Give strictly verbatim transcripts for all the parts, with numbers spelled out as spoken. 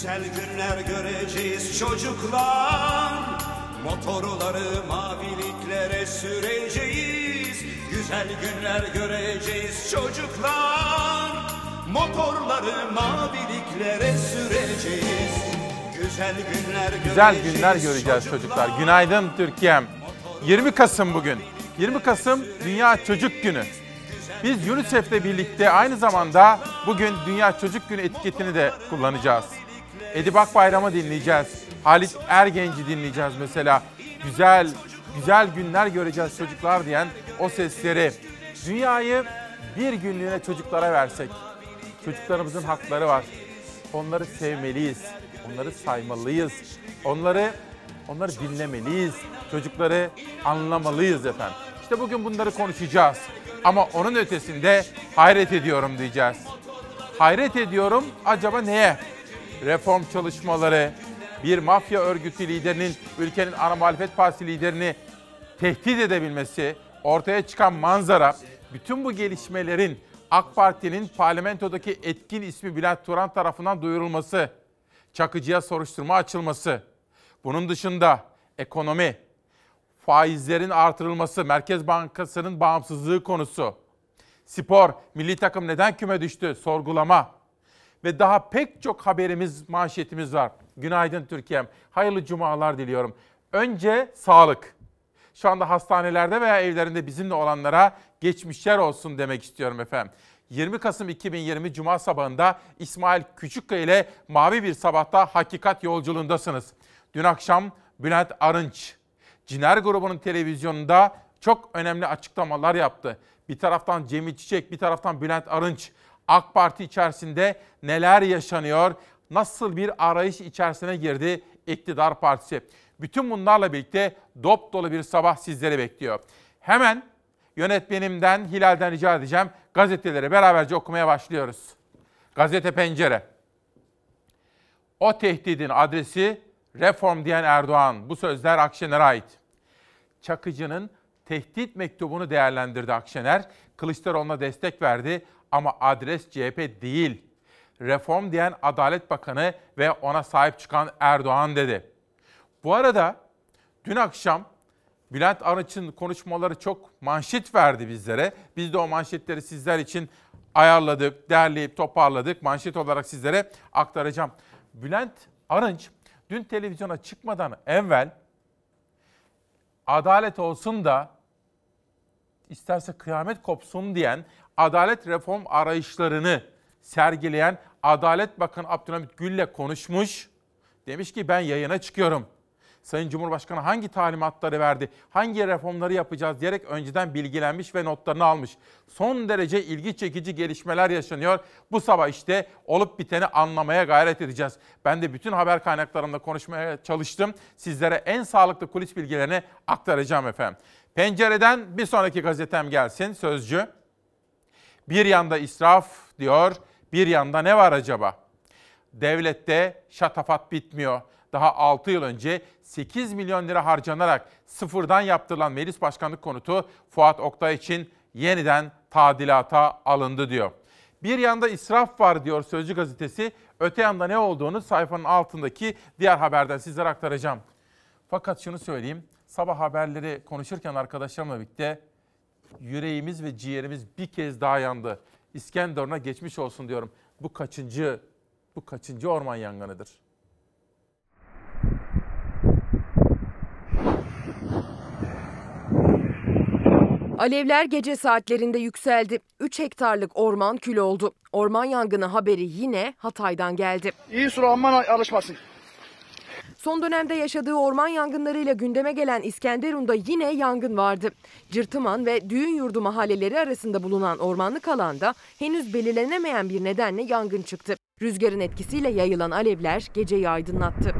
Güzel günler göreceğiz çocuklar, motorları maviliklere süreceğiz. Güzel günler göreceğiz çocuklar, motorları maviliklere süreceğiz. Güzel günler Güzel günler göreceğiz çocuklar. Günaydın Türkiye'm. yirmi Kasım bugün. yirmi Kasım Dünya Çocuk Günü. Biz UNICEF'le birlikte aynı zamanda bugün Dünya Çocuk Günü etiketini de kullanacağız. Edip Akbayram'ı dinleyeceğiz. Halit Ergenç'i dinleyeceğiz mesela. Güzel, güzel günler göreceğiz çocuklar diyen o sesleri. Dünyayı bir günlüğüne çocuklara versek. Çocuklarımızın hakları var. Onları sevmeliyiz. Onları saymalıyız. Onları onları dinlemeliyiz. Çocukları anlamalıyız efendim. İşte bugün bunları konuşacağız. Ama onun ötesinde hayret ediyorum diyeceğiz. Hayret ediyorum acaba neye? Reform çalışmaları, bir mafya örgütü liderinin ülkenin ana muhalefet partisi liderini tehdit edebilmesi, ortaya çıkan manzara, bütün bu gelişmelerin AK Parti'nin parlamentodaki etkin ismi Bülent Turan tarafından duyurulması, Çakıcı'ya soruşturma açılması, bunun dışında ekonomi, faizlerin artırılması, Merkez Bankası'nın bağımsızlığı konusu, spor, milli takım neden küme düştü, sorgulama ve daha pek çok haberimiz, manşetimiz var. Günaydın Türkiye'm, hayırlı cumalar diliyorum. Önce sağlık. Şu anda hastanelerde veya evlerinde bizimle olanlara geçmişler olsun demek istiyorum efendim. yirmi Kasım iki bin yirmi Cuma sabahında İsmail Küçükkaya ile Mavi Bir Sabah'ta hakikat yolculuğundasınız. Dün akşam Bülent Arınç, Ciner grubunun televizyonunda çok önemli açıklamalar yaptı. Bir taraftan Cemil Çiçek, bir taraftan Bülent Arınç. AK Parti içerisinde neler yaşanıyor, nasıl bir arayış içerisine girdi iktidar partisi. Bütün bunlarla birlikte dop dolu bir sabah sizleri bekliyor. Hemen yönetmenimden, Hilal'den rica edeceğim. Gazeteleri beraberce okumaya başlıyoruz. Gazete Pencere. O tehdidin adresi reform diyen Erdoğan. Bu sözler Akşener'e ait. Çakıcı'nın tehdit mektubunu değerlendirdi Akşener. Kılıçdaroğlu'na destek verdi ama adres C H P değil. Reform diyen Adalet Bakanı ve ona sahip çıkan Erdoğan dedi. Bu arada dün akşam Bülent Arınç'ın konuşmaları çok manşet verdi bizlere. Biz de o manşetleri sizler için ayarladık, derleyip toparladık. Manşet olarak sizlere aktaracağım. Bülent Arınç dün televizyona çıkmadan evvel adalet olsun da isterse kıyamet kopsun diyen adalet reform arayışlarını sergileyen Adalet Bakanı Abdülhamit Gül'le konuşmuş. Demiş ki ben yayına çıkıyorum. Sayın Cumhurbaşkanı hangi talimatları verdi, hangi reformları yapacağız diyerek önceden bilgilenmiş ve notlarını almış. Son derece ilgi çekici gelişmeler yaşanıyor. Bu sabah işte olup biteni anlamaya gayret edeceğiz. Ben de bütün haber kaynaklarımla konuşmaya çalıştım. Sizlere en sağlıklı kulis bilgilerini aktaracağım efendim. Pencereden bir sonraki gazetem gelsin, Sözcü. Bir yanda israf diyor, bir yanda ne var acaba? Devlette şatafat bitmiyor. Daha altı yıl önce sekiz milyon lira harcanarak sıfırdan yaptırılan meclis başkanlık konutu Fuat Oktay için yeniden tadilata alındı diyor. Bir yanda israf var diyor Sözcü gazetesi, öte yanda ne olduğunu sayfanın altındaki diğer haberden sizlere aktaracağım. Fakat şunu söyleyeyim, sabah haberleri konuşurken arkadaşlarımla birlikte yüreğimiz ve ciğerimiz bir kez daha yandı. İskenderun'a geçmiş olsun diyorum. Bu kaçıncı, bu kaçıncı orman yangınıdır? Alevler gece saatlerinde yükseldi. üç hektarlık orman kül oldu. Orman yangını haberi yine Hatay'dan geldi. İyi sura aman alışmasın. Son dönemde yaşadığı orman yangınlarıyla gündeme gelen İskenderun'da yine yangın vardı. Cırtıman ve Düğünyurdu mahalleleri arasında bulunan ormanlık alanda henüz belirlenemeyen bir nedenle yangın çıktı. Rüzgarın etkisiyle yayılan alevler geceyi aydınlattı.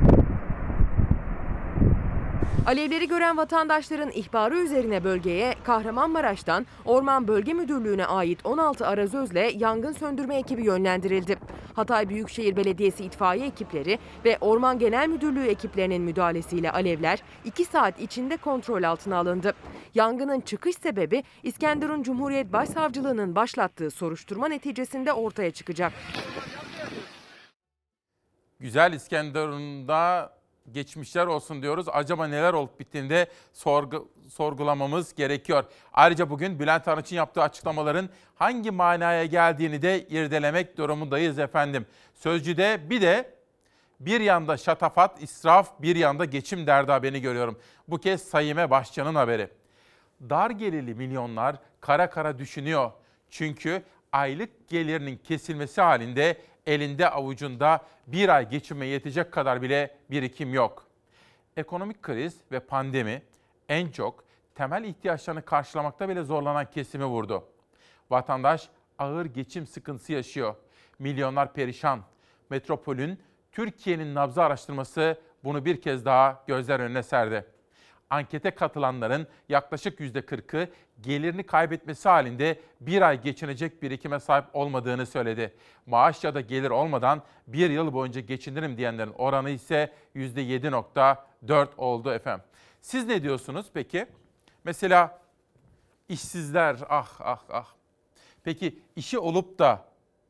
Alevleri gören vatandaşların ihbarı üzerine bölgeye Kahramanmaraş'tan Orman Bölge Müdürlüğü'ne ait on altı arazözle yangın söndürme ekibi yönlendirildi. Hatay Büyükşehir Belediyesi itfaiye ekipleri ve Orman Genel Müdürlüğü ekiplerinin müdahalesiyle alevler iki saat içinde kontrol altına alındı. Yangının çıkış sebebi İskenderun Cumhuriyet Başsavcılığı'nın başlattığı soruşturma neticesinde ortaya çıkacak. Güzel İskenderun'da geçmişler olsun diyoruz. Acaba neler olup bittiğinde sorgu, sorgulamamız gerekiyor. Ayrıca bugün Bülent Arınç'ın yaptığı açıklamaların hangi manaya geldiğini de irdelemek durumundayız efendim. Sözcü'de bir de bir yanda şatafat, israf, bir yanda geçim derdi haberini görüyorum. Bu kez Saime Başcan'ın haberi. Dar gelirli milyonlar kara kara düşünüyor. Çünkü aylık gelirinin kesilmesi halinde elinde avucunda bir ay geçinmeye yetecek kadar bile birikim yok. Ekonomik kriz ve pandemi en çok temel ihtiyaçlarını karşılamakta bile zorlanan kesimi vurdu. Vatandaş ağır geçim sıkıntısı yaşıyor. Milyonlar perişan. Metropol'ün Türkiye'nin nabzı araştırması bunu bir kez daha gözler önüne serdi. Ankete katılanların yaklaşık yüzde kırkı gelirini kaybetmesi halinde bir ay geçinecek birikime sahip olmadığını söyledi. Maaş ya da gelir olmadan bir yıl boyunca geçinirim diyenlerin oranı ise yüzde yedi virgül dört oldu efendim. Siz ne diyorsunuz peki? Mesela işsizler, ah ah ah. Peki işi olup da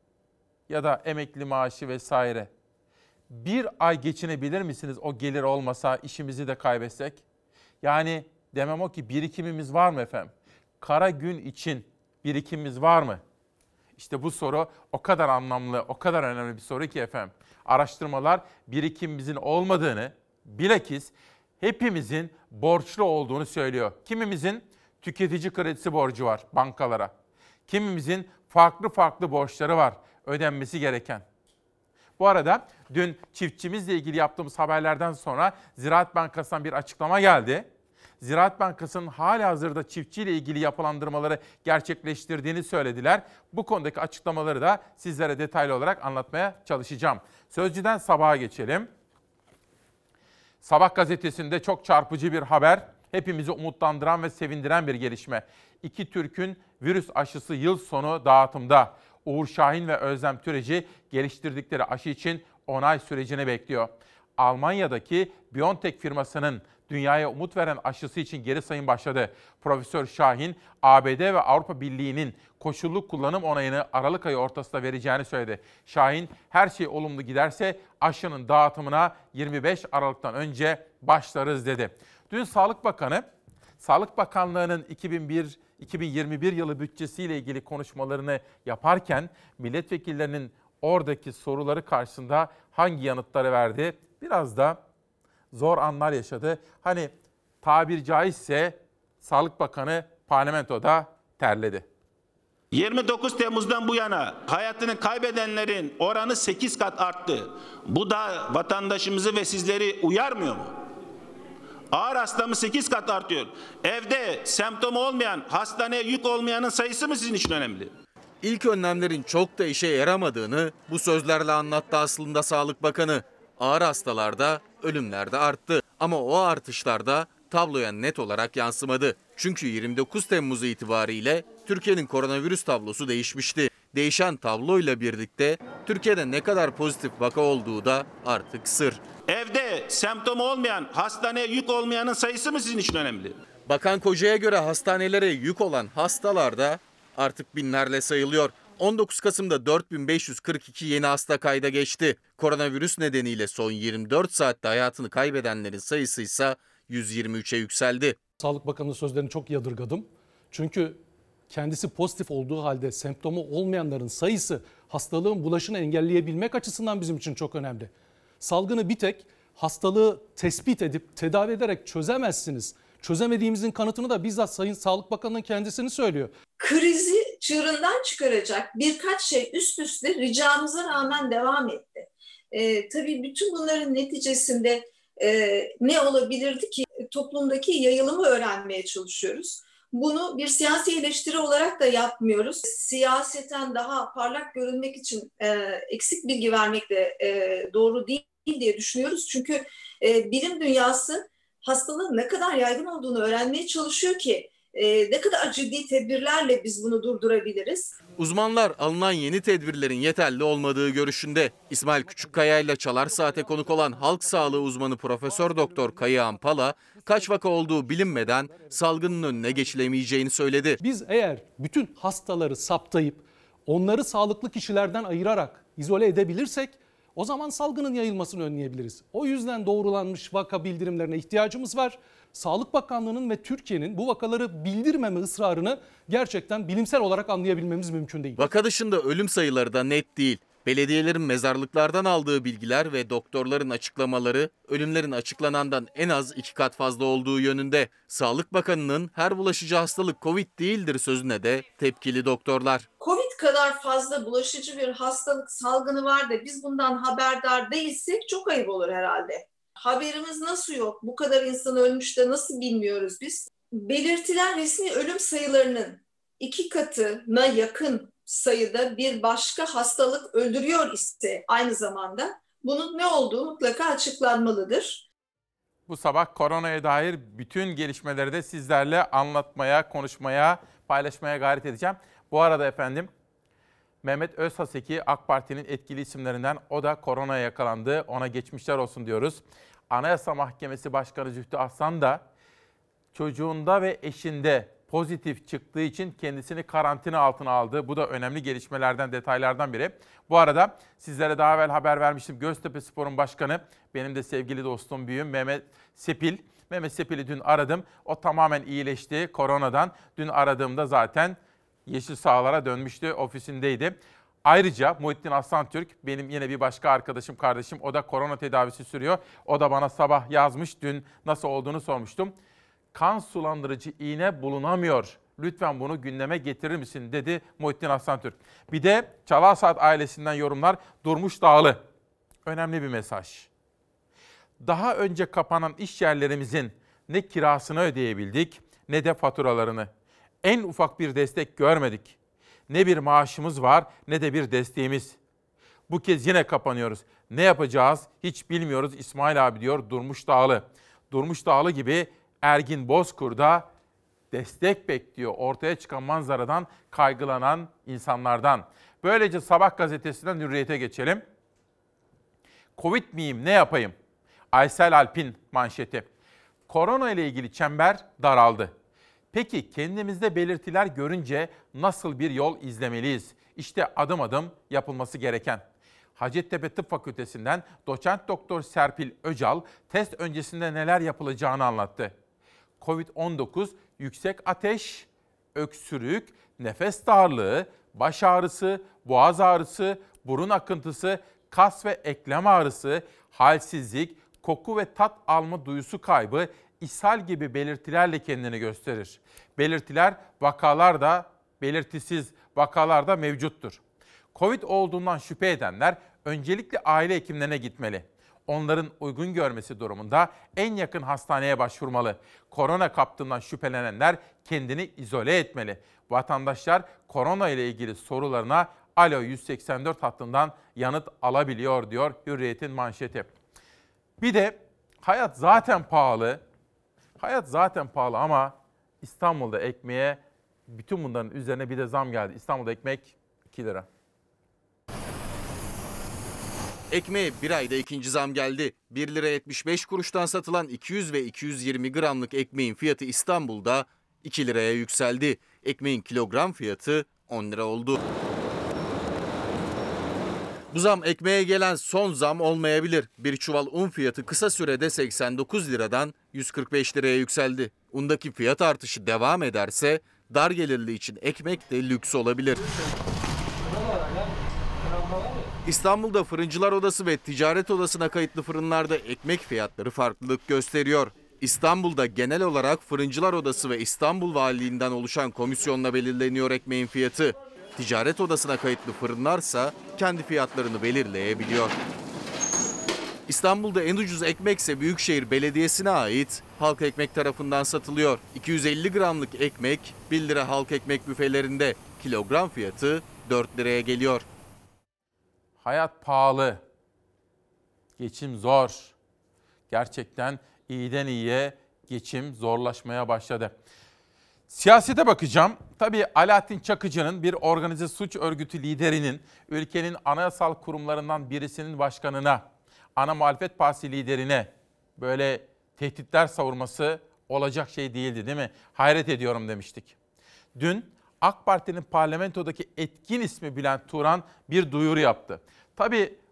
ya da emekli maaşı vesaire bir ay geçinebilir misiniz o gelir olmasa, işimizi de kaybetsek? Yani demem o ki birikimimiz var mı efendim? Kara gün için birikimimiz var mı? İşte bu soru o kadar anlamlı, o kadar önemli bir soru ki efendim. Araştırmalar birikimimizin olmadığını, bilakis hepimizin borçlu olduğunu söylüyor. Kimimizin tüketici kredisi borcu var bankalara. Kimimizin farklı farklı borçları var ödenmesi gereken. Bu arada dün çiftçimizle ilgili yaptığımız haberlerden sonra Ziraat Bankası'ndan bir açıklama geldi. Ziraat Bankası'nın halihazırda çiftçiyle ilgili yapılandırmaları gerçekleştirdiğini söylediler. Bu konudaki açıklamaları da sizlere detaylı olarak anlatmaya çalışacağım. Sözcü'den Sabah'a geçelim. Sabah gazetesinde çok çarpıcı bir haber. Hepimizi umutlandıran ve sevindiren bir gelişme. İki Türk'ün virüs aşısı yıl sonu dağıtımda. Uğur Şahin ve Özlem Türeci geliştirdikleri aşı için onay sürecini bekliyor. Almanya'daki BioNTech firmasının dünyaya umut veren aşısı için geri sayım başladı. Profesör Şahin, A B D ve Avrupa Birliği'nin koşullu kullanım onayını Aralık ayı ortasında vereceğini söyledi. Şahin, her şey olumlu giderse aşının dağıtımına yirmi beş Aralık'tan önce başlarız dedi. Dün Sağlık Bakanı, Sağlık Bakanlığı'nın iki bin bir iki bin yirmi bir yılı bütçesiyle ilgili konuşmalarını yaparken milletvekillerinin oradaki soruları karşısında hangi yanıtları verdi? Biraz da zor anlar yaşadı. Hani tabir caizse Sağlık Bakanı parlamentoda terledi. yirmi dokuz Temmuz'dan bu yana hayatını kaybedenlerin oranı sekiz kat arttı. Bu da vatandaşımızı ve sizleri uyarmıyor mu? Ağır hastamız sekiz kat artıyor. Evde semptomu olmayan, hastaneye yük olmayanın sayısı mı sizin için önemli? İlk önlemlerin çok da işe yaramadığını bu sözlerle anlattı aslında Sağlık Bakanı. Ağır hastalarda, ölümlerde arttı. Ama o artışlarda tabloya net olarak yansımadı. Çünkü yirmi dokuz Temmuz itibariyle Türkiye'nin koronavirüs tablosu değişmişti. Değişen tabloyla birlikte Türkiye'de ne kadar pozitif vaka olduğu da artık sır. Evde semptomu olmayan, hastaneye yük olmayanın sayısı mı sizin için önemli? Bakan Koca'ya göre hastanelere yük olan hastalar da artık binlerle sayılıyor. on dokuz Kasım'da dört bin beş yüz kırk iki yeni hasta kayda geçti. Koronavirüs nedeniyle son yirmi dört saatte hayatını kaybedenlerin sayısı ise yüz yirmi üçe yükseldi. Sağlık Bakanı'nın sözlerini çok yadırgadım. Çünkü kendisi pozitif olduğu halde semptomu olmayanların sayısı hastalığın bulaşını engelleyebilmek açısından bizim için çok önemli. Salgını bir tek hastalığı tespit edip tedavi ederek çözemezsiniz. Çözemediğimizin kanıtını da bizzat Sayın Sağlık Bakanı'nın kendisini söylüyor. Krizi çığırından çıkaracak birkaç şey üst üste ricamıza rağmen devam etti. Ee, tabii bütün bunların neticesinde e, ne olabilirdi ki? Toplumdaki yayılımı öğrenmeye çalışıyoruz. Bunu bir siyasi eleştiri olarak da yapmıyoruz. Siyaseten daha parlak görünmek için e, eksik bilgi vermek de e, doğru değil diye düşünüyoruz. Çünkü e, bilim dünyası hastalığın ne kadar yaygın olduğunu öğrenmeye çalışıyor ki e, ne kadar ciddi tedbirlerle biz bunu durdurabiliriz. Uzmanlar alınan yeni tedbirlerin yeterli olmadığı görüşünde. İsmail Küçükkaya ile Çalar Saat'e konuk olan halk sağlığı uzmanı Profesör Doktor Kayıhan Pala, kaç vaka olduğu bilinmeden salgının önüne geçilemeyeceğini söyledi. Biz eğer bütün hastaları saptayıp onları sağlıklı kişilerden ayırarak izole edebilirsek O zaman salgının yayılmasını önleyebiliriz. O yüzden doğrulanmış vaka bildirimlerine ihtiyacımız var. Sağlık Bakanlığı'nın ve Türkiye'nin bu vakaları bildirmeme ısrarını gerçekten bilimsel olarak anlayabilmemiz mümkün değil. Vaka dışında ölüm sayıları da net değil. Belediyelerin mezarlıklardan aldığı bilgiler ve doktorların açıklamaları ölümlerin açıklanandan en az iki kat fazla olduğu yönünde. Sağlık Bakanı'nın her bulaşıcı hastalık Covid değildir sözüne de tepkili doktorlar. Covid kadar fazla bulaşıcı bir hastalık salgını var da biz bundan haberdar değilsek çok ayıp olur herhalde. Haberimiz nasıl yok? Bu kadar insan ölmüş de nasıl bilmiyoruz biz? Belirtilen resmi ölüm sayılarının iki katına yakın sayıda bir başka hastalık öldürüyor ise aynı zamanda bunun ne olduğu mutlaka açıklanmalıdır. Bu sabah koronaya dair bütün gelişmeleri de sizlerle anlatmaya, konuşmaya, paylaşmaya gayret edeceğim. Bu arada efendim Mehmet Özhaseki AK Parti'nin etkili isimlerinden, o da koronaya yakalandı. Ona geçmişler olsun diyoruz. Anayasa Mahkemesi Başkanı Zühtü Aslan da çocuğunda ve eşinde pozitif çıktığı için kendisini karantina altına aldı. Bu da önemli gelişmelerden, detaylardan biri. Bu arada sizlere daha evvel haber vermiştim. Göztepespor'un başkanı, benim de sevgili dostum, büyüğüm Mehmet Sepil. Mehmet Sepil'i dün aradım. O tamamen iyileşti koronadan. Dün aradığımda zaten yeşil sahalara dönmüştü, ofisindeydi. Ayrıca Muhittin Aslantürk, benim yine bir başka arkadaşım, kardeşim. O da korona tedavisi sürüyor. O da bana sabah yazmış. Dün nasıl olduğunu sormuştum. Kan sulandırıcı iğne bulunamıyor. Lütfen bunu gündeme getirir misin dedi Muhittin Aslantürk. Bir de Çalar Saat ailesinden yorumlar. Durmuş Dağlı. Önemli bir mesaj. Daha önce kapanan iş yerlerimizin ne kirasını ödeyebildik ne de faturalarını. En ufak bir destek görmedik. Ne bir maaşımız var ne de bir desteğimiz. Bu kez yine kapanıyoruz. Ne yapacağız hiç bilmiyoruz İsmail abi diyor Durmuş Dağlı. Durmuş Dağlı gibi Ergin Bozkurt da destek bekliyor ortaya çıkan manzaradan kaygılanan insanlardan. Böylece Sabah gazetesinden Hürriyet'e geçelim. Covid miyim ne yapayım? Aysel Alp'in manşeti. Korona ile ilgili çember daraldı. Peki kendimizde belirtiler görünce nasıl bir yol izlemeliyiz? İşte adım adım yapılması gereken. Hacettepe Tıp Fakültesinden doçent doktor Serpil Öcal test öncesinde neler yapılacağını anlattı. kovid on dokuz, yüksek ateş, öksürük, nefes darlığı, baş ağrısı, boğaz ağrısı, burun akıntısı, kas ve eklem ağrısı, halsizlik, koku ve tat alma duyusu kaybı, ishal gibi belirtilerle kendini gösterir. Belirtiler vakalarda, belirtisiz vakalarda mevcuttur. Covid olduğundan şüphe edenler öncelikle aile hekimlerine gitmeli. Onların uygun görmesi durumunda en yakın hastaneye başvurmalı. Korona kaptığından şüphelenenler kendini izole etmeli. Vatandaşlar korona ile ilgili sorularına Alo yüz seksen dört hattından yanıt alabiliyor diyor Hürriyet'in manşeti. Bir de hayat zaten pahalı. Hayat zaten pahalı ama İstanbul'da ekmeğe bütün bunların üzerine bir de zam geldi. İstanbul'da ekmek iki lira. Ekmeğe bir ayda ikinci zam geldi. bir lira yetmiş beş kuruştan satılan iki yüz ve iki yüz yirmi gramlık ekmeğin fiyatı İstanbul'da iki liraya yükseldi. Ekmeğin kilogram fiyatı on lira oldu. Bu zam ekmeğe gelen son zam olmayabilir. Bir çuval un fiyatı kısa sürede seksen dokuz liradan yüz kırk beş liraya yükseldi. Undaki fiyat artışı devam ederse dar gelirli için ekmek de lüks olabilir. İstanbul'da Fırıncılar Odası ve Ticaret Odası'na kayıtlı fırınlarda ekmek fiyatları farklılık gösteriyor. İstanbul'da genel olarak Fırıncılar Odası ve İstanbul Valiliğinden oluşan komisyonla belirleniyor ekmeğin fiyatı. Ticaret Odası'na kayıtlı fırınlarsa kendi fiyatlarını belirleyebiliyor. İstanbul'da en ucuz ekmekse Büyükşehir Belediyesi'ne ait Halk Ekmek tarafından satılıyor. iki yüz elli gramlık ekmek bir lira halk ekmek büfelerinde. Kilogram fiyatı dört liraya geliyor. Hayat pahalı. Geçim zor. Gerçekten iyiden iyiye geçim zorlaşmaya başladı. Siyasete bakacağım. Tabii Alaaddin Çakıcı'nın bir organize suç örgütü liderinin ülkenin anayasal kurumlarından birisinin başkanına, ana muhalefet partisi liderine böyle tehditler savurması olacak şey değildi değil mi? Hayret ediyorum demiştik. Dün AK Parti'nin parlamentodaki etkin ismi Bülent Turan bir duyuru yaptı. Tabii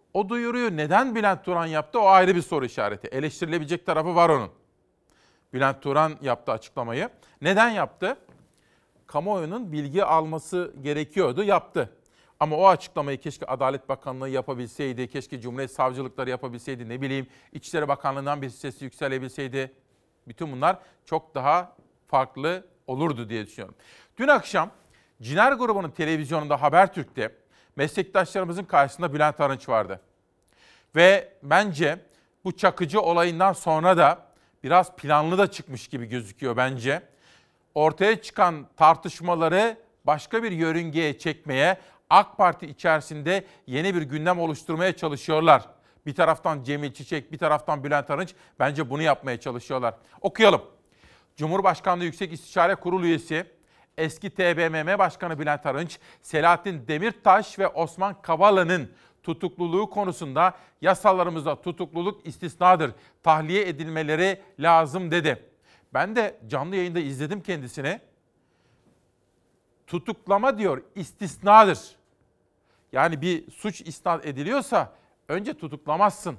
O duyuruyu neden Bülent Turan yaptı? O ayrı bir soru işareti. Eleştirilebilecek tarafı var onun. Bülent Turan yaptı açıklamayı. Neden yaptı? Kamuoyunun bilgi alması gerekiyordu, yaptı. Ama o açıklamayı keşke Adalet Bakanlığı yapabilseydi, keşke Cumhuriyet Savcılıkları yapabilseydi, ne bileyim İçişleri Bakanlığı'ndan bir sesi yükselebilseydi. Bütün bunlar çok daha farklı olurdu diye düşünüyorum. Dün akşam Ciner grubunun televizyonunda Habertürk'te meslektaşlarımızın karşısında Bülent Arınç vardı. Ve bence bu Çakıcı olayından sonra da biraz planlı da çıkmış gibi gözüküyor bence. Ortaya çıkan tartışmaları başka bir yörüngeye çekmeye, AK Parti içerisinde yeni bir gündem oluşturmaya çalışıyorlar. Bir taraftan Cemil Çiçek, bir taraftan Bülent Arınç bence bunu yapmaya çalışıyorlar. Okuyalım. Cumhurbaşkanlığı Yüksek İstişare Kurulu üyesi, eski T B M M Başkanı Bülent Arınç, Selahattin Demirtaş ve Osman Kavala'nın tutukluluğu konusunda yasalarımızda tutukluluk istisnadır, tahliye edilmeleri lazım dedi. Ben de canlı yayında izledim kendisini. Tutuklama diyor, istisnadır. Yani bir suç isnat ediliyorsa önce tutuklamazsın.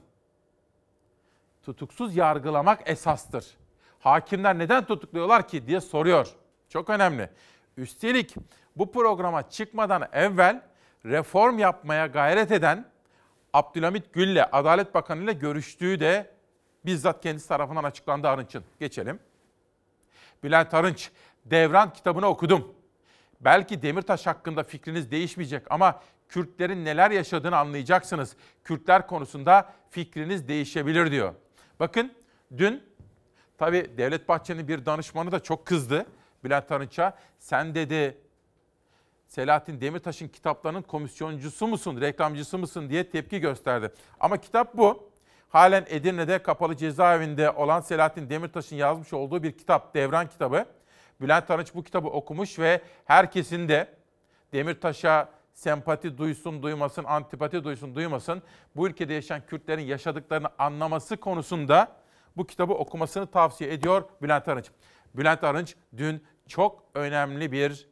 Tutuksuz yargılamak esastır. Hakimler neden tutukluyorlar ki diye soruyor. Çok önemli. Üstelik bu programa çıkmadan evvel reform yapmaya gayret eden Abdülhamit Gül'le, Adalet Bakanı ile görüştüğü de bizzat kendisi tarafından açıklandı Arınç'ın. Geçelim. Bülent Arınç, Devran kitabını okudum. Belki Demirtaş hakkında fikriniz değişmeyecek ama Kürtlerin neler yaşadığını anlayacaksınız. Kürtler konusunda fikriniz değişebilir diyor. Bakın dün tabii Devlet Bahçeli'nin bir danışmanı da çok kızdı Bülent Arınç'a. Sen dedi Selahattin Demirtaş'ın kitaplarının komisyoncusu musun, reklamcısı mısın diye tepki gösterdi. Ama kitap bu. Halen Edirne'de kapalı cezaevinde olan Selahattin Demirtaş'ın yazmış olduğu bir kitap, Devran kitabı. Bülent Arınç bu kitabı okumuş ve herkesin de Demirtaş'a sempati duysun, duymasın, antipati duysun, duymasın, bu ülkede yaşayan Kürtlerin yaşadıklarını anlaması konusunda bu kitabı okumasını tavsiye ediyor Bülent Arınç. Bülent Arınç dün çok önemli bir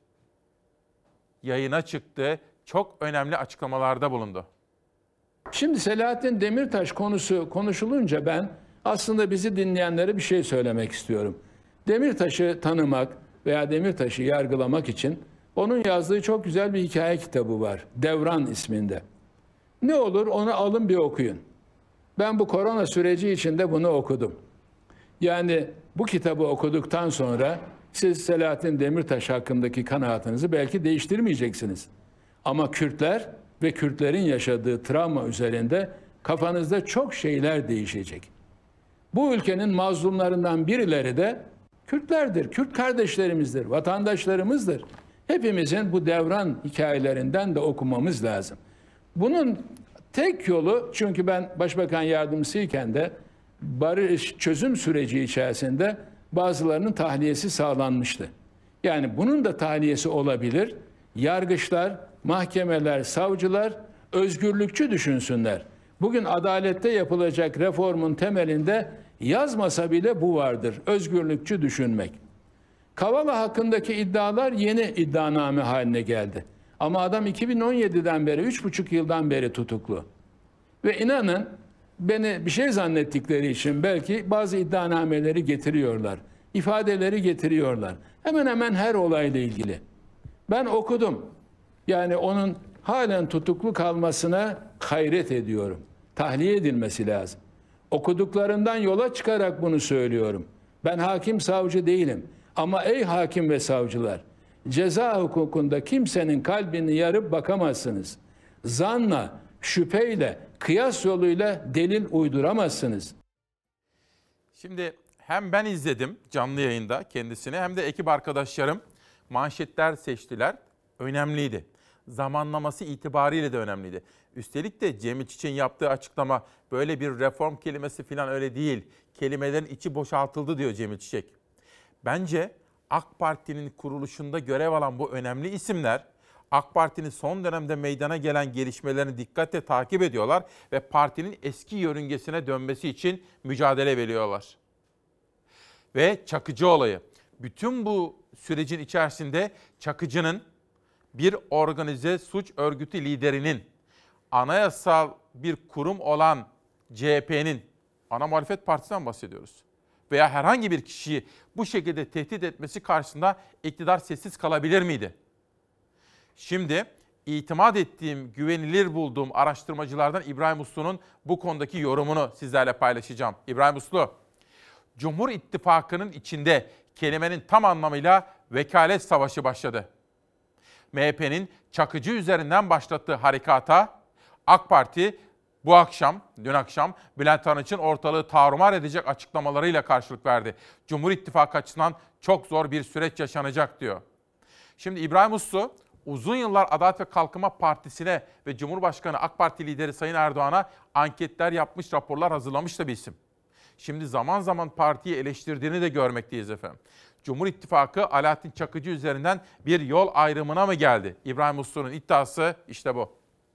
yayına çıktı, çok önemli açıklamalarda bulundu. Şimdi Selahattin Demirtaş konusu konuşulunca ben aslında bizi dinleyenlere bir şey söylemek istiyorum. Demirtaş'ı tanımak veya Demirtaş'ı yargılamak için onun yazdığı çok güzel bir hikaye kitabı var. Devran isminde. Ne olur onu alın bir okuyun. Ben bu korona süreci içinde bunu okudum. Yani bu kitabı okuduktan sonra siz Selahattin Demirtaş hakkındaki kanaatinizi belki değiştirmeyeceksiniz. Ama Kürtler ve Kürtlerin yaşadığı travma üzerinde kafanızda çok şeyler değişecek. Bu ülkenin mazlumlarından birileri de Kürtlerdir, Kürt kardeşlerimizdir, vatandaşlarımızdır. Hepimizin bu devran hikayelerinden de okumamız lazım. Bunun tek yolu, çünkü ben Başbakan Yardımcısıyken de barış çözüm süreci içerisinde bazılarının tahliyesi sağlanmıştı. Yani bunun da tahliyesi olabilir. Yargıçlar, mahkemeler, savcılar özgürlükçü düşünsünler. Bugün adalette yapılacak reformun temelinde yazmasa bile bu vardır. Özgürlükçü düşünmek. Kavala hakkındaki iddialar yeni iddianame haline geldi. Ama adam iki bin on yediden beri, üç buçuk yıldan beri tutuklu. Ve inanın beni bir şey zannettikleri için belki bazı iddianameleri getiriyorlar. İfadeleri getiriyorlar. Hemen hemen her olayla ilgili. Ben okudum. Yani onun halen tutuklu kalmasına hayret ediyorum. Tahliye edilmesi lazım. Okuduklarından yola çıkarak bunu söylüyorum. Ben hakim savcı değilim. Ama ey hakim ve savcılar, ceza hukukunda kimsenin kalbini yarıp bakamazsınız. Zanla, şüpheyle, kıyas yoluyla delil uyduramazsınız. Şimdi hem ben izledim canlı yayında kendisini hem de ekip arkadaşlarım manşetler seçtiler. Önemliydi. Zamanlaması itibariyle de önemliydi. Üstelik de Cemil Çiçek'in yaptığı açıklama böyle bir reform kelimesi falan öyle değil. Kelimelerin içi boşaltıldı diyor Cemil Çiçek. Bence AK Parti'nin kuruluşunda görev alan bu önemli isimler AK Parti'nin son dönemde meydana gelen gelişmelerini dikkatle takip ediyorlar ve partinin eski yörüngesine dönmesi için mücadele veriyorlar. Ve Çakıcı olayı. Bütün bu sürecin içerisinde Çakıcı'nın bir organize suç örgütü liderinin anayasal bir kurum olan C H P'nin, ana muhalefet partisinden bahsediyoruz, veya herhangi bir kişiyi bu şekilde tehdit etmesi karşısında iktidar sessiz kalabilir miydi? Şimdi itimat ettiğim, güvenilir bulduğum araştırmacılardan İbrahim Uslu'nun bu konudaki yorumunu sizlerle paylaşacağım. İbrahim Uslu, Cumhur İttifakı'nın içinde kelimenin tam anlamıyla vekalet savaşı başladı. M H P'nin Çakıcı üzerinden başlattığı harekata AK Parti bu akşam, dün akşam Bülent Arınç'ın ortalığı tarumar edecek açıklamalarıyla karşılık verdi. Cumhur İttifakı açısından çok zor bir süreç yaşanacak diyor. Şimdi İbrahim Uslu uzun yıllar Adalet ve Kalkınma Partisi'ne ve Cumhurbaşkanı AK Parti lideri Sayın Erdoğan'a anketler yapmış, raporlar hazırlamış da bir isim. Şimdi zaman zaman partiyi eleştirdiğini de görmekteyiz efendim. Cumhur İttifakı Alaaddin Çakıcı üzerinden bir yol ayrımına mı geldi? İbrahim Uslu'nun iddiası işte bu.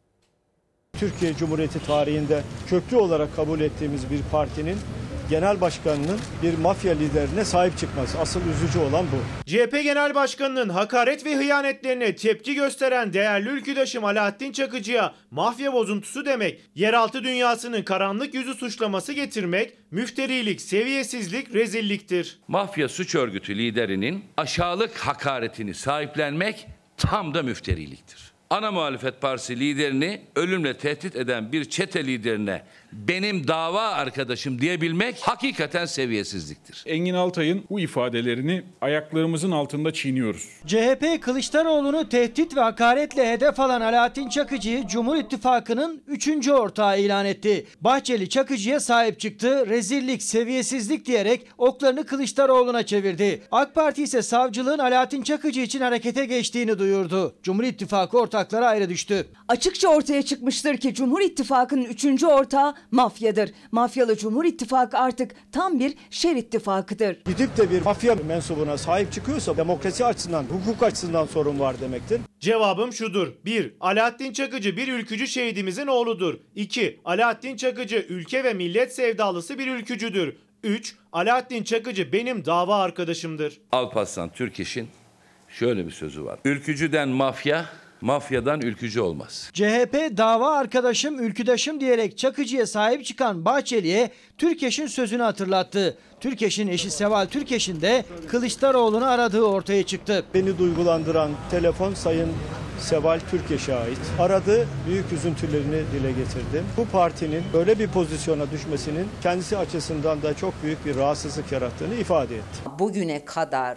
Türkiye Cumhuriyeti tarihinde köklü olarak kabul ettiğimiz bir partinin genel başkanının bir mafya liderine sahip çıkması. Asıl üzücü olan bu. C H P Genel Başkanı'nın hakaret ve hıyanetlerine tepki gösteren değerli ülküdaşım Alaaddin Çakıcı'ya mafya bozuntusu demek, yeraltı dünyasının karanlık yüzü suçlaması getirmek, müfterilik, seviyesizlik, rezilliktir. Mafya suç örgütü liderinin aşağılık hakaretini sahiplenmek tam da müfteriliktir. Ana muhalefet partisi liderini ölümle tehdit eden bir çete liderine benim dava arkadaşım diyebilmek hakikaten seviyesizliktir. Engin Altay'ın bu ifadelerini ayaklarımızın altında çiğniyoruz. C H P Kılıçdaroğlu'nu tehdit ve hakaretle hedef alan Alaaddin Çakıcı'yı Cumhur İttifakı'nın üçüncü ortağı ilan etti. Bahçeli Çakıcı'ya sahip çıktı, rezillik, seviyesizlik diyerek oklarını Kılıçdaroğlu'na çevirdi. AK Parti ise savcılığın Alaaddin Çakıcı için harekete geçtiğini duyurdu. Cumhur İttifakı ortakları ayrı düştü. Açıkça ortaya çıkmıştır ki Cumhur İttifakı'nın üçüncü ortağı mafyadır. Mafyalı Cumhur İttifakı artık tam bir şer ittifakıdır. Gidip de bir mafya mensubuna sahip çıkıyorsa demokrasi açısından, hukuk açısından sorun var demektir. Cevabım şudur. bir. Alaaddin Çakıcı bir ülkücü şehidimizin oğludur. iki. Alaaddin Çakıcı ülke ve millet sevdalısı bir ülkücüdür. üç. Alaaddin Çakıcı benim dava arkadaşımdır. Alparslan Türkeş'in şöyle bir sözü var. Ülkücüden mafya, mafyadan ülkücü olmaz. C H P dava arkadaşım, ülküdaşım diyerek Çakıcı'ya sahip çıkan Bahçeli'ye Türkeş'in sözünü hatırlattı. Türkeş'in eşi Seval Türkeş'in de Kılıçdaroğlu'nu aradığı ortaya çıktı. Beni duygulandıran telefon Sayın Seval Türkeş'e ait. Aradı, büyük üzüntülerini dile getirdi. Bu partinin böyle bir pozisyona düşmesinin kendisi açısından da çok büyük bir rahatsızlık yarattığını ifade etti. Bugüne kadar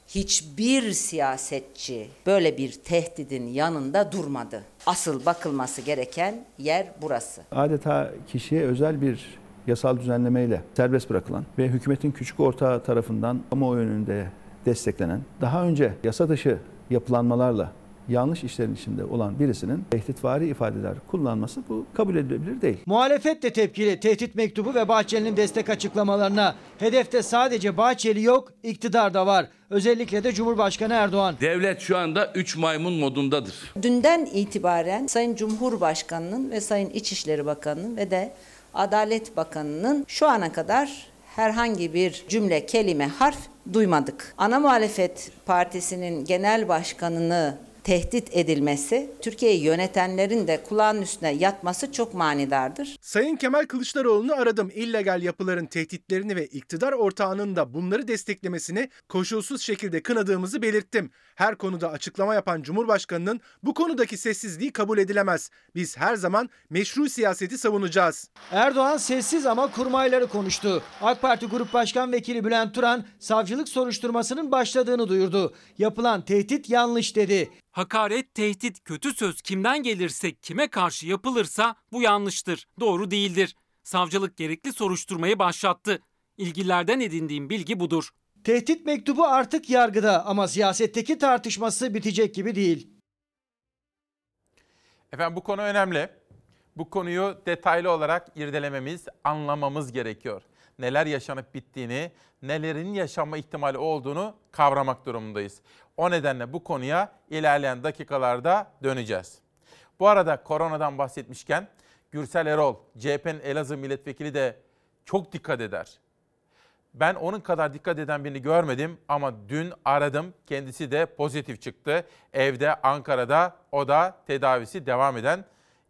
hiçbir siyasetçi böyle bir tehdidin yanında durmadı. Asıl bakılması gereken yer burası. Adeta kişiye özel bir yasal düzenlemeyle serbest bırakılan ve hükümetin küçük ortağı tarafından kamuoyu önünde desteklenen, daha önce yasa dışı yapılanmalarla yanlış işlerin içinde olan birisinin tehditvari ifadeler kullanması bu kabul edilebilir değil. Muhalefet de tepkili tehdit mektubu ve Bahçeli'nin destek açıklamalarına. Hedefte sadece Bahçeli yok, iktidar da var. Özellikle de Cumhurbaşkanı Erdoğan. Devlet şu anda üç maymun modundadır. Dünden itibaren Sayın Cumhurbaşkanı'nın ve Sayın İçişleri Bakanı'nın ve de Adalet Bakanı'nın şu ana kadar herhangi bir cümle, kelime, harf duymadık. Ana Muhalefet Partisi'nin genel başkanını tehdit edilmesi, Türkiye'yi yönetenlerin de kulağının üstüne yatması çok manidardır. Sayın Kemal Kılıçdaroğlu'nu aradım. İllegal yapıların tehditlerini ve iktidar ortağının da bunları desteklemesini koşulsuz şekilde kınadığımızı belirttim. Her konuda açıklama yapan Cumhurbaşkanı'nın bu konudaki sessizliği kabul edilemez. Biz her zaman meşru siyaseti savunacağız. Erdoğan sessiz ama kurmayları konuştu. AK Parti Grup Başkan Vekili Bülent Turan savcılık soruşturmasının başladığını duyurdu. Yapılan tehdit yanlış dedi. Hakaret, tehdit, kötü söz kimden gelirse, kime karşı yapılırsa bu yanlıştır, doğru değildir. Savcılık gerekli soruşturmayı başlattı. İlgililerden edindiğim bilgi budur. Tehdit mektubu artık yargıda ama siyasetteki tartışması bitecek gibi değil. Efendim bu konu önemli. Bu konuyu detaylı olarak irdelememiz, anlamamız gerekiyor. Neler yaşanıp bittiğini, nelerin yaşanma ihtimali olduğunu kavramak durumundayız. O nedenle bu konuya ilerleyen dakikalarda döneceğiz. Bu arada koronadan bahsetmişken Gürsel Erol, C H P'nin Elazığ milletvekili de çok dikkat eder. Ben onun kadar dikkat eden birini görmedim ama dün aradım. Kendisi de pozitif çıktı. Evde, Ankara'da, o da tedavisi devam eden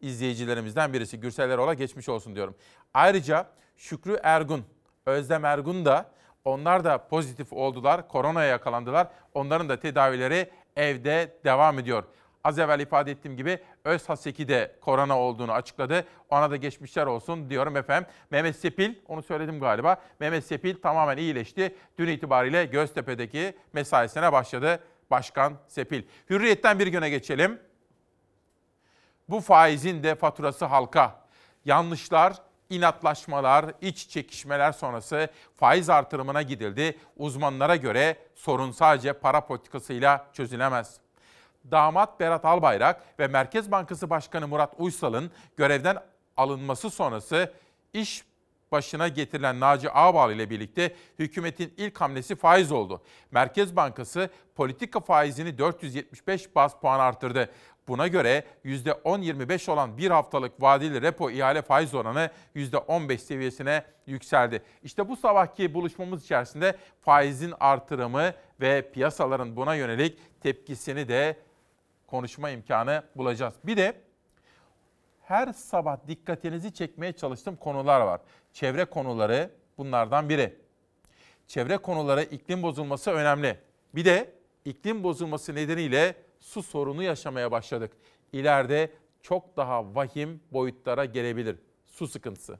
izleyicilerimizden birisi. Gürsel Erol'a geçmiş olsun diyorum. Ayrıca Şükrü Ergun, Özlem Ergun da onlar da pozitif oldular, koronaya yakalandılar. Onların da tedavileri evde devam ediyor. Az evvel ifade ettiğim gibi Özhaseki de korona olduğunu açıkladı. Ona da geçmişler olsun diyorum efendim. Mehmet Sepil, onu söyledim galiba. Mehmet Sepil tamamen iyileşti. Dün itibariyle Göztepe'deki mesaisine başladı Başkan Sepil. Hürriyet'ten bir güne geçelim. Bu faizin de faturası halka. Yanlışlar, inatlaşmalar, iç çekişmeler sonrası faiz artırımına gidildi. Uzmanlara göre sorun sadece para politikasıyla çözülemez. Damat Berat Albayrak ve Merkez Bankası Başkanı Murat Uysal'ın görevden alınması sonrası iş başına getirilen Naci Ağbal ile birlikte hükümetin ilk hamlesi faiz oldu. Merkez Bankası politika faizini dört yüz yetmiş beş baz puan arttırdı. Buna göre yüzde on yirmi beş olan bir haftalık vadeli repo ihale faiz oranı yüzde on beş seviyesine yükseldi. İşte bu sabahki buluşmamız içerisinde faizin artırımı ve piyasaların buna yönelik tepkisini de konuşma imkanı bulacağız. Bir de her sabah dikkatinizi çekmeye çalıştığım konular var. Çevre konuları bunlardan biri. Çevre konuları, iklim bozulması önemli. Bir de iklim bozulması nedeniyle su sorunu yaşamaya başladık. İleride çok daha vahim boyutlara gelebilir su sıkıntısı.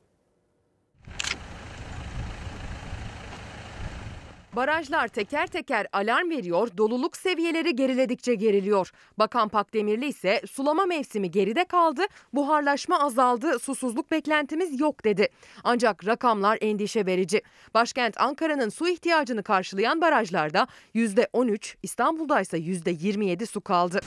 Barajlar teker teker alarm veriyor, doluluk seviyeleri geriledikçe geriliyor. Bakan Pakdemirli ise sulama mevsimi geride kaldı, buharlaşma azaldı, susuzluk beklentimiz yok dedi. Ancak rakamlar endişe verici. Başkent Ankara'nın su ihtiyacını karşılayan barajlarda yüzde on üç, İstanbul'da ise yüzde yirmi yedi su kaldı.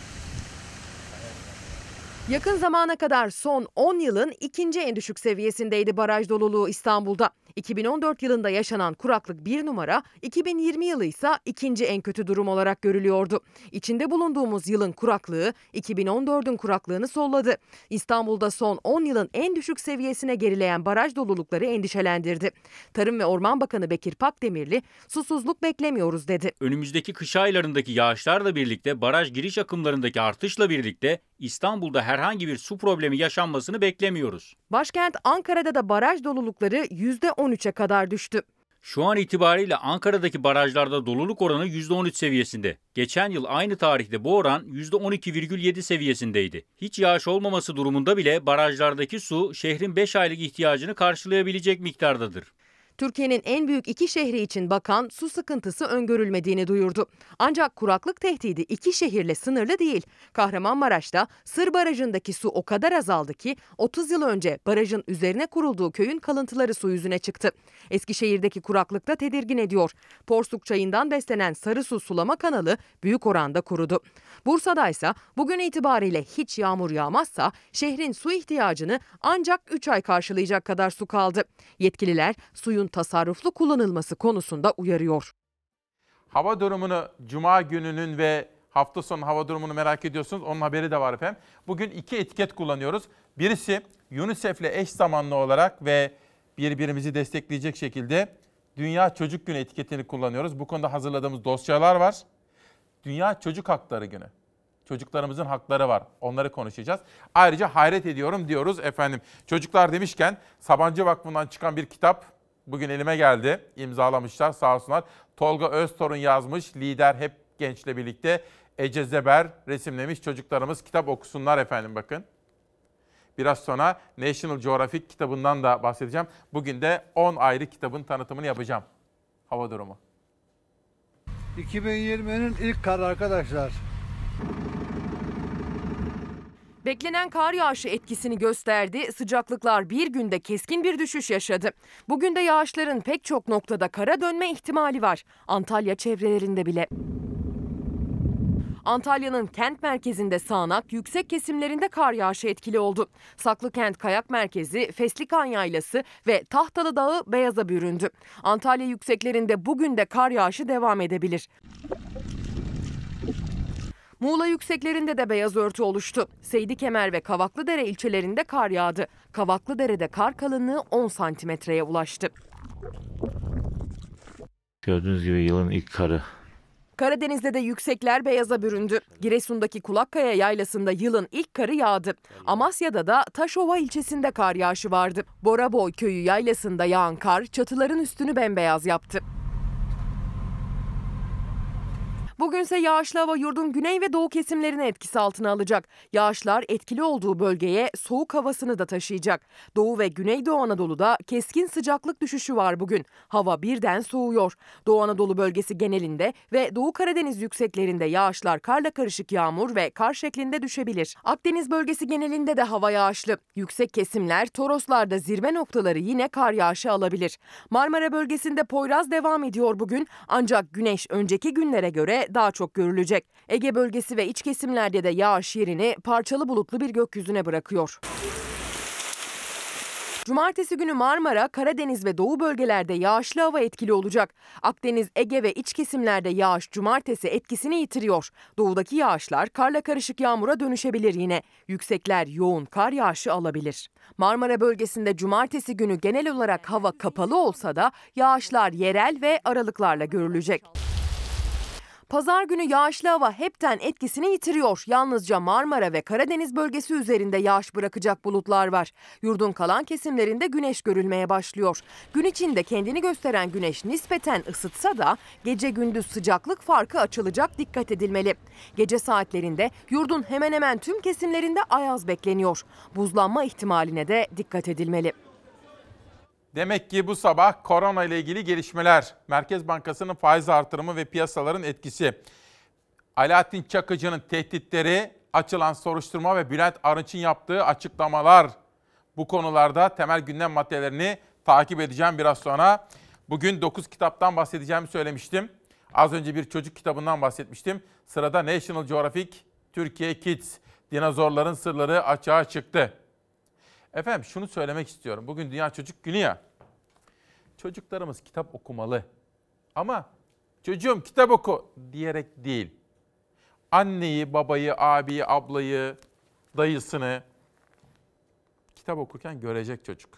Yakın zamana kadar son on yılın ikinci en düşük seviyesindeydi baraj doluluğu İstanbul'da. iki bin on dört yılında yaşanan kuraklık bir numara, iki bin yirmi yılı ise ikinci en kötü durum olarak görülüyordu. İçinde bulunduğumuz yılın kuraklığı iki bin on dördün kuraklığını solladı. İstanbul'da son on yılın en düşük seviyesine gerileyen baraj dolulukları endişelendirdi. Tarım ve Orman Bakanı Bekir Pakdemirli, susuzluk beklemiyoruz dedi. Önümüzdeki kış aylarındaki yağışlarla birlikte baraj giriş akımlarındaki artışla birlikte İstanbul'da herhangi bir su problemi yaşanmasını beklemiyoruz. Başkent Ankara'da da baraj dolulukları yüzde on üçe kadar düştü. Şu an itibariyle Ankara'daki barajlarda doluluk oranı yüzde on üç seviyesinde. Geçen yıl aynı tarihte bu oran yüzde on iki virgül yedi seviyesindeydi. Hiç yağış olmaması durumunda bile barajlardaki su şehrin beş aylık ihtiyacını karşılayabilecek miktardadır. Türkiye'nin en büyük iki şehri için bakan su sıkıntısı öngörülmediğini duyurdu. Ancak kuraklık tehdidi iki şehirle sınırlı değil. Kahramanmaraş'ta Sır Barajı'ndaki su o kadar azaldı ki otuz yıl önce barajın üzerine kurulduğu köyün kalıntıları su yüzüne çıktı. Eskişehir'deki kuraklık da tedirgin ediyor. Porsuk Çayı'ndan beslenen Sarısu sulama kanalı büyük oranda kurudu. Bursa'da ise bugün itibariyle hiç yağmur yağmazsa şehrin su ihtiyacını ancak üç ay karşılayacak kadar su kaldı. Yetkililer suyun tasarruflu kullanılması konusunda uyarıyor. Hava durumunu, Cuma gününün ve hafta sonu hava durumunu merak ediyorsunuz. Onun haberi de var efendim. Bugün iki etiket kullanıyoruz. Birisi UNICEF'le eş zamanlı olarak ve birbirimizi destekleyecek şekilde Dünya Çocuk Günü etiketini kullanıyoruz. Bu konuda hazırladığımız dosyalar var. Dünya Çocuk Hakları Günü. Çocuklarımızın hakları var. Onları konuşacağız. Ayrıca hayret ediyorum diyoruz efendim. Çocuklar demişken Sabancı Vakfı'ndan çıkan bir kitap bugün elime geldi. İmzalamışlar sağ olsunlar. Tolga Öztorun yazmış. Lider hep gençle birlikte. Ece Zeber resimlemiş. Çocuklarımız kitap okusunlar efendim bakın. Biraz sonra National Geographic kitabından da bahsedeceğim. Bugün de on ayrı kitabın tanıtımını yapacağım. Hava durumu. iki bin yirminin ilk karı arkadaşlar. Beklenen kar yağışı etkisini gösterdi. Sıcaklıklar bir günde keskin bir düşüş yaşadı. Bugün de yağışların pek çok noktada kara dönme ihtimali var. Antalya çevrelerinde bile. Antalya'nın kent merkezinde sağanak, yüksek kesimlerinde kar yağışı etkili oldu. Saklıkent Kayak Merkezi, Feslikan Yaylası ve Tahtalı Dağı beyaza büründü. Antalya yükseklerinde bugün de kar yağışı devam edebilir. Muğla yükseklerinde de beyaz örtü oluştu. Seydikemer ve Kavaklıdere ilçelerinde kar yağdı. Kavaklıdere'de kar kalınlığı on santimetreye ulaştı. Gördüğünüz gibi yılın ilk karı. Karadeniz'de de yüksekler beyaza büründü. Giresun'daki Kulakkaya Yaylası'nda yılın ilk karı yağdı. Amasya'da da Taşova ilçesinde kar yağışı vardı. Boraboy Köyü yaylasında yağan kar çatıların üstünü bembeyaz yaptı. Bugünse yağışlı hava yurdun güney ve doğu kesimlerini etkisi altına alacak. Yağışlar etkili olduğu bölgeye soğuk havasını da taşıyacak. Doğu ve Güneydoğu Anadolu'da keskin sıcaklık düşüşü var bugün. Hava birden soğuyor. Doğu Anadolu bölgesi genelinde ve Doğu Karadeniz yükseklerinde yağışlar karla karışık yağmur ve kar şeklinde düşebilir. Akdeniz bölgesi genelinde de hava yağışlı. Yüksek kesimler Toroslar'da zirve noktaları yine kar yağışı alabilir. Marmara bölgesinde Poyraz devam ediyor bugün ancak güneş önceki günlere göre daha çok görülecek. Ege bölgesi ve iç kesimlerde de yağış yerini parçalı bulutlu bir gökyüzüne bırakıyor. Cumartesi günü Marmara, Karadeniz ve Doğu bölgelerde yağışlı hava etkili olacak. Akdeniz, Ege ve iç kesimlerde yağış cumartesi etkisini yitiriyor. Doğudaki yağışlar karla karışık yağmura dönüşebilir yine. Yüksekler yoğun kar yağışı alabilir. Marmara bölgesinde cumartesi günü genel olarak hava kapalı olsa da yağışlar yerel ve aralıklarla görülecek. Pazar günü yağışlı hava hepten etkisini yitiriyor. Yalnızca Marmara ve Karadeniz bölgesi üzerinde yağış bırakacak bulutlar var. Yurdun kalan kesimlerinde güneş görülmeye başlıyor. Gün içinde kendini gösteren güneş nispeten ısıtsa da gece gündüz sıcaklık farkı açılacak, dikkat edilmeli. Gece saatlerinde yurdun hemen hemen tüm kesimlerinde ayaz bekleniyor. Buzlanma ihtimaline de dikkat edilmeli. Demek ki bu sabah korona ile ilgili gelişmeler, Merkez Bankası'nın faiz artırımı ve piyasaların etkisi, Alaaddin Çakıcı'nın tehditleri, açılan soruşturma ve Bülent Arınç'ın yaptığı açıklamalar. Bu konularda temel gündem maddelerini takip edeceğim biraz sonra. Bugün dokuz kitaptan bahsedeceğimi söylemiştim. Az önce bir çocuk kitabından bahsetmiştim. Sırada National Geographic Türkiye Kids, dinozorların sırları açığa çıktı. Efendim şunu söylemek istiyorum. Bugün Dünya Çocuk Günü ya. Çocuklarımız kitap okumalı. Ama çocuğum kitap oku diyerek değil. Anneyi, babayı, abiyi, ablayı, dayısını kitap okurken görecek çocuk.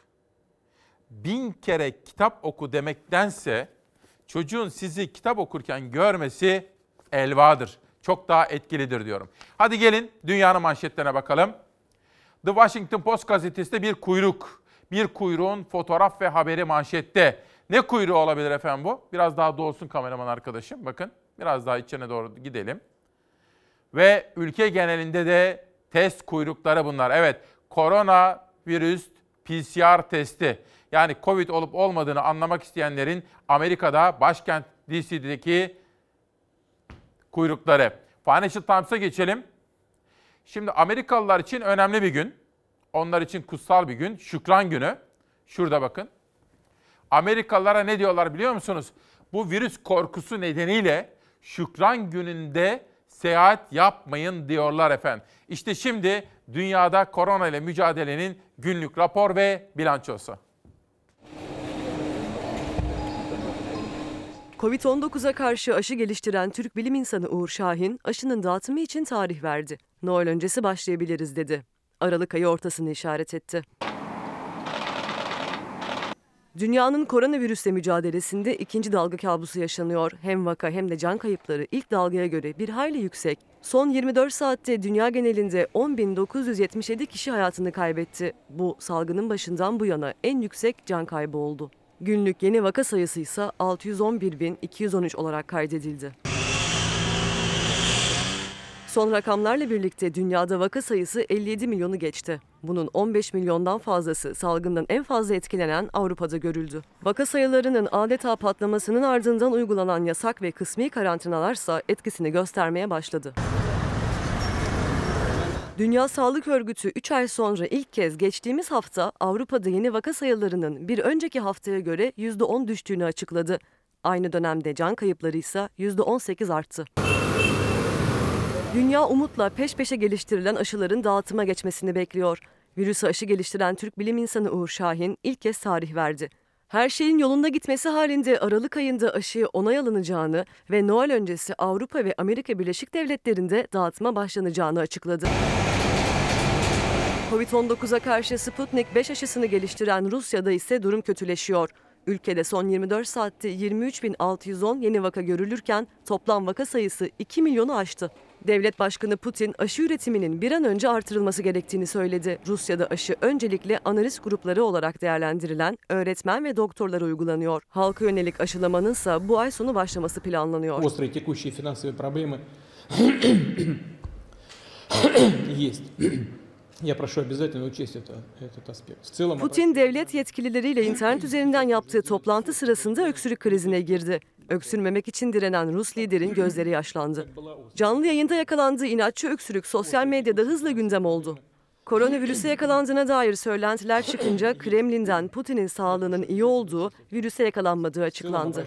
Bin kere kitap oku demektense çocuğun sizi kitap okurken görmesi elvadır. Çok daha etkilidir diyorum. Hadi gelin dünyanın manşetlerine bakalım. The Washington Post gazetesinde bir kuyruk. Bir kuyruğun fotoğraf ve haberi manşette. Ne kuyruğu olabilir efendim bu? Biraz daha doğsun kameraman arkadaşım. Bakın biraz daha içine doğru gidelim. Ve ülke genelinde de test kuyrukları bunlar. Evet, koronavirüs P C R testi. Yani Covid olup olmadığını anlamak isteyenlerin Amerika'da başkent D C'deki kuyrukları. Financial Times'a geçelim. Şimdi Amerikalılar için önemli bir gün. Onlar için kutsal bir gün. Şükran günü. Şurada bakın. Amerikalılara ne diyorlar biliyor musunuz? Bu virüs korkusu nedeniyle Şükran gününde seyahat yapmayın diyorlar efendim. İşte şimdi dünyada korona ile mücadelenin günlük rapor ve bilançosu. Covid on dokuza karşı aşı geliştiren Türk bilim insanı Uğur Şahin, aşının dağıtımı için tarih verdi. Noel öncesi başlayabiliriz dedi. Aralık ayı ortasını işaret etti. Dünyanın koronavirüsle mücadelesinde ikinci dalga kabusu yaşanıyor. Hem vaka hem de can kayıpları ilk dalgaya göre bir hayli yüksek. Son yirmi dört saatte dünya genelinde on bin dokuz yüz yetmiş yedi kişi hayatını kaybetti. Bu salgının başından bu yana en yüksek can kaybı oldu. Günlük yeni vaka sayısı ise altı yüz on bir bin iki yüz on üç olarak kaydedildi. Son rakamlarla birlikte dünyada vaka sayısı elli yedi milyonu geçti. Bunun on beş milyondan fazlası salgından en fazla etkilenen Avrupa'da görüldü. Vaka sayılarının adeta patlamasının ardından uygulanan yasak ve kısmi karantinalarsa etkisini göstermeye başladı. Dünya Sağlık Örgütü üç ay sonra ilk kez geçtiğimiz hafta Avrupa'da yeni vaka sayılarının bir önceki haftaya göre yüzde on düştüğünü açıkladı. Aynı dönemde can kayıpları ise yüzde on sekiz arttı. Dünya umutla peş peşe geliştirilen aşıların dağıtıma geçmesini bekliyor. Virüse aşı geliştiren Türk bilim insanı Uğur Şahin ilk kez tarih verdi. Her şeyin yolunda gitmesi halinde Aralık ayında aşıya onay alınacağını ve Noel öncesi Avrupa ve Amerika Birleşik Devletleri'nde dağıtıma başlanacağını açıkladı. Covid on dokuza karşı Sputnik beş aşısını geliştiren Rusya'da ise durum kötüleşiyor. Ülkede son yirmi dört saatte yirmi üç bin altı yüz on yeni vaka görülürken toplam vaka sayısı iki milyonu aştı. Devlet Başkanı Putin aşı üretiminin bir an önce artırılması gerektiğini söyledi. Rusya'da aşı öncelikle ana risk grupları olarak değerlendirilen öğretmen ve doktorlara uygulanıyor. Halka yönelik aşılamanın ise bu ay sonu başlaması planlanıyor. Острые текущие финансовые проблемы есть. Я прошу обязательно учесть это, этот аспект. В целом, Putin devlet yetkilileriyle internet üzerinden yaptığı toplantı sırasında öksürük krizine girdi. Öksürmemek için direnen Rus liderin gözleri yaşlandı. Canlı yayında yakalandığı inatçı öksürük sosyal medyada hızla gündem oldu. Koronavirüse yakalandığına dair söylentiler çıkınca Kremlin'den Putin'in sağlığının iyi olduğu, virüse yakalanmadığı açıklandı.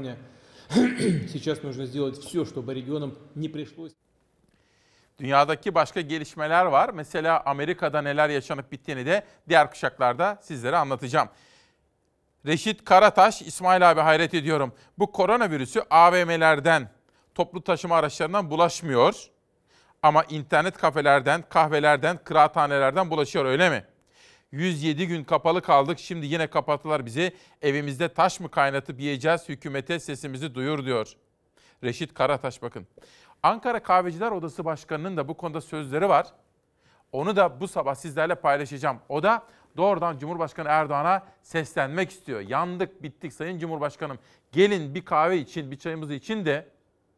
Сейчас нужно сделать все, чтобы регионам не пришлось. Dünyadaki başka gelişmeler var. Mesela Amerika'da neler yaşanıp bittiğini de diğer kuşaklarda sizlere anlatacağım. Reşit Karataş, İsmail abi hayret ediyorum. Bu koronavirüsü A V M'lerden, toplu taşıma araçlarından bulaşmıyor. Ama internet kafelerden, kahvelerden, kıraathanelerden bulaşıyor, öyle mi? yüz yedi gün kapalı kaldık, şimdi yine kapattılar bizi. Evimizde taş mı kaynatıp yiyeceğiz, hükümete sesimizi duyur diyor. Reşit Karataş bakın. Ankara Kahveciler Odası Başkanı'nın da bu konuda sözleri var. Onu da bu sabah sizlerle paylaşacağım. O da doğrudan Cumhurbaşkanı Erdoğan'a seslenmek istiyor. Yandık, bittik Sayın Cumhurbaşkanım. Gelin bir kahve için, bir çayımızı için de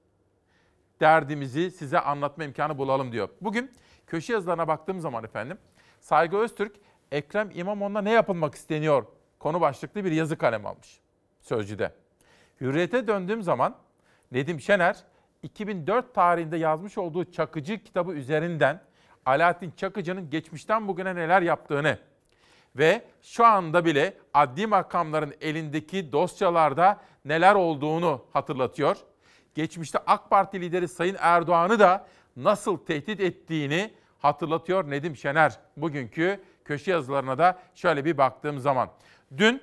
derdimizi size anlatma imkanı bulalım diyor. Bugün köşe yazılarına baktığım zaman efendim, Saygı Öztürk, Ekrem İmamoğlu'na ne yapılmak isteniyor konu başlıklı bir yazı kalem almış Sözcü'de. Hürriyet'e döndüğüm zaman Nedim Şener, iki bin dört tarihinde yazmış olduğu Çakıcı kitabı üzerinden Alaaddin Çakıcı'nın geçmişten bugüne neler yaptığını ve şu anda bile adli makamların elindeki dosyalarda neler olduğunu hatırlatıyor. Geçmişte AK Parti lideri Sayın Erdoğan'ı da nasıl tehdit ettiğini hatırlatıyor Nedim Şener. Bugünkü köşe yazılarına da şöyle bir baktığım zaman. Dün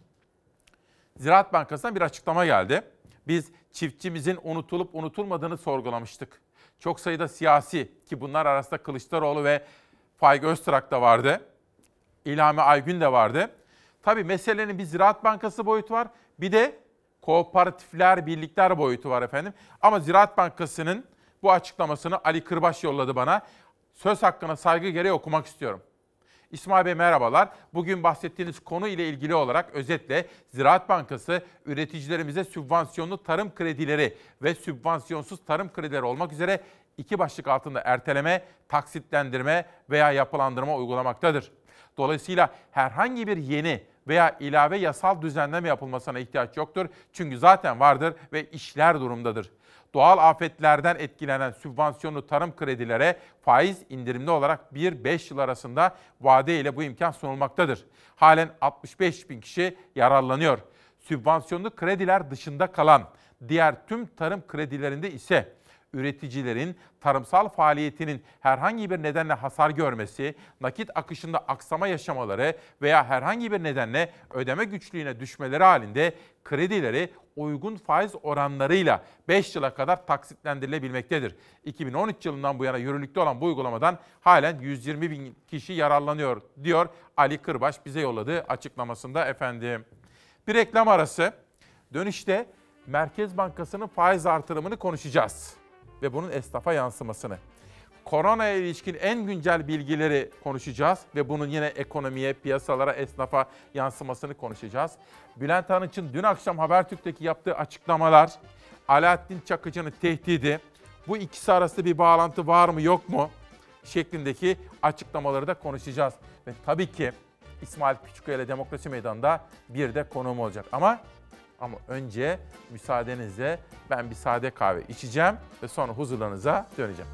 Ziraat Bankası'ndan bir açıklama geldi. Biz çiftçimizin unutulup unutulmadığını sorgulamıştık. Çok sayıda siyasi, ki bunlar arasında Kılıçdaroğlu ve Faik Öztürk da vardı. İlhami Aygün de vardı. Tabii meselenin bir Ziraat Bankası boyutu var, bir de kooperatifler, birlikler boyutu var efendim. Ama Ziraat Bankası'nın bu açıklamasını Ali Kırbaş yolladı bana. Söz hakkına saygı gereği okumak istiyorum. İsmail Bey merhabalar. Bugün bahsettiğiniz konu ile ilgili olarak özetle Ziraat Bankası üreticilerimize sübvansiyonlu tarım kredileri ve sübvansiyonsuz tarım kredileri olmak üzere iki başlık altında erteleme, taksitlendirme veya yapılandırma uygulamaktadır. Dolayısıyla herhangi bir yeni veya ilave yasal düzenleme yapılmasına ihtiyaç yoktur. Çünkü zaten vardır ve işler durumdadır. Doğal afetlerden etkilenen sübvansiyonlu tarım kredilere faiz indirimli olarak bir beş yıl arasında vade ile bu imkan sunulmaktadır. Halen altmış beş bin kişi yararlanıyor. Sübvansiyonlu krediler dışında kalan diğer tüm tarım kredilerinde ise üreticilerin tarımsal faaliyetinin herhangi bir nedenle hasar görmesi, nakit akışında aksama yaşamaları veya herhangi bir nedenle ödeme güçlüğüne düşmeleri halinde kredileri uygun faiz oranlarıyla beş yıla kadar taksitlendirilebilmektedir. iki bin on üç yılından bu yana yürürlükte olan bu uygulamadan halen yüz yirmi bin kişi yararlanıyor diyor Ali Kırbaş bize yolladığı açıklamasında efendim. Bir reklam arası. Dönüşte Merkez Bankası'nın faiz artırımını konuşacağız ve bunun esnafa yansımasını. Koronaya ilişkin en güncel bilgileri konuşacağız ve bunun yine ekonomiye, piyasalara, esnafa yansımasını konuşacağız. Bülent Arınç'ın dün akşam Habertürk'teki yaptığı açıklamalar, Alaaddin Çakıcı'nın tehdidi, bu ikisi arasında bir bağlantı var mı yok mu şeklindeki açıklamaları da konuşacağız. Ve tabii ki İsmail Küçükkaya ile Demokrasi Meydanı'nda bir de konuğum olacak. Ama Ama önce müsaadenizle ben bir sade kahve içeceğim ve sonra huzurlarınıza döneceğim.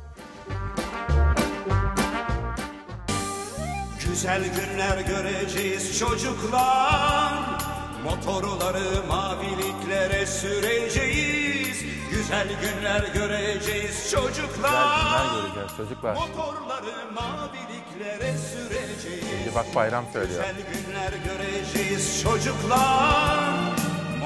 Güzel günler göreceğiz çocuklar, motorları maviliklere süreceğiz. Güzel günler göreceğiz çocuklar, Güzel günler göreceğiz çocuklar. Motorları maviliklere süreceğiz. Şimdi bak Bayram söylüyor. Güzel günler göreceğiz çocuklar.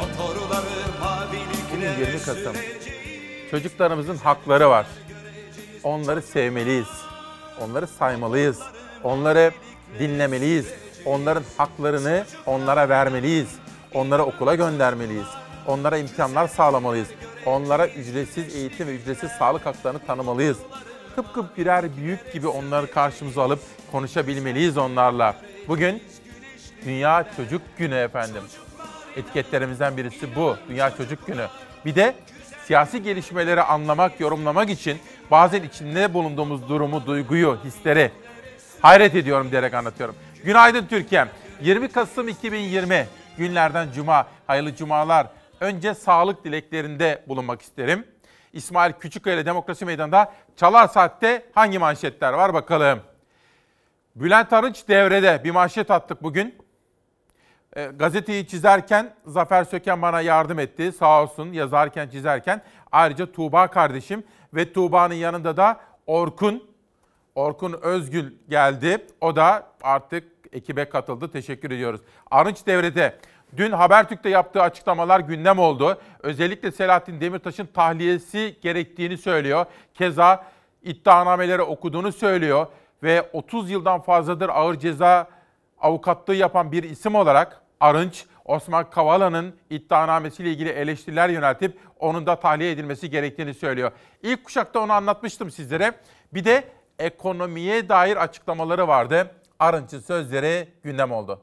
Bugün yirmi Kasım. Çocuklarımızın hakları var. Onları sevmeliyiz. Onları saymalıyız. Onları dinlemeliyiz. Onların haklarını onlara vermeliyiz. Onları okula göndermeliyiz. Onlara imkanlar sağlamalıyız. Onlara ücretsiz eğitim ve ücretsiz sağlık haklarını tanımalıyız. Tıpkı birer büyük gibi onları karşımıza alıp konuşabilmeliyiz onlarla. Bugün Dünya Çocuk Günü efendim. Etiketlerimizden birisi bu. Dünya Çocuk Günü. Bir de siyasi gelişmeleri anlamak, yorumlamak için bazen içinde bulunduğumuz durumu, duyguyu, hisleri hayret ediyorum diyerek anlatıyorum. Günaydın Türkiye'm. yirmi Kasım iki bin yirmi günlerden Cuma. Hayırlı Cumalar. Önce sağlık dileklerinde bulunmak isterim. İsmail Küçükkaya ile Demokrasi Meydanı'nda Çalar Saat'te hangi manşetler var bakalım. Bülent Arınç devrede bir manşet attık bugün. E, gazeteyi çizerken Zafer Söken bana yardım etti. Sağ olsun yazarken çizerken. Ayrıca Tuğba kardeşim ve Tuğba'nın yanında da Orkun. Orkun Özgül geldi. O da artık ekibe katıldı. Teşekkür ediyoruz. Arınç devrede. Dün Habertürk'te yaptığı açıklamalar gündem oldu. Özellikle Selahattin Demirtaş'ın tahliyesi gerektiğini söylüyor. Keza iddianameleri okuduğunu söylüyor. Ve otuz yıldan fazladır ağır ceza avukatlığı yapan bir isim olarak Arınç, Osman Kavala'nın iddianamesiyle ilgili eleştiriler yöneltip onun da tahliye edilmesi gerektiğini söylüyor. İlk kuşakta onu anlatmıştım sizlere. Bir de ekonomiye dair açıklamaları vardı. Arınç'ın sözleri gündem oldu.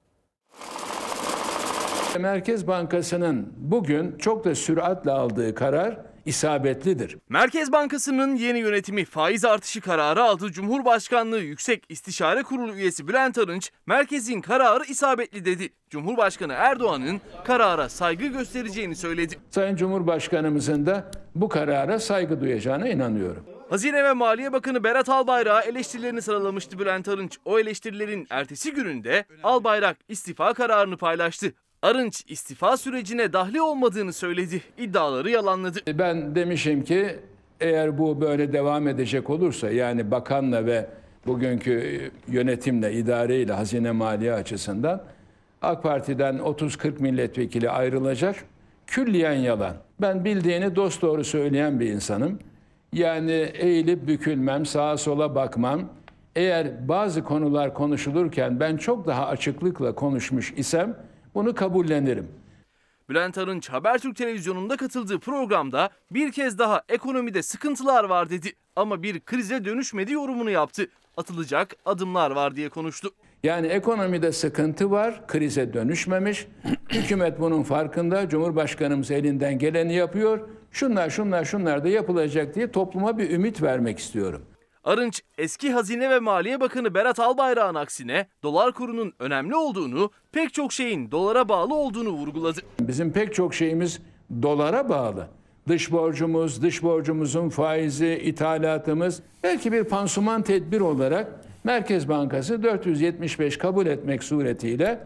Merkez Bankası'nın bugün çok da süratle aldığı karar isabetlidir. Merkez Bankası'nın yeni yönetimi faiz artışı kararı aldı. Cumhurbaşkanlığı Yüksek İstişare Kurulu üyesi Bülent Arınç, merkezin kararı isabetli dedi. Cumhurbaşkanı Erdoğan'ın karara saygı göstereceğini söyledi. Sayın Cumhurbaşkanımızın da bu karara saygı duyacağına inanıyorum. Hazine ve Maliye Bakanı Berat Albayrak'a eleştirilerini sıralamıştı Bülent Arınç. O eleştirilerin ertesi gününde Albayrak istifa kararını paylaştı. Arınç istifa sürecine dahli olmadığını söyledi. İddiaları yalanladı. Ben demişim ki eğer bu böyle devam edecek olursa, yani bakanla ve bugünkü yönetimle, idareyle, hazine maliye açısından AK Parti'den otuz kırk milletvekili ayrılacak. Külliyen yalan. Ben bildiğini dosdoğru söyleyen bir insanım. Yani eğilip bükülmem, sağa sola bakmam. Eğer bazı konular konuşulurken ben çok daha açıklıkla konuşmuş isem bunu kabullenirim. Bülent Arınç Habertürk televizyonunda katıldığı programda bir kez daha ekonomide sıkıntılar var dedi. Ama bir krize dönüşmedi yorumunu yaptı. Atılacak adımlar var diye konuştu. Yani ekonomide sıkıntı var, krize dönüşmemiş. Hükümet bunun farkında, Cumhurbaşkanımız elinden geleni yapıyor. Şunlar şunlar şunlar da yapılacak diye topluma bir ümit vermek istiyorum. Arınç, eski Hazine ve Maliye Bakanı Berat Albayrak'ın aksine dolar kurunun önemli olduğunu, pek çok şeyin dolara bağlı olduğunu vurguladı. Bizim pek çok şeyimiz dolara bağlı. Dış borcumuz, dış borcumuzun faizi, ithalatımız, belki bir pansuman tedbir olarak Merkez Bankası dört yüz yetmiş beş kabul etmek suretiyle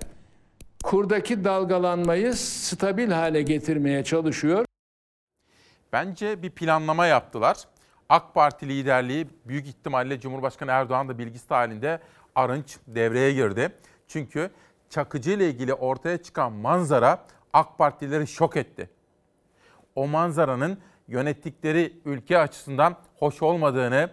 kurdaki dalgalanmayı stabil hale getirmeye çalışıyor. Bence bir planlama yaptılar. AK Parti liderliği büyük ihtimalle Cumhurbaşkanı Erdoğan da bilgisi dahilinde Arınç devreye girdi. Çünkü Çakıcı ile ilgili ortaya çıkan manzara AK Partilileri şok etti. O manzaranın yönettikleri ülke açısından hoş olmadığını,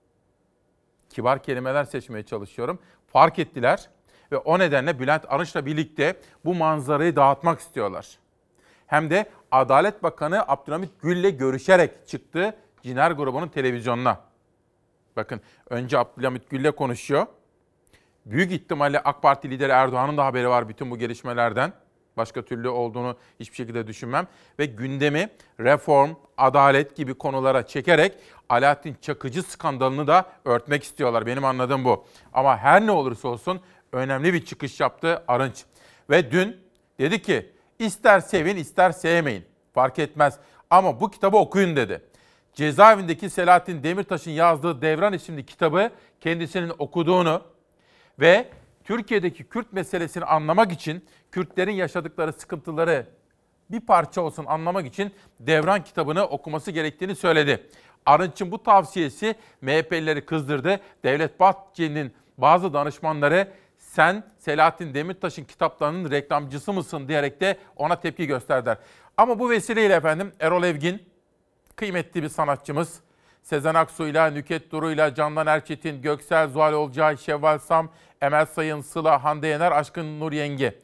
kibar kelimeler seçmeye çalışıyorum, fark ettiler. Ve o nedenle Bülent Arınç'la birlikte bu manzarayı dağıtmak istiyorlar. Hem de Adalet Bakanı Abdülhamit Gül'le görüşerek çıktı Ciner grubunun televizyonuna. Bakın önce Abdülhamit Gül'le konuşuyor. Büyük ihtimalle AK Parti lideri Erdoğan'ın da haberi var bütün bu gelişmelerden. Başka türlü olduğunu hiçbir şekilde düşünmem. Ve gündemi reform, adalet gibi konulara çekerek Alaaddin Çakıcı skandalını da örtmek istiyorlar. Benim anladığım bu. Ama her ne olursa olsun önemli bir çıkış yaptı Arınç. Ve dün dedi ki ister sevin ister sevmeyin fark etmez ama bu kitabı okuyun dedi. Cezaevindeki Selahattin Demirtaş'ın yazdığı Devran isimli kitabı kendisinin okuduğunu ve Türkiye'deki Kürt meselesini anlamak için, Kürtlerin yaşadıkları sıkıntıları bir parça olsun anlamak için Devran kitabını okuması gerektiğini söyledi. Arınç'ın bu tavsiyesi M H P'lileri kızdırdı. Devlet Bahçeli'nin bazı danışmanları sen Selahattin Demirtaş'ın kitaplarının reklamcısı mısın diyerek de ona tepki gösterdiler. Ama bu vesileyle efendim Erol Evgin, kıymetli bir sanatçımız. Sezen Aksu'yla, Nükhet Duru'yla, Candan Erçetin, Göksel, Zuhal Olcay, Şevval Sam, Emel Sayın, Sıla, Hande Yener, Aşkın Nur Yengi.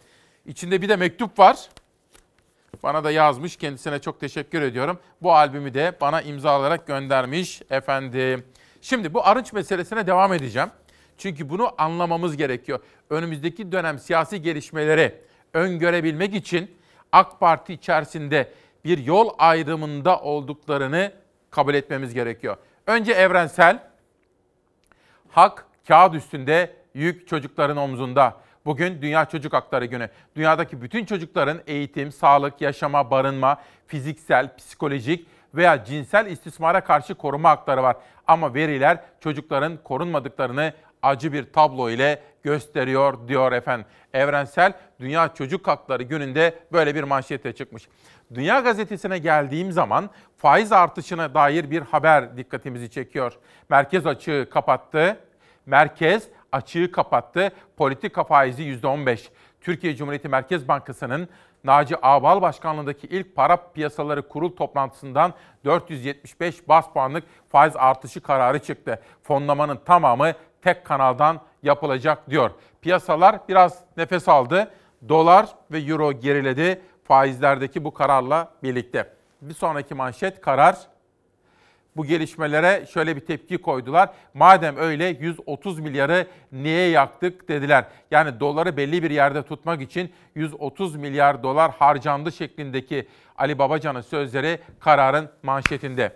İçinde bir de mektup var. Bana da yazmış. Kendisine çok teşekkür ediyorum. Bu albümü de bana imzalayarak göndermiş efendim. Şimdi bu Arınç meselesine devam edeceğim. Çünkü bunu anlamamız gerekiyor. Önümüzdeki dönem siyasi gelişmeleri öngörebilmek için AK Parti içerisinde bir yol ayrımında olduklarını kabul etmemiz gerekiyor. Önce evrensel, hak kağıt üstünde, yük çocukların omzunda. Bugün Dünya Çocuk Hakları Günü. Dünyadaki bütün çocukların eğitim, sağlık, yaşama, barınma, fiziksel, psikolojik veya cinsel istismara karşı koruma hakları var. Ama veriler çocukların korunmadıklarını acı bir tablo ile gösteriyor diyor efendim. Evrensel Dünya Çocuk Hakları Günü'nde böyle bir manşete çıkmış. Dünya Gazetesi'ne geldiğim zaman faiz artışına dair bir haber dikkatimizi çekiyor. Merkez açığı kapattı. Merkez açığı kapattı. Politika faizi yüzde on beş. Türkiye Cumhuriyeti Merkez Bankası'nın Naci Ağbal Başkanlığındaki ilk para piyasaları kurul toplantısından dört yüz yetmiş beş baz puanlık faiz artışı kararı çıktı. Fonlamanın tamamı tek kanaldan yapılacak diyor. Piyasalar biraz nefes aldı. Dolar ve euro geriledi faizlerdeki bu kararla birlikte. Bir sonraki manşet karar. Bu gelişmelere şöyle bir tepki koydular. Madem öyle yüz otuz milyarı niye yaktık dediler. Yani doları belli bir yerde tutmak için yüz otuz milyar dolar harcandı şeklindeki Ali Babacan'ın sözleri kararın manşetinde.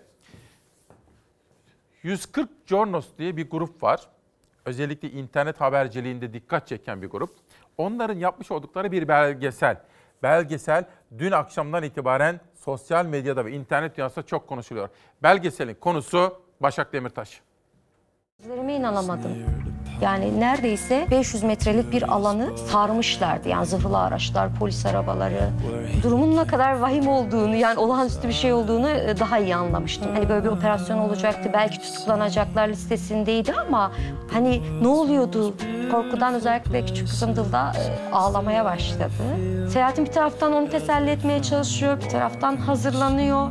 yüz kırk Jornos diye bir grup var. Özellikle internet haberciliğinde dikkat çeken bir grup. Onların yapmış oldukları bir belgesel. Belgesel dün akşamdan itibaren sosyal medyada ve internet dünyasında çok konuşuluyor. Belgeselin konusu Başak Demirtaş. Gözlerime inanamadım. Yani neredeyse beş yüz metrelik bir alanı sarmışlardı. Yani zırhlı araçlar, polis arabaları. Durumun ne kadar vahim olduğunu, yani olağanüstü bir şey olduğunu daha iyi anlamıştım. Hani böyle bir operasyon olacaktı, belki tutuklanacaklar listesindeydi ama hani ne oluyordu? Korkudan özellikle küçük kızım Dılda ağlamaya başladı. Selahattin bir taraftan onu teselli etmeye çalışıyor, bir taraftan hazırlanıyor.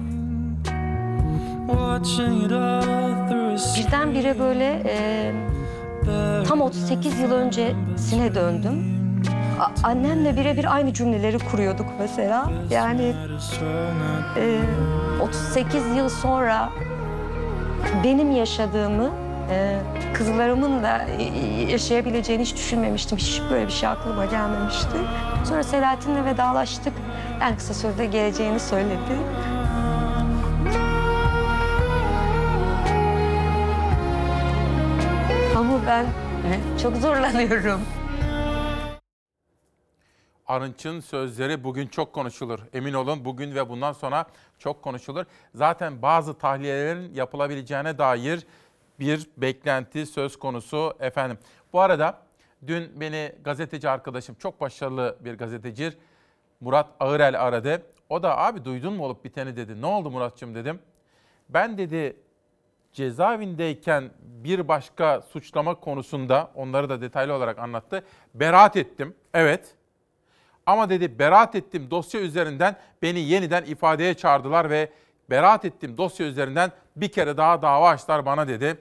Birdenbire böyle e, tam otuz sekiz yıl öncesine döndüm. A- annemle birebir aynı cümleleri kuruyorduk mesela. Yani e, otuz sekiz yıl sonra benim yaşadığımı e, kızlarımın da yaşayabileceğini hiç düşünmemiştim. Hiç böyle bir şey aklıma gelmemişti. Sonra Selahattin'le vedalaştık. En kısa sürede geleceğini söyledi. Ama ben çok zorlanıyorum. Arınç'ın sözleri bugün çok konuşulur. Emin olun bugün ve bundan sonra çok konuşulur. Zaten bazı tahliyelerin yapılabileceğine dair bir beklenti söz konusu efendim. Bu arada dün beni gazeteci arkadaşım, çok başarılı bir gazeteci Murat Ağırel aradı. O da abi duydun mu olup biteni dedi. Ne oldu Murat'cığım dedim. Ben dedi cezaevindeyken bir başka suçlama konusunda, onları da detaylı olarak anlattı, beraat ettim. Evet. Ama dedi beraat ettim dosya üzerinden beni yeniden ifadeye çağırdılar ve beraat ettim dosya üzerinden bir kere daha dava açtılar bana dedi.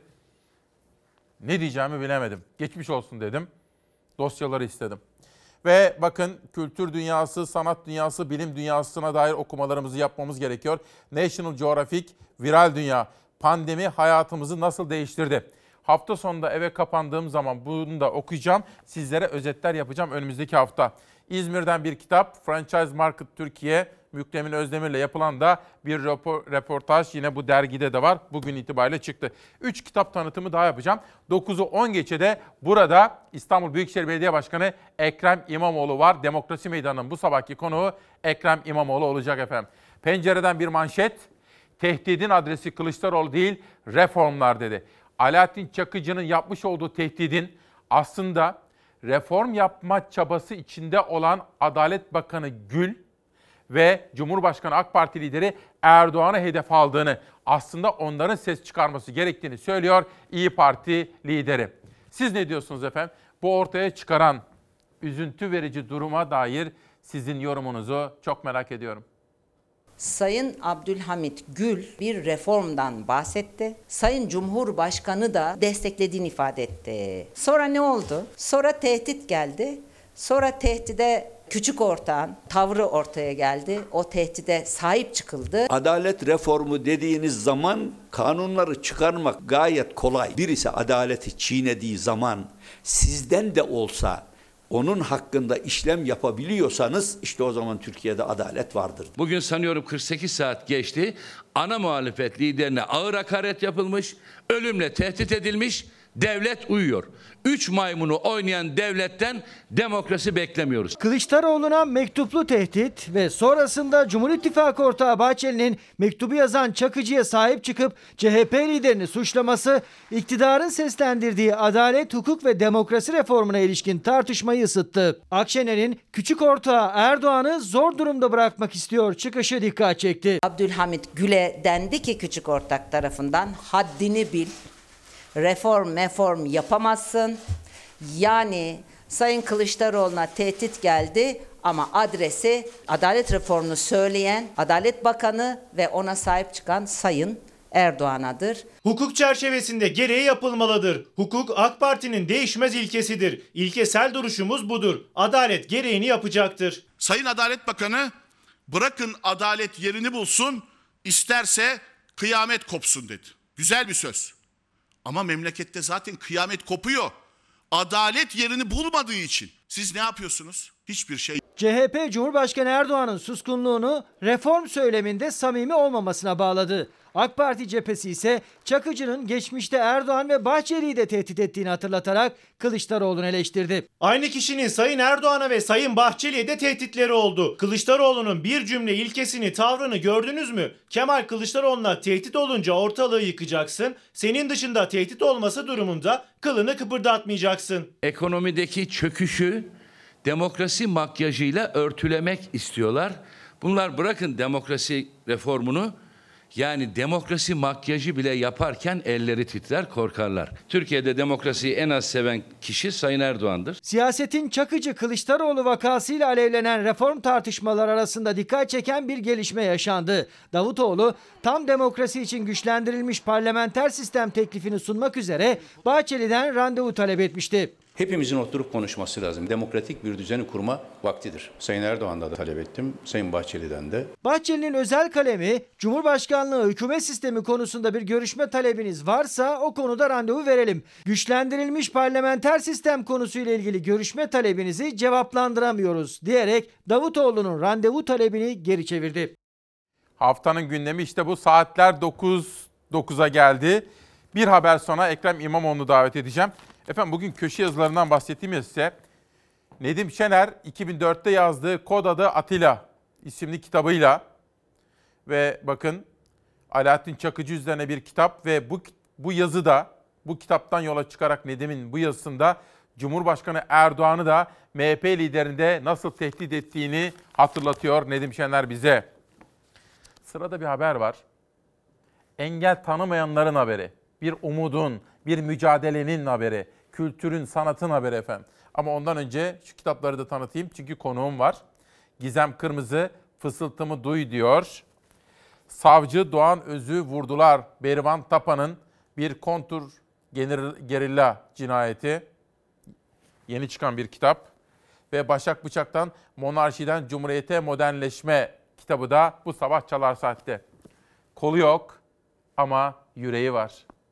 Ne diyeceğimi bilemedim. Geçmiş olsun dedim. Dosyaları istedim. Ve bakın kültür dünyası, sanat dünyası, bilim dünyasına dair okumalarımızı yapmamız gerekiyor. National Geographic, Viral Dünya. Pandemi hayatımızı nasıl değiştirdi? Hafta sonunda eve kapandığım zaman bunu da okuyacağım. Sizlere özetler yapacağım önümüzdeki hafta. İzmir'den bir kitap, Franchise Market Türkiye, Mükremin Özdemir'le yapılan da bir röportaj yine bu dergide de var. Bugün itibariyle çıktı. Üç kitap tanıtımı daha yapacağım. dokuzu on geçede burada İstanbul Büyükşehir Belediye Başkanı Ekrem İmamoğlu var. Demokrasi Meydanı'nın bu sabahki konuğu Ekrem İmamoğlu olacak efendim. Pencereden bir manşet. Tehdidin adresi Kılıçdaroğlu değil, reformlar dedi. Alaaddin Çakıcı'nın yapmış olduğu tehdidin aslında reform yapma çabası içinde olan Adalet Bakanı Gül ve Cumhurbaşkanı AK Parti lideri Erdoğan'ı hedef aldığını, aslında onların ses çıkarması gerektiğini söylüyor İYİ Parti lideri. Siz ne diyorsunuz efendim? Bu ortaya çıkaran üzüntü verici duruma dair sizin yorumunuzu çok merak ediyorum. Sayın Abdülhamit Gül bir reformdan bahsetti. Sayın Cumhurbaşkanı da desteklediğini ifade etti. Sonra ne oldu? Sonra tehdit geldi. Sonra tehdide Küçük ortağın tavrı ortaya geldi. O tehdide sahip çıkıldı. Adalet reformu dediğiniz zaman kanunları çıkarmak gayet kolay. Birisi adaleti çiğnediği zaman sizden de olsa onun hakkında işlem yapabiliyorsanız işte o zaman Türkiye'de adalet vardır. Bugün sanıyorum kırk sekiz saat geçti. Ana muhalefet liderine ağır hakaret yapılmış, ölümle tehdit edilmiş. Devlet uyuyor. Üç maymunu oynayan devletten demokrasi beklemiyoruz. Kılıçdaroğlu'na mektuplu tehdit ve sonrasında Cumhur İttifakı ortağı Bahçeli'nin mektubu yazan Çakıcı'ya sahip çıkıp C H P liderini suçlaması iktidarın seslendirdiği adalet, hukuk ve demokrasi reformuna ilişkin tartışmayı ısıttı. Akşener'in küçük ortağı Erdoğan'ı zor durumda bırakmak istiyor çıkışı dikkat çekti. Abdülhamit Gül'e dendi ki küçük ortak tarafından haddini bil. Reform meform yapamazsın. Yani Sayın Kılıçdaroğlu'na tehdit geldi ama adresi adalet reformunu söyleyen Adalet Bakanı ve ona sahip çıkan Sayın Erdoğan'adır. Hukuk çerçevesinde gereği yapılmalıdır. Hukuk AK Parti'nin değişmez ilkesidir. İlkesel duruşumuz budur. Adalet gereğini yapacaktır. Sayın Adalet Bakanı bırakın adalet yerini bulsun, isterse kıyamet kopsun dedi. Güzel bir söz. Ama memlekette zaten kıyamet kopuyor. Adalet yerini bulmadığı için. Siz ne yapıyorsunuz? Hiçbir şey. C H P Cumhurbaşkanı Erdoğan'ın suskunluğunu reform söyleminde samimi olmamasına bağladı. AK Parti cephesi ise Çakıcı'nın geçmişte Erdoğan ve Bahçeli'yi de tehdit ettiğini hatırlatarak Kılıçdaroğlu'nu eleştirdi. Aynı kişinin Sayın Erdoğan'a ve Sayın Bahçeli'ye de tehditleri oldu. Kılıçdaroğlu'nun bir cümle ilkesini, tavrını gördünüz mü? Kemal Kılıçdaroğlu'na tehdit olunca ortalığı yıkacaksın. Senin dışında tehdit olması durumunda kılını kıpırdatmayacaksın. Ekonomideki çöküşü demokrasi makyajıyla örtülemek istiyorlar. Bunlar bırakın demokrasi reformunu, yani demokrasi makyajı bile yaparken elleri titrer, korkarlar. Türkiye'de demokrasiyi en az seven kişi Sayın Erdoğan'dır. Siyasetin Çakıcı Kılıçdaroğlu vakasıyla alevlenen reform tartışmaları arasında dikkat çeken bir gelişme yaşandı. Davutoğlu tam demokrasi için güçlendirilmiş parlamenter sistem teklifini sunmak üzere Bahçeli'den randevu talep etmişti. Hepimizin oturup konuşması lazım. Demokratik bir düzeni kurma vaktidir. Sayın Erdoğan'dan da talep ettim, Sayın Bahçeli'den de. Bahçeli'nin özel kalemi Cumhurbaşkanlığı hükümet sistemi konusunda bir görüşme talebiniz varsa o konuda randevu verelim. Güçlendirilmiş parlamenter sistem konusuyla ilgili görüşme talebinizi cevaplandıramıyoruz diyerek Davutoğlu'nun randevu talebini geri çevirdi. Haftanın gündemi işte bu. Saatler dokuz dokuza geldi. Bir haber sonra Ekrem İmamoğlu'nu davet edeceğim. Efendim bugün köşe yazılarından bahsettiğim ya size. Nedim Şener iki bin dörtte yazdığı Kod Adı Atilla isimli kitabıyla ve bakın Alaaddin Çakıcı üzerine bir kitap ve bu bu yazıda, bu kitaptan yola çıkarak Nedim'in bu yazısında Cumhurbaşkanı Erdoğan'ı da M H P liderinde nasıl tehdit ettiğini hatırlatıyor Nedim Şener bize. Sırada bir haber var. Engel tanımayanların haberi. Bir umudun, bir mücadelenin haberi, kültürün, sanatın haberi efendim. Ama ondan önce şu kitapları da tanıtayım çünkü konuğum var. Gizem Kırmızı, Fısıltımı Duy diyor. Savcı Doğan Öz'ü vurdular. Berivan Tapa'nın bir kontur gerilla cinayeti. Yeni çıkan bir kitap. Ve Başak Bıçak'tan Monarşiden Cumhuriyete Modernleşme kitabı da bu sabah Çalar Saat'te. Kolu yok ama yüreği var.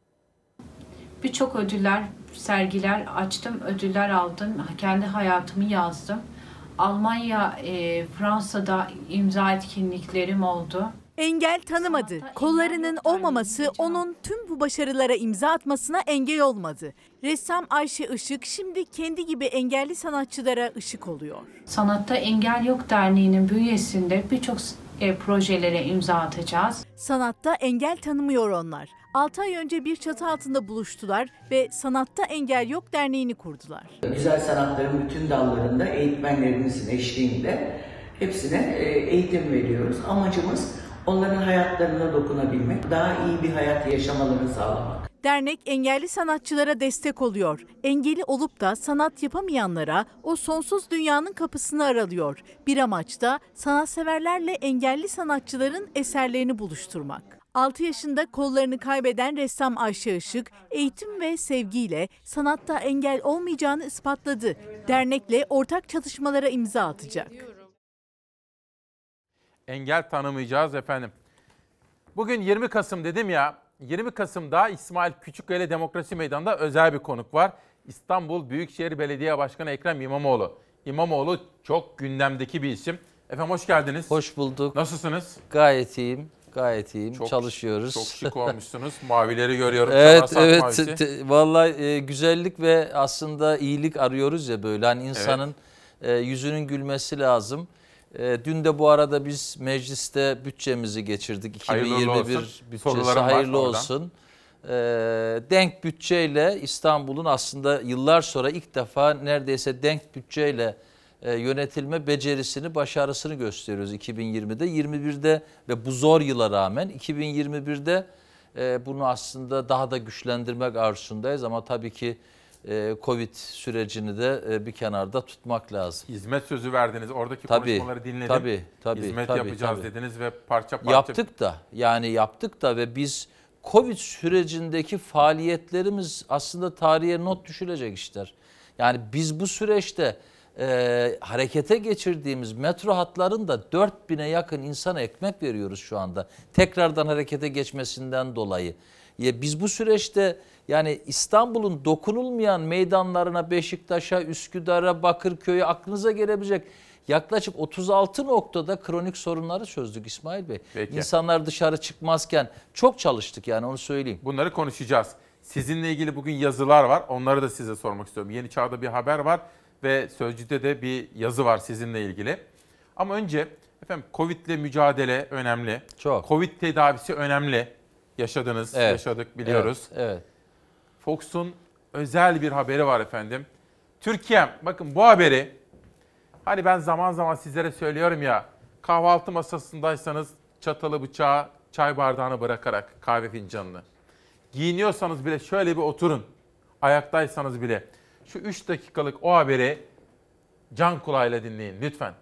Birçok ödüller, sergiler açtım, ödüller aldım. Kendi hayatımı yazdım. Almanya, e, Fransa'da imza etkinliklerim oldu. Engel tanımadı. Kollarının olmaması onun tüm bu başarılara imza atmasına engel olmadı. Ressam Ayşe Işık şimdi kendi gibi engelli sanatçılara ışık oluyor. Sanatta Engel Yok Derneği'nin bünyesinde birçok e, projelere imza atacağız. Sanatta engel tanımıyor onlar. altı ay önce bir çatı altında buluştular ve Sanatta Engel Yok Derneği'ni kurdular. Güzel sanatların bütün dallarında eğitmenlerimizin eşliğinde hepsine eğitim veriyoruz. Amacımız onların hayatlarına dokunabilmek, daha iyi bir hayat yaşamalarını sağlamak. Dernek engelli sanatçılara destek oluyor. Engeli olup da sanat yapamayanlara o sonsuz dünyanın kapısını aralıyor. Bir amaç da sanatseverlerle engelli sanatçıların eserlerini buluşturmak. altı yaşında kollarını kaybeden ressam Ayşe Işık, eğitim ve sevgiyle sanatta engel olmayacağını ispatladı. Dernekle ortak çalışmalara imza atacak. Engel tanımayacağız efendim. Bugün yirmi Kasım dedim ya, yirmi Kasım'da İsmail Küçükkaya Demokrasi Meydanı'nda özel bir konuk var. İstanbul Büyükşehir Belediye Başkanı Ekrem İmamoğlu. İmamoğlu çok gündemdeki bir isim. Efendim hoş geldiniz. Hoş bulduk. Nasılsınız? Gayet iyiyim. Gayet iyiyim. Çok, Çalışıyoruz. Çok şık olmuşsunuz. Mavileri görüyorum. Evet, evet. Te, te, vallahi e, güzellik ve aslında iyilik arıyoruz ya böyle. Hani insanın evet. e, yüzünün gülmesi lazım. E, dün de bu arada biz mecliste bütçemizi geçirdik. iki bin yirmi bir bütçesi hayırlı olsun. E, denk bütçeyle İstanbul'un aslında yıllar sonra ilk defa neredeyse denk bütçeyle yönetilme becerisini, başarısını gösteriyoruz iki bin yirmide. yirmi birde ve bu zor yıla rağmen iki bin yirmi birde bunu aslında daha da güçlendirmek arzusundayız. Ama tabii ki Covid sürecini de bir kenarda tutmak lazım. Hizmet sözü verdiniz. Oradaki tabii, konuşmaları dinledim. Tabii, tabii. Hizmet tabii, yapacağız tabii. dediniz ve parça parça. Yaptık da yani yaptık da ve biz Covid sürecindeki faaliyetlerimiz aslında tarihe not düşülecek işler. Yani biz bu süreçte E, harekete geçirdiğimiz metro hatlarında dört bine yakın insana ekmek veriyoruz şu anda. Tekrardan harekete geçmesinden dolayı. Ya biz bu süreçte yani İstanbul'un dokunulmayan meydanlarına, Beşiktaş'a, Üsküdar'a, Bakırköy'e aklınıza gelebilecek yaklaşık otuz altı noktada kronik sorunları çözdük İsmail Bey. Peki. İnsanlar dışarı çıkmazken çok çalıştık yani onu söyleyeyim. Bunları konuşacağız. Sizinle ilgili bugün yazılar var. Onları da size sormak istiyorum. Yeni Çağ'da bir haber var. Ve Sözcü'de de bir yazı var sizinle ilgili. Ama önce efendim Covid'le mücadele önemli. Çok. Covid tedavisi önemli. Yaşadınız, evet. yaşadık biliyoruz. Evet, evet. Fox'un özel bir haberi var efendim. Türkiye'm, bakın bu haberi hani ben zaman zaman sizlere söylüyorum ya, kahvaltı masasındaysanız çatalı, bıçağı, çay bardağını bırakarak kahve fincanını. Giyiniyorsanız bile şöyle bir oturun. Ayaktaysanız bile. Şu üç dakikalık o haberi can kulağıyla dinleyin lütfen.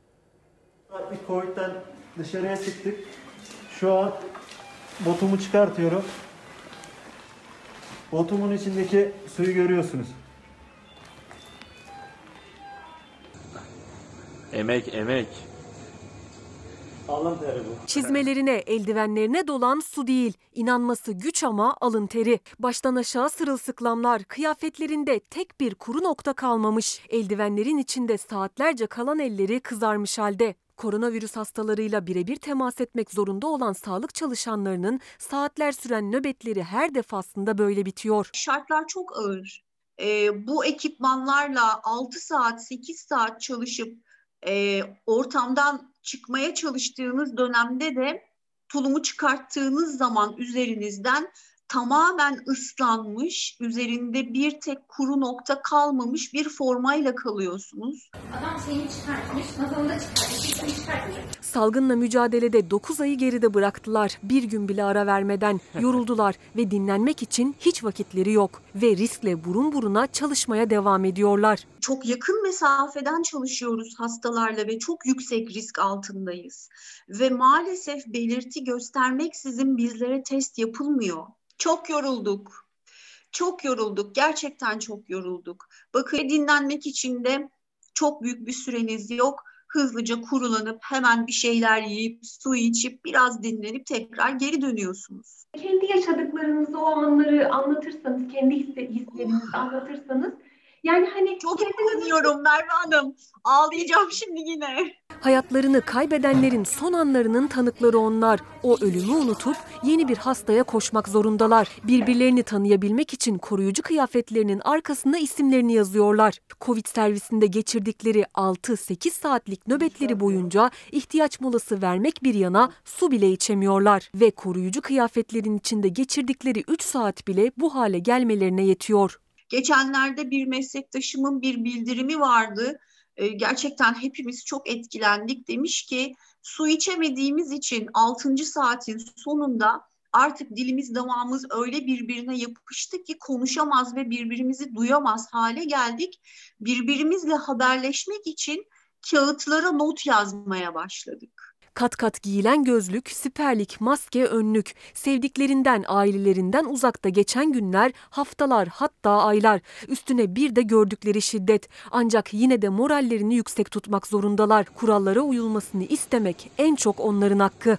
Bir Covid'den dışarıya çıktık. Şu an botumu çıkartıyorum. Botumun içindeki suyu görüyorsunuz. Emek, emek. Alın teri bu. Çizmelerine, eldivenlerine dolan su değil. İnanması güç ama alın teri. Baştan aşağı sırılsıklamlar, kıyafetlerinde tek bir kuru nokta kalmamış. Eldivenlerin içinde saatlerce kalan elleri kızarmış halde. Koronavirüs hastalarıyla birebir temas etmek zorunda olan sağlık çalışanlarının saatler süren nöbetleri her defasında böyle bitiyor. Şartlar çok ağır. Ee, bu ekipmanlarla altı saat, sekiz saat çalışıp e, ortamdan çıkmaya çalıştığınız dönemde de tulumu çıkarttığınız zaman üzerinizden tamamen ıslanmış, üzerinde bir tek kuru nokta kalmamış bir formayla kalıyorsunuz. Adam seni çıkartmış, nazarını da çıkartmış, seni çıkartmış. Salgınla mücadelede dokuz ayı geride bıraktılar. Bir gün bile ara vermeden yoruldular ve dinlenmek için hiç vakitleri yok. Ve riskle burun buruna çalışmaya devam ediyorlar. Çok yakın mesafeden çalışıyoruz hastalarla ve çok yüksek risk altındayız. Ve maalesef belirti göstermeksizin bizlere test yapılmıyor. Çok yorulduk. Çok yorulduk. Gerçekten çok yorulduk. Bakın dinlenmek için de çok büyük bir süreniz yok. Hızlıca kurulanıp hemen bir şeyler yiyip su içip biraz dinlenip tekrar geri dönüyorsunuz. Kendi yaşadıklarınızı, o anları anlatırsanız, kendi hislerinizi anlatırsanız yani hani çok etkileniyorum Merve Hanım. Ağlayacağım şimdi yine. Hayatlarını kaybedenlerin son anlarının tanıkları onlar. O ölümü unutup yeni bir hastaya koşmak zorundalar. Birbirlerini tanıyabilmek için koruyucu kıyafetlerinin arkasına isimlerini yazıyorlar. Covid servisinde geçirdikleri altı sekiz saatlik nöbetleri boyunca ihtiyaç molası vermek bir yana su bile içemiyorlar. Ve koruyucu kıyafetlerin içinde geçirdikleri üç saat bile bu hale gelmelerine yetiyor. Geçenlerde bir meslektaşımın bir bildirimi vardı. Ee, gerçekten hepimiz çok etkilendik. Demiş ki su içemediğimiz için altıncı saatin sonunda artık dilimiz damağımız öyle birbirine yapıştı ki konuşamaz ve birbirimizi duyamaz hale geldik. Birbirimizle haberleşmek için kağıtlara not yazmaya başladık. Kat kat giyilen gözlük, siperlik, maske, önlük. Sevdiklerinden, ailelerinden uzakta geçen günler, haftalar, hatta aylar. Üstüne bir de gördükleri şiddet. Ancak yine de morallerini yüksek tutmak zorundalar. Kurallara uyulmasını istemek en çok onların hakkı.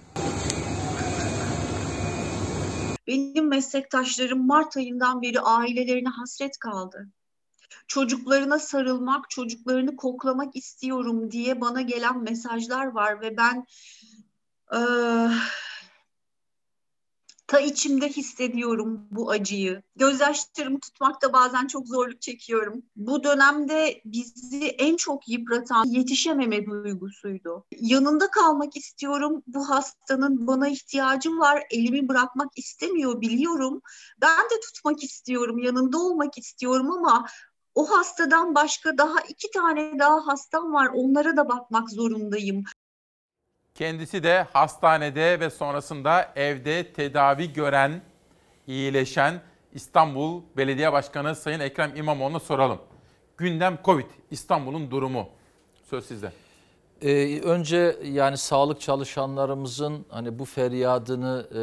Benim meslektaşlarım Mart ayından beri ailelerine hasret kaldı. Çocuklarına sarılmak, çocuklarını koklamak istiyorum diye bana gelen mesajlar var ve ben e, ta içimde hissediyorum bu acıyı. Gözyaşlarımı tutmakta bazen çok zorluk çekiyorum. Bu dönemde bizi en çok yıpratan yetişememe duygusuydu. Yanında kalmak istiyorum. Bu hastanın bana ihtiyacı var. Elimi bırakmak istemiyor biliyorum. Ben de tutmak istiyorum, yanında olmak istiyorum ama o hastadan başka daha iki tane daha hastam var. Onlara da bakmak zorundayım. Kendisi de hastanede ve sonrasında evde tedavi gören, iyileşen İstanbul Belediye Başkanı Sayın Ekrem İmamoğlu'na soralım. Gündem Covid, İstanbul'un durumu. Söz sizde. Ee, önce yani sağlık çalışanlarımızın hani bu feryadını e,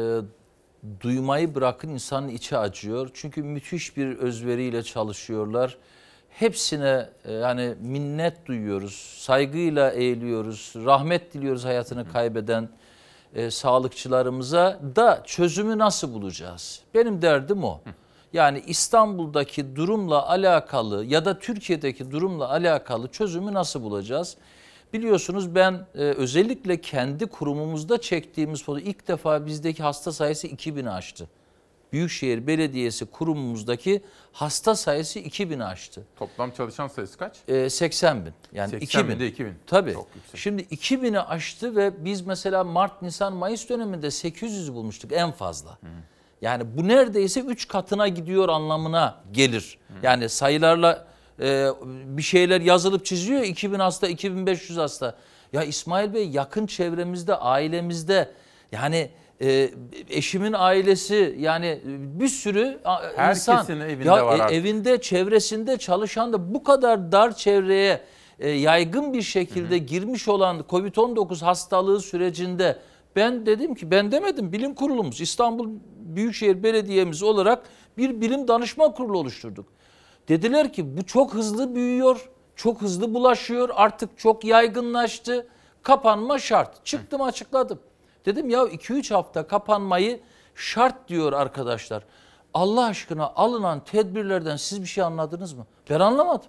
duymayı bırakın, insanın içi acıyor. Çünkü müthiş bir özveriyle çalışıyorlar. Hepsine yani minnet duyuyoruz, saygıyla eğiliyoruz, rahmet diliyoruz hayatını kaybeden e, sağlıkçılarımıza da çözümü nasıl bulacağız? Benim derdim o. Yani İstanbul'daki durumla alakalı ya da Türkiye'deki durumla alakalı çözümü nasıl bulacağız? Biliyorsunuz ben e, özellikle kendi kurumumuzda çektiğimiz foto ilk defa bizdeki hasta sayısı iki bini aştı. Büyükşehir Belediyesi kurumumuzdaki hasta sayısı iki bini aştı. Toplam çalışan sayısı kaç? Ee, seksen bin. Yani seksen binde iki bin. Tabii. Çok yüksek. Şimdi iki bini aştı ve biz mesela Mart, Nisan, Mayıs döneminde sekiz yüzü bulmuştuk en fazla. Hı. Yani bu neredeyse üç katına gidiyor anlamına gelir. Hı. Yani sayılarla e, bir şeyler yazılıp çiziyor. iki bin hasta, iki bin beş yüz hasta. Ya İsmail Bey, yakın çevremizde, ailemizde yani e, eşimin ailesi, yani bir sürü herkesin insan evinde ya, var artık. evinde, çevresinde çalışan da bu kadar dar çevreye e, yaygın bir şekilde hı hı. girmiş olan kovid on dokuz hastalığı sürecinde ben dedim ki, ben demedim, bilim kurulumuz, İstanbul Büyükşehir Belediye'miz olarak bir bilim danışma kurulu oluşturduk. Dediler ki bu çok hızlı büyüyor, çok hızlı bulaşıyor, artık çok yaygınlaştı, kapanma şart. Çıktım, açıkladım. Dedim ya iki üç hafta kapanmayı şart diyor arkadaşlar. Allah aşkına alınan tedbirlerden siz bir şey anladınız mı? Ben anlamadım.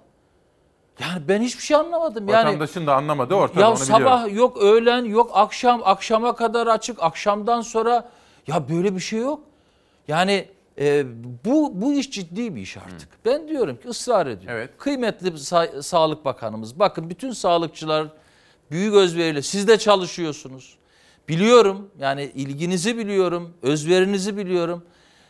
Yani ben hiçbir şey anlamadım. Yani, vatandaşın da anlamadığı ortada, ya onu biliyorum. sabah yok, öğlen yok, akşam, akşama kadar açık, akşamdan sonra ya böyle bir şey yok. Yani e, bu bu iş ciddi bir iş artık. Hmm. Ben diyorum ki, ısrar ediyorum. Evet. Kıymetli Sa- Sağlık Bakanımız, bakın bütün sağlıkçılar büyük özveriyle, siz de çalışıyorsunuz. Biliyorum, yani ilginizi biliyorum, özverinizi biliyorum.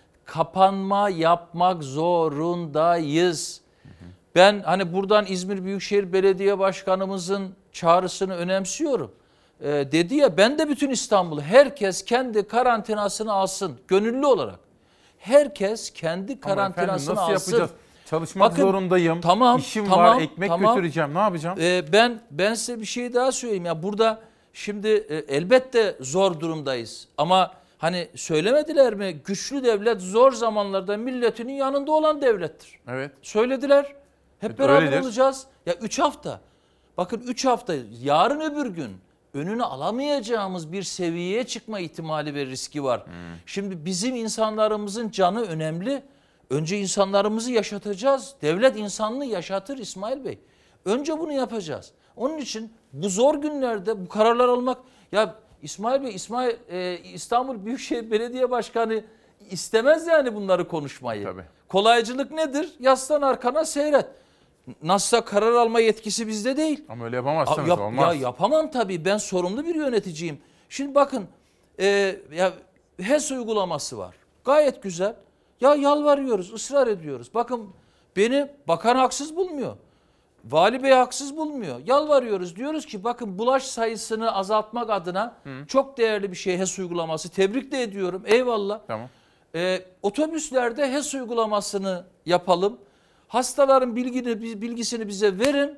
Kapanma yapmak zorundayız. Hı hı. Ben hani buradan İzmir Büyükşehir Belediye Başkanımızın çağrısını önemsiyorum. Ee, dedi ya, ben de bütün İstanbul'u, herkes kendi karantinasını alsın gönüllü olarak. Herkes kendi karantinasını nasıl alsın. Yapacağız? Çalışmak Bakın, zorundayım, tamam, işim tamam, var, ekmek tamam. götüreceğim, ne yapacağım? Ee, ben ben size bir şey daha söyleyeyim. Ya burada şimdi e, elbette zor durumdayız ama hani söylemediler mi? Güçlü devlet zor zamanlarda milletinin yanında olan devlettir. Evet. Söylediler. Hep Evet, beraber öyledir. olacağız. Ya üç hafta. Bakın üç hafta, yarın öbür gün önünü alamayacağımız bir seviyeye çıkma ihtimali ve riski var. Hmm. Şimdi bizim insanlarımızın canı önemli. Önce insanlarımızı yaşatacağız. Devlet insanlığı yaşatır İsmail Bey. Önce bunu yapacağız. Onun için bu zor günlerde bu kararlar almak, ya İsmail Bey, İsmail e, İstanbul Büyükşehir Belediye Başkanı istemez yani bunları konuşmayı. Tabii. Kolaycılık nedir? Yaslan arkana seyret. Nasılsa karar alma yetkisi bizde değil. Ama öyle yapamazsınız, Yap, olmaz. Ya yapamam tabii, ben sorumlu bir yöneticiyim. Şimdi bakın e, ya H E S uygulaması var. Gayet güzel. Ya yalvarıyoruz, ısrar ediyoruz. Bakın beni bakan haksız bulmuyor. Vali Bey haksız bulmuyor. Yalvarıyoruz, diyoruz ki bakın bulaş sayısını azaltmak adına Hı. çok değerli bir şey H E S uygulaması. Tebrik de ediyorum, eyvallah. Tamam. Ee, otobüslerde H E S uygulamasını yapalım. Hastaların bilgini, bilgisini bize verin.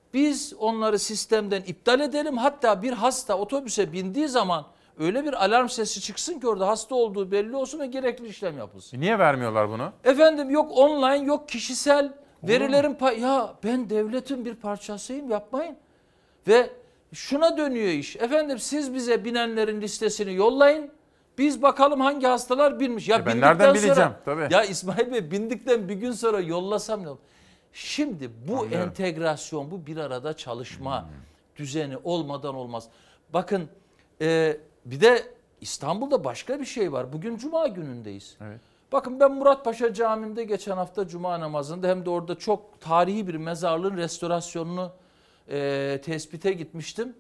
Biz onları sistemden iptal edelim. Hatta bir hasta otobüse bindiği zaman öyle bir alarm sesi çıksın ki orada hasta olduğu belli olsun ve gerekli işlem yapılsın. Niye vermiyorlar bunu? Efendim yok online, yok kişisel verilerin pay... Ya ben devletin bir parçasıyım, yapmayın. Ve şuna dönüyor iş. Efendim siz bize binenlerin listesini yollayın. Biz bakalım hangi hastalar binmiş. Ya E ben bindikten nereden bileceğim? sonra, Tabii. Ya İsmail Bey bindikten bir gün sonra yollasam ne olur? Şimdi bu Anlıyorum. entegrasyon, bu bir arada çalışma hmm. düzeni olmadan olmaz. Bakın e, bir de İstanbul'da başka bir şey var. Bugün Cuma günündeyiz. Evet. Bakın ben Muratpaşa Camii'nde geçen hafta Cuma namazında hem de orada çok tarihi bir mezarlığın restorasyonunu e, tespite gitmiştim.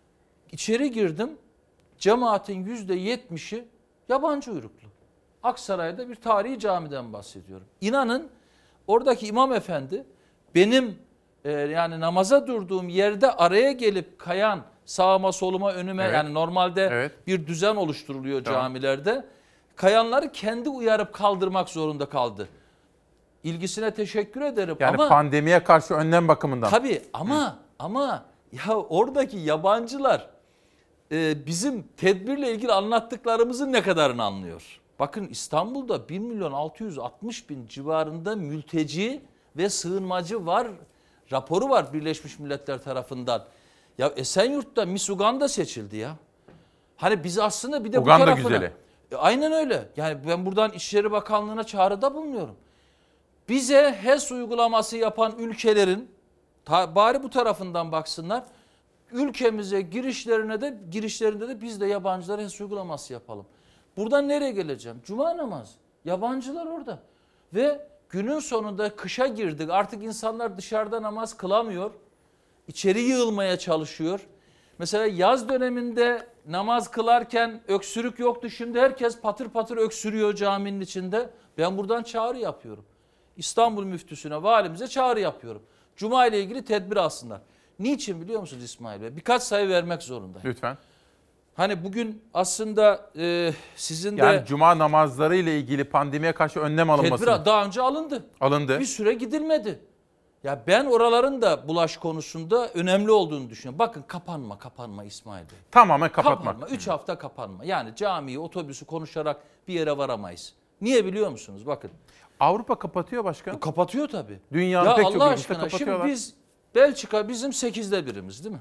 İçeri girdim. Cemaatin yüzde yetmişi yabancı uyruklu. Aksaray'da bir tarihi camiden bahsediyorum. İnanın oradaki imam efendi benim e, yani namaza durduğum yerde araya gelip kayan sağıma soluma önüme evet. yani normalde evet. bir düzen oluşturuluyor tamam. camilerde. Kayanları kendi uyarıp kaldırmak zorunda kaldı. İlgisine teşekkür ederim yani ama pandemiye karşı önlem bakımından. Tabii ama Hı. ama ya oradaki yabancılar e, bizim tedbirle ilgili anlattıklarımızın ne kadarını anlıyor? Bakın İstanbul'da bir milyon altı yüz altmış bin civarında mülteci ve sığınmacı var. Raporu var Birleşmiş Milletler tarafından. Ya Esenyurt'ta Miss Uganda seçildi ya. Hani biz aslında bir de Uganda bu tarafına. güzeli. E, aynen öyle. Yani ben buradan İçişleri Bakanlığı'na çağrıda bulunuyorum. Bize H E S uygulaması yapan ülkelerin ta, bari bu tarafından baksınlar. Ülkemize girişlerine de girişlerinde de biz de yabancılara H E S uygulaması yapalım. Buradan nereye geleceğim? Cuma namazı. Yabancılar orada. Ve günün sonunda kışa girdik. Artık insanlar dışarıda namaz kılamıyor. İçeri yığılmaya çalışıyor. Mesela yaz döneminde namaz kılarken öksürük yoktu. Şimdi herkes patır patır öksürüyor caminin içinde. Ben buradan çağrı yapıyorum. İstanbul müftüsüne, valimize çağrı yapıyorum. Cuma ile ilgili tedbir alsınlar. Niçin biliyor musunuz İsmail Bey? Birkaç sayı vermek zorundayım. Lütfen. Hani bugün aslında e, sizin de... Yani cuma namazları ile ilgili pandemiye karşı önlem alınması. Tedbir daha önce alındı. Alındı. Bir süre gidilmedi. Ya ben oraların da bulaş konusunda önemli olduğunu düşünüyorum. Bakın kapanma kapanma İsmail Bey. Tamamen kapatmak. Kapanma. Üç hafta kapanma. Yani camiyi, otobüsü konuşarak bir yere varamayız. Niye biliyor musunuz? Bakın. Avrupa kapatıyor başkan. E, kapatıyor tabii. Dünyanın ya pek Allah çok ülkesi aşkına kapatıyorlar. şimdi biz Belçika bizim sekizde birimiz değil mi?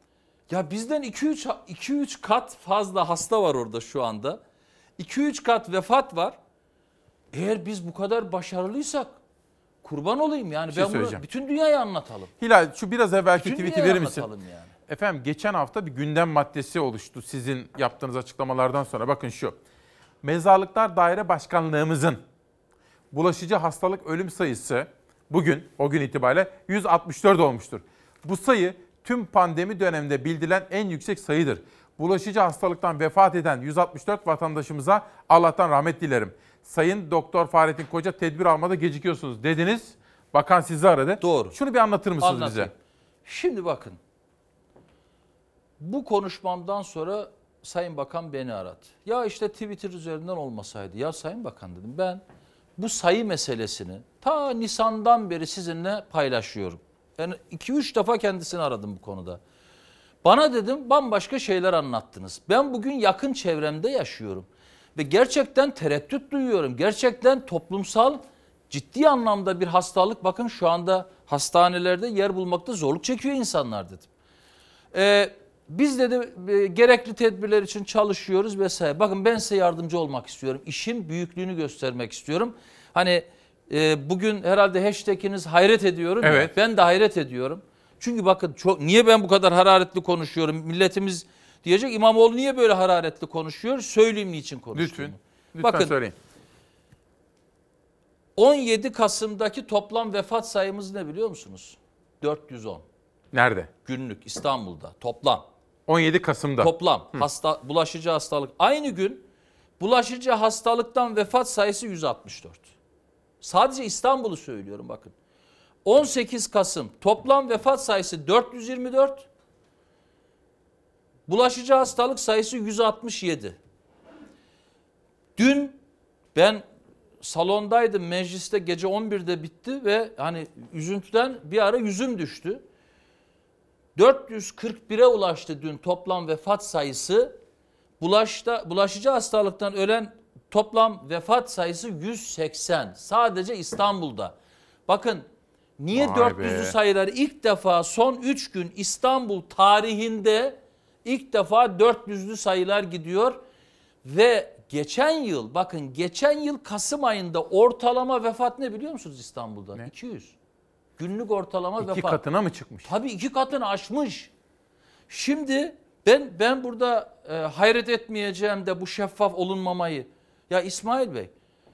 Ya bizden iki üç kat fazla hasta var orada şu anda. iki üç kat vefat var. Eğer biz bu kadar başarılıysak kurban olayım yani şey ben bunu bütün dünyaya anlatalım. Hilal şu biraz evvelki bütün tweet'i verir misin? Yani. Efendim geçen hafta bir gündem maddesi oluştu sizin yaptığınız açıklamalardan sonra. Bakın şu. Mezarlıklar Daire Başkanlığımızın bulaşıcı hastalık ölüm sayısı bugün o gün itibariyle yüz altmış dört olmuştur. Bu sayı tüm pandemi döneminde bildirilen en yüksek sayıdır. Bulaşıcı hastalıktan vefat eden yüz altmış dört vatandaşımıza Allah'tan rahmet dilerim. Sayın Doktor Fahrettin Koca tedbir almada gecikiyorsunuz dediniz. Bakan sizi aradı. Doğru. Şunu bir anlatır mısınız Anlatayım. bize? Şimdi bakın. Bu konuşmamdan sonra Sayın Bakan beni aradı. Ya işte Twitter üzerinden olmasaydı. Ya Sayın Bakan dedim ben bu sayı meselesini ta Nisan'dan beri sizinle paylaşıyorum. Yani iki üç defa kendisini aradım bu konuda. Bana dedim bambaşka şeyler anlattınız. Ben bugün yakın çevremde yaşıyorum. Ve gerçekten tereddüt duyuyorum. Gerçekten toplumsal ciddi anlamda bir hastalık. Bakın şu anda hastanelerde yer bulmakta zorluk çekiyor insanlar dedim. Ee, biz dedi e, gerekli tedbirler için çalışıyoruz vesaire. Bakın ben size yardımcı olmak istiyorum. İşin büyüklüğünü göstermek istiyorum. Hani e, bugün herhalde hashtag'iniz hayret ediyorum. Evet. Ya, ben de hayret ediyorum. Çünkü bakın çok, niye ben bu kadar hararetli konuşuyorum? Milletimiz diyecek İmamoğlu niye böyle hararetli konuşuyor? Söyleyeyim niçin konuştuğunu. Lütfen. Lütfen bakın, söyleyin. on yedi Kasım'daki toplam vefat sayımız ne biliyor musunuz? dört yüz on. Nerede? Günlük İstanbul'da toplam. on yedi Kasım'da. Toplam hasta, bulaşıcı hastalık. Aynı gün bulaşıcı hastalıktan vefat sayısı yüz altmış dört. Sadece İstanbul'u söylüyorum bakın. on sekiz Kasım toplam vefat sayısı dört yüz yirmi dört. Bulaşıcı hastalık sayısı yüz altmış yedi. Dün ben salondaydım, mecliste gece on birde bitti ve hani üzüntüden bir ara yüzüm düştü. dört yüz kırk bire ulaştı dün toplam vefat sayısı. Bulaşta, bulaşıcı hastalıktan ölen toplam vefat sayısı yüz seksen. Sadece İstanbul'da. Bakın niye dört yüzlü sayıları ilk defa son üç gün İstanbul tarihinde ilk defa dört yüzlü sayılar gidiyor. Ve geçen yıl bakın geçen yıl Kasım ayında ortalama vefat ne biliyor musunuz İstanbul'da? Ne? iki yüz. Günlük ortalama İki vefat. İki katına mı çıkmış? Tabii iki katını aşmış. Şimdi ben ben burada e, hayret etmeyeceğim de bu şeffaf olunmamayı. Ya İsmail Bey,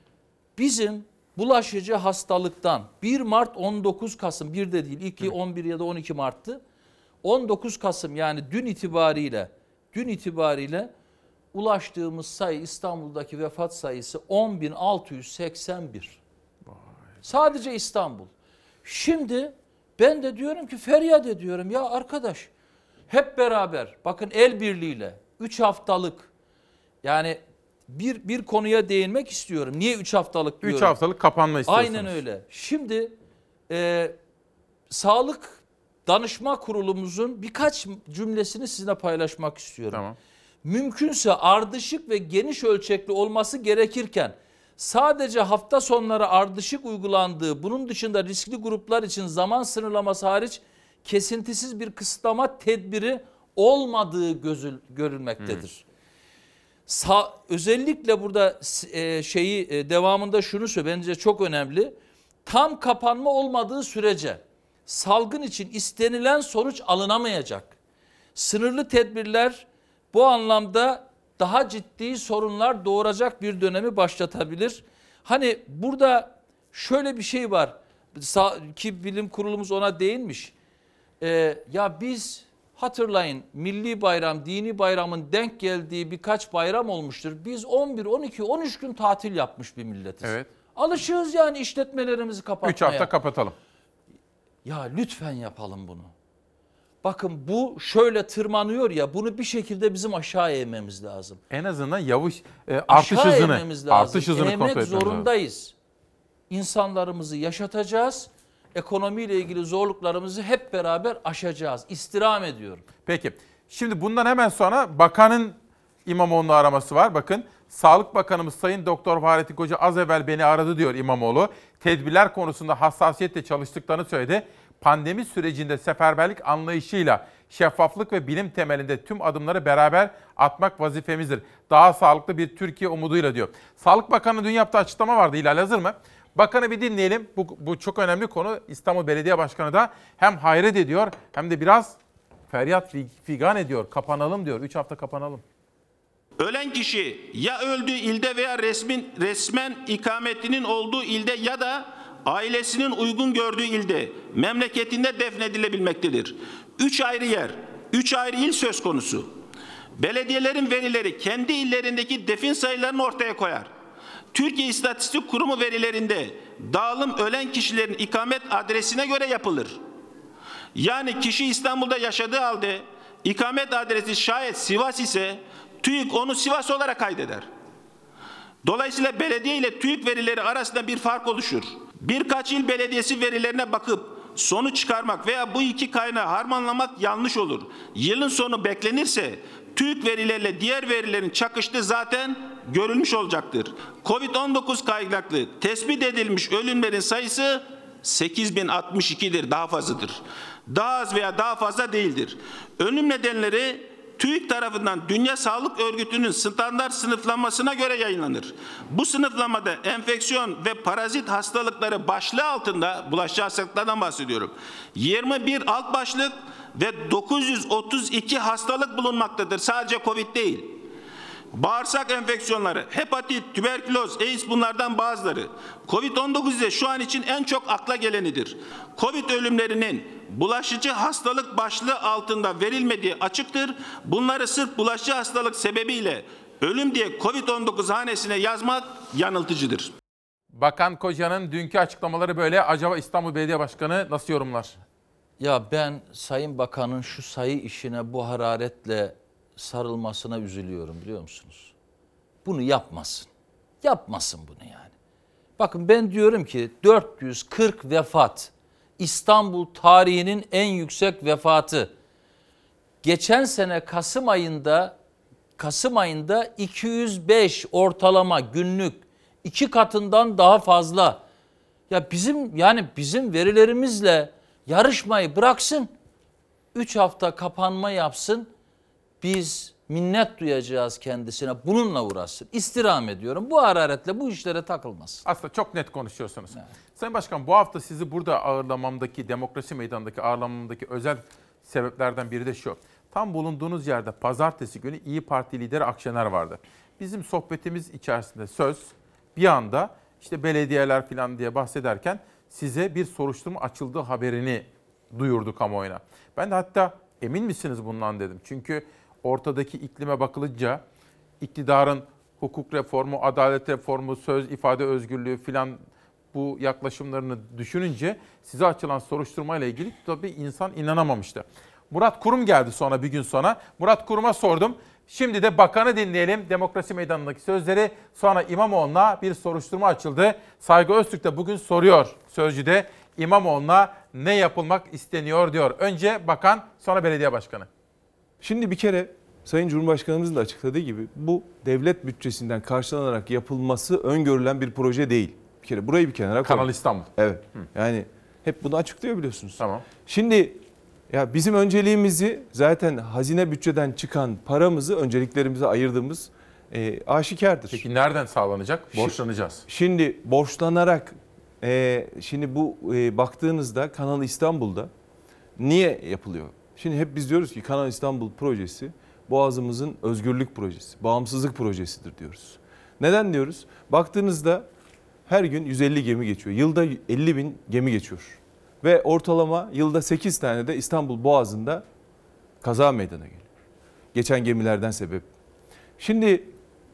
bizim bulaşıcı hastalıktan bir Mart on dokuz Kasım bir de değil iki on bir ya da on iki Mart'tı. on dokuz Kasım yani dün itibariyle dün itibariyle ulaştığımız sayı İstanbul'daki vefat sayısı on bin altı yüz seksen bir. Sadece İstanbul. Şimdi ben de diyorum ki feryat ediyorum ya arkadaş. Hep beraber bakın el birliğiyle üç haftalık yani bir bir konuya değinmek istiyorum. Niye üç haftalık diyorum? üç haftalık kapanma istiyorsunuz. Aynen öyle. Şimdi e, Sağlık Danışma Kurulumuzun birkaç cümlesini sizinle paylaşmak istiyorum. Tamam. Mümkünse ardışık ve geniş ölçekli olması gerekirken sadece hafta sonları ardışık uygulandığı, bunun dışında riskli gruplar için zaman sınırlaması hariç kesintisiz bir kısıtlama tedbiri olmadığı gözül, görülmektedir. Hmm. Sa- özellikle burada e, şeyi e, devamında şunu söylüyor, bence çok önemli. Tam kapanma olmadığı sürece salgın için istenilen sonuç alınamayacak. Sınırlı tedbirler bu anlamda daha ciddi sorunlar doğuracak bir dönemi başlatabilir. Hani burada şöyle bir şey var ki bilim kurulumuz ona değinmiş. Ee, ya biz hatırlayın milli bayram, dini bayramın denk geldiği birkaç bayram olmuştur. Biz on bir, on iki, on üç gün tatil yapmış bir milletiz. Evet. Alışığız yani işletmelerimizi kapatmaya. üç hafta kapatalım. Ya lütfen yapalım bunu. Bakın bu şöyle tırmanıyor ya, bunu bir şekilde bizim aşağı eğmemiz lazım. En azından yavaş e, artış aşağı hızını artış hızını Eğmek kontrol etmemiz zorundayız. lazım. İnsanlarımızı yaşatacağız. Ekonomiyle ilgili zorluklarımızı hep beraber aşacağız. İstirham ediyorum. Peki. Şimdi bundan hemen sonra bakanın İmamoğlu'nu araması var. Bakın Sağlık Bakanımız Sayın Doktor Fahrettin Koca az evvel beni aradı diyor İmamoğlu. Tedbirler konusunda hassasiyetle çalıştıklarını söyledi. Pandemi sürecinde seferberlik anlayışıyla şeffaflık ve bilim temelinde tüm adımları beraber atmak vazifemizdir. Daha sağlıklı bir Türkiye umuduyla diyor. Sağlık Bakanı dün yaptığı açıklama vardı. Hilal hazır mı? Bakanı bir dinleyelim. Bu, bu çok önemli konu. İstanbul Belediye Başkanı da hem hayret ediyor hem de biraz feryat figan ediyor. Kapanalım diyor. Üç hafta kapanalım. Ölen kişi ya öldüğü ilde veya resmin, resmen ikametinin olduğu ilde ya da ailesinin uygun gördüğü ilde, memleketinde defnedilebilmektedir. Üç ayrı yer, üç ayrı il söz konusu. Belediyelerin verileri kendi illerindeki defin sayılarını ortaya koyar. Türkiye İstatistik Kurumu verilerinde dağılım ölen kişilerin ikamet adresine göre yapılır. Yani kişi İstanbul'da yaşadığı halde ikamet adresi şayet Sivas ise TÜİK onu Sivas olarak kaydeder. Dolayısıyla belediye ile TÜİK verileri arasında bir fark oluşur. Birkaç il belediyesi verilerine bakıp sonuç çıkarmak veya bu iki kaynağı harmanlamak yanlış olur. Yılın sonu beklenirse TÜİK verileriyle diğer verilerin çakıştığı zaten görülmüş olacaktır. kovid on dokuz kaynaklı tespit edilmiş ölümlerin sayısı sekiz bin altmış iki'dir, daha fazladır. Daha az veya daha fazla değildir. Ölüm nedenleri TÜİK tarafından Dünya Sağlık Örgütü'nün standart sınıflamasına göre yayınlanır. Bu sınıflamada enfeksiyon ve parazit hastalıkları başlığı altında, bulaşıcı hastalıklardan bahsediyorum, yirmi bir alt başlık ve dokuz yüz otuz iki hastalık bulunmaktadır. Sadece COVID değil. Bağırsak enfeksiyonları, hepatit, tüberküloz, AIDS bunlardan bazıları. kovid on dokuz ise şu an için en çok akla gelenidir. Covid ölümlerinin bulaşıcı hastalık başlığı altında verilmediği açıktır. Bunları sırf bulaşıcı hastalık sebebiyle ölüm diye kovid on dokuz hanesine yazmak yanıltıcıdır. Bakan Koca'nın dünkü açıklamaları böyle. Acaba İstanbul Belediye Başkanı nasıl yorumlar? Ya ben Sayın Bakan'ın şu sayı işine bu hararetle sarılmasına üzülüyorum, biliyor musunuz? Bunu yapmasın. Yapmasın bunu yani. Bakın ben diyorum ki dört yüz kırk vefat, İstanbul tarihinin en yüksek vefatı. Geçen sene Kasım ayında Kasım ayında iki yüz beş ortalama günlük, iki katından daha fazla. Ya bizim yani bizim verilerimizle yarışmayı bıraksın. üç hafta kapanma yapsın. Biz minnet duyacağız kendisine. Bununla uğraşsın. İstirham ediyorum. Bu hararetle bu işlere takılmaz. Aslında çok net konuşuyorsunuz. Evet. Sayın Başkan, bu hafta sizi burada ağırlamamdaki, demokrasi meydanındaki ağırlamamdaki özel sebeplerden biri de şu. Tam bulunduğunuz yerde pazartesi günü İyi Parti lideri Akşener vardı. Bizim sohbetimiz içerisinde söz bir anda işte belediyeler falan diye bahsederken size bir soruşturma açıldığı haberini duyurdu kamuoyuna. Ben de hatta emin misiniz bundan dedim. Çünkü ortadaki iklime bakılınca iktidarın hukuk reformu, adalet reformu, söz, ifade özgürlüğü filan bu yaklaşımlarını düşününce size açılan soruşturmayla ilgili tabii insan inanamamıştı. Murat Kurum geldi sonra bir gün sonra. Murat Kurum'a sordum. Şimdi de bakanı dinleyelim. Demokrasi Meydanı'ndaki sözleri, sonra İmamoğlu'na bir soruşturma açıldı. Saygı Öztürk de bugün soruyor Sözcü'de. İmamoğlu'na ne yapılmak isteniyor diyor. Önce bakan, sonra belediye başkanı. Şimdi bir kere Sayın Cumhurbaşkanımızın da açıkladığı gibi bu devlet bütçesinden karşılanarak yapılması öngörülen bir proje değil. Bir kere burayı bir kenara koyalım. Kanal İstanbul. Evet. Hı. Yani hep bunu açıklıyor biliyorsunuz. Tamam. Şimdi ya bizim önceliğimizi zaten hazine bütçeden çıkan paramızı önceliklerimize ayırdığımız e, aşikardır. Peki nereden sağlanacak? Borçlanacağız. Şimdi borçlanarak e, şimdi bu e, baktığınızda Kanal İstanbul'da niye yapılıyor? Şimdi hep biz diyoruz ki Kanal İstanbul projesi Boğazımızın özgürlük projesi, bağımsızlık projesidir diyoruz. Neden diyoruz? Baktığınızda her gün yüz elli gemi geçiyor. Yılda elli bin gemi geçiyor. Ve ortalama yılda sekiz tane de İstanbul Boğazı'nda kaza meydana geliyor. Geçen gemilerden sebep. Şimdi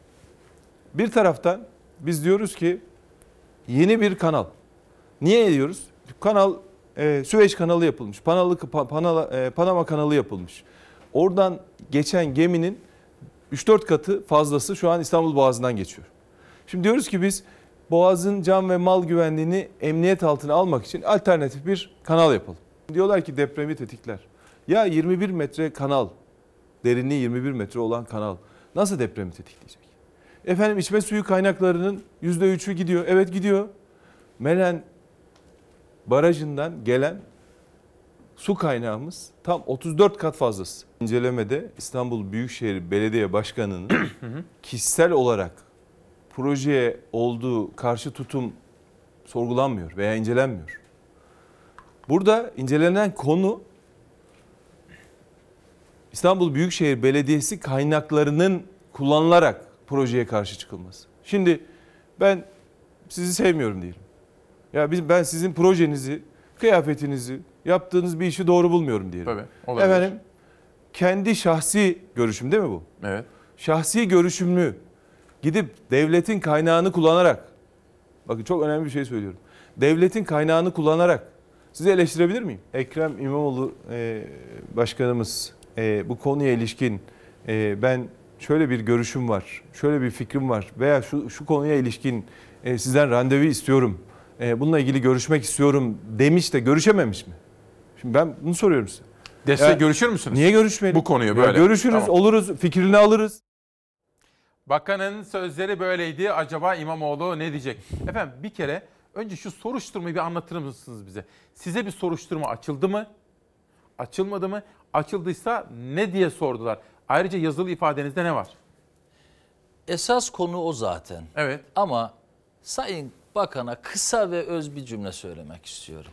bir taraftan biz diyoruz ki yeni bir kanal. Niye diyoruz? Kanal e, Süveyş kanalı yapılmış. Panalı, Panama, e, Panama kanalı yapılmış. Oradan geçen geminin üç dört katı fazlası şu an İstanbul Boğazı'ndan geçiyor. Şimdi diyoruz ki biz Boğaz'ın can ve mal güvenliğini emniyet altına almak için alternatif bir kanal yapalım. Diyorlar ki depremi tetikler. Ya yirmi bir metre kanal, derinliği yirmi bir metre olan kanal nasıl depremi tetikleyecek? Efendim içme suyu kaynaklarının yüzde üçü gidiyor. Evet gidiyor. Melen Barajı'ndan gelen su kaynağımız tam otuz dört kat fazlası. İncelemede İstanbul Büyükşehir Belediye Başkanı'nın kişisel olarak projeye olduğu karşı tutum sorgulanmıyor veya incelenmiyor. Burada incelenen konu İstanbul Büyükşehir Belediyesi kaynaklarının kullanılarak projeye karşı çıkılması. Şimdi ben sizi sevmiyorum diyelim. Ya biz ben sizin projenizi, kıyafetinizi, yaptığınız bir işi doğru bulmuyorum diyelim. Tabii, olabilir. Efendim kendi şahsi görüşüm değil mi bu? Evet. Şahsi görüşümlü gidip devletin kaynağını kullanarak, bakın çok önemli bir şey söylüyorum. Devletin kaynağını kullanarak sizi eleştirebilir miyim? Ekrem İmamoğlu e, başkanımız e, bu konuya ilişkin e, ben şöyle bir görüşüm var, şöyle bir fikrim var veya şu, şu konuya ilişkin e, sizden randevu istiyorum, e, bununla ilgili görüşmek istiyorum demiş de görüşememiş mi? Şimdi ben bunu soruyorum size. Deste ya, görüşür müsünüz? Niye görüşmeyelim? Bu konuyu böyle. Ya görüşürüz, tamam. Oluruz, fikrini alırız. Bakanın sözleri böyleydi. Acaba İmamoğlu ne diyecek? Efendim bir kere önce şu soruşturmayı bir anlatır mısınız bize? Size bir soruşturma açıldı mı? Açılmadı mı? Açıldıysa ne diye sordular? Ayrıca yazılı ifadenizde ne var? Esas konu o zaten. Evet. Ama Sayın Bakan'a kısa ve öz bir cümle söylemek istiyorum.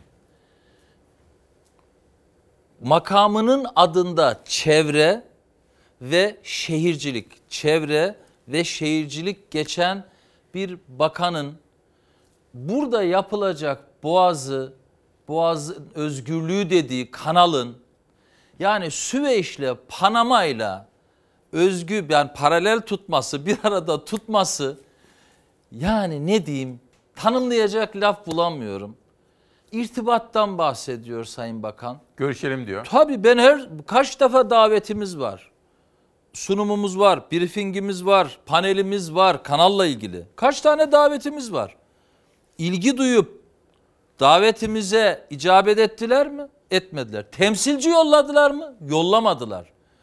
Makamının adında çevre ve şehircilik, çevre ve şehircilik geçen bir bakanın burada yapılacak Boğaz'ı, Boğaz'ın özgürlüğü dediği kanalın yani Süveyş'le Panama'yla özgü yani paralel tutması, bir arada tutması yani ne diyeyim tanımlayacak laf bulamıyorum. İrtibattan bahsediyor Sayın Bakan. Görüşelim diyor. Tabii ben her kaç defa davetimiz var. Sunumumuz var, briefingimiz var, panelimiz var kanalla ilgili. Kaç tane davetimiz var? İlgi duyup davetimize icabet ettiler mi? Etmediler. Temsilci yolladılar mı? Yollamadılar.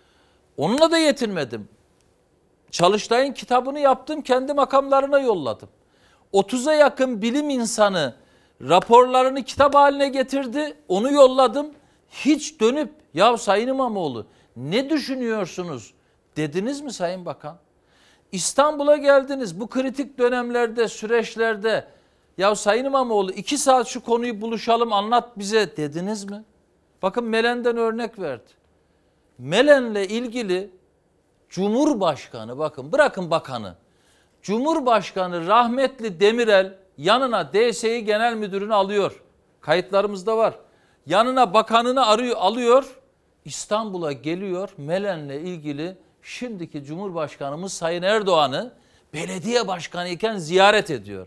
Onunla da yetinmedim. Çalıştay'ın kitabını yaptım, kendi makamlarına yolladım. otuza yakın bilim insanı raporlarını kitap haline getirdi, onu yolladım. Hiç dönüp ya Sayın İmamoğlu ne düşünüyorsunuz dediniz mi Sayın Bakan? İstanbul'a geldiniz bu kritik dönemlerde, süreçlerde ya Sayın İmamoğlu iki saat şu konuyu buluşalım anlat bize dediniz mi? Bakın Melen'den örnek verdi. Melen'le ilgili Cumhurbaşkanı, bakın bırakın bakanı, Cumhurbaşkanı rahmetli Demirel yanına D S İ Genel Müdürünü alıyor. Kayıtlarımızda var. Yanına bakanını arıyor, alıyor. İstanbul'a geliyor. Melen'le ilgili şimdiki Cumhurbaşkanımız Sayın Erdoğan'ı belediye başkanı iken ziyaret ediyor.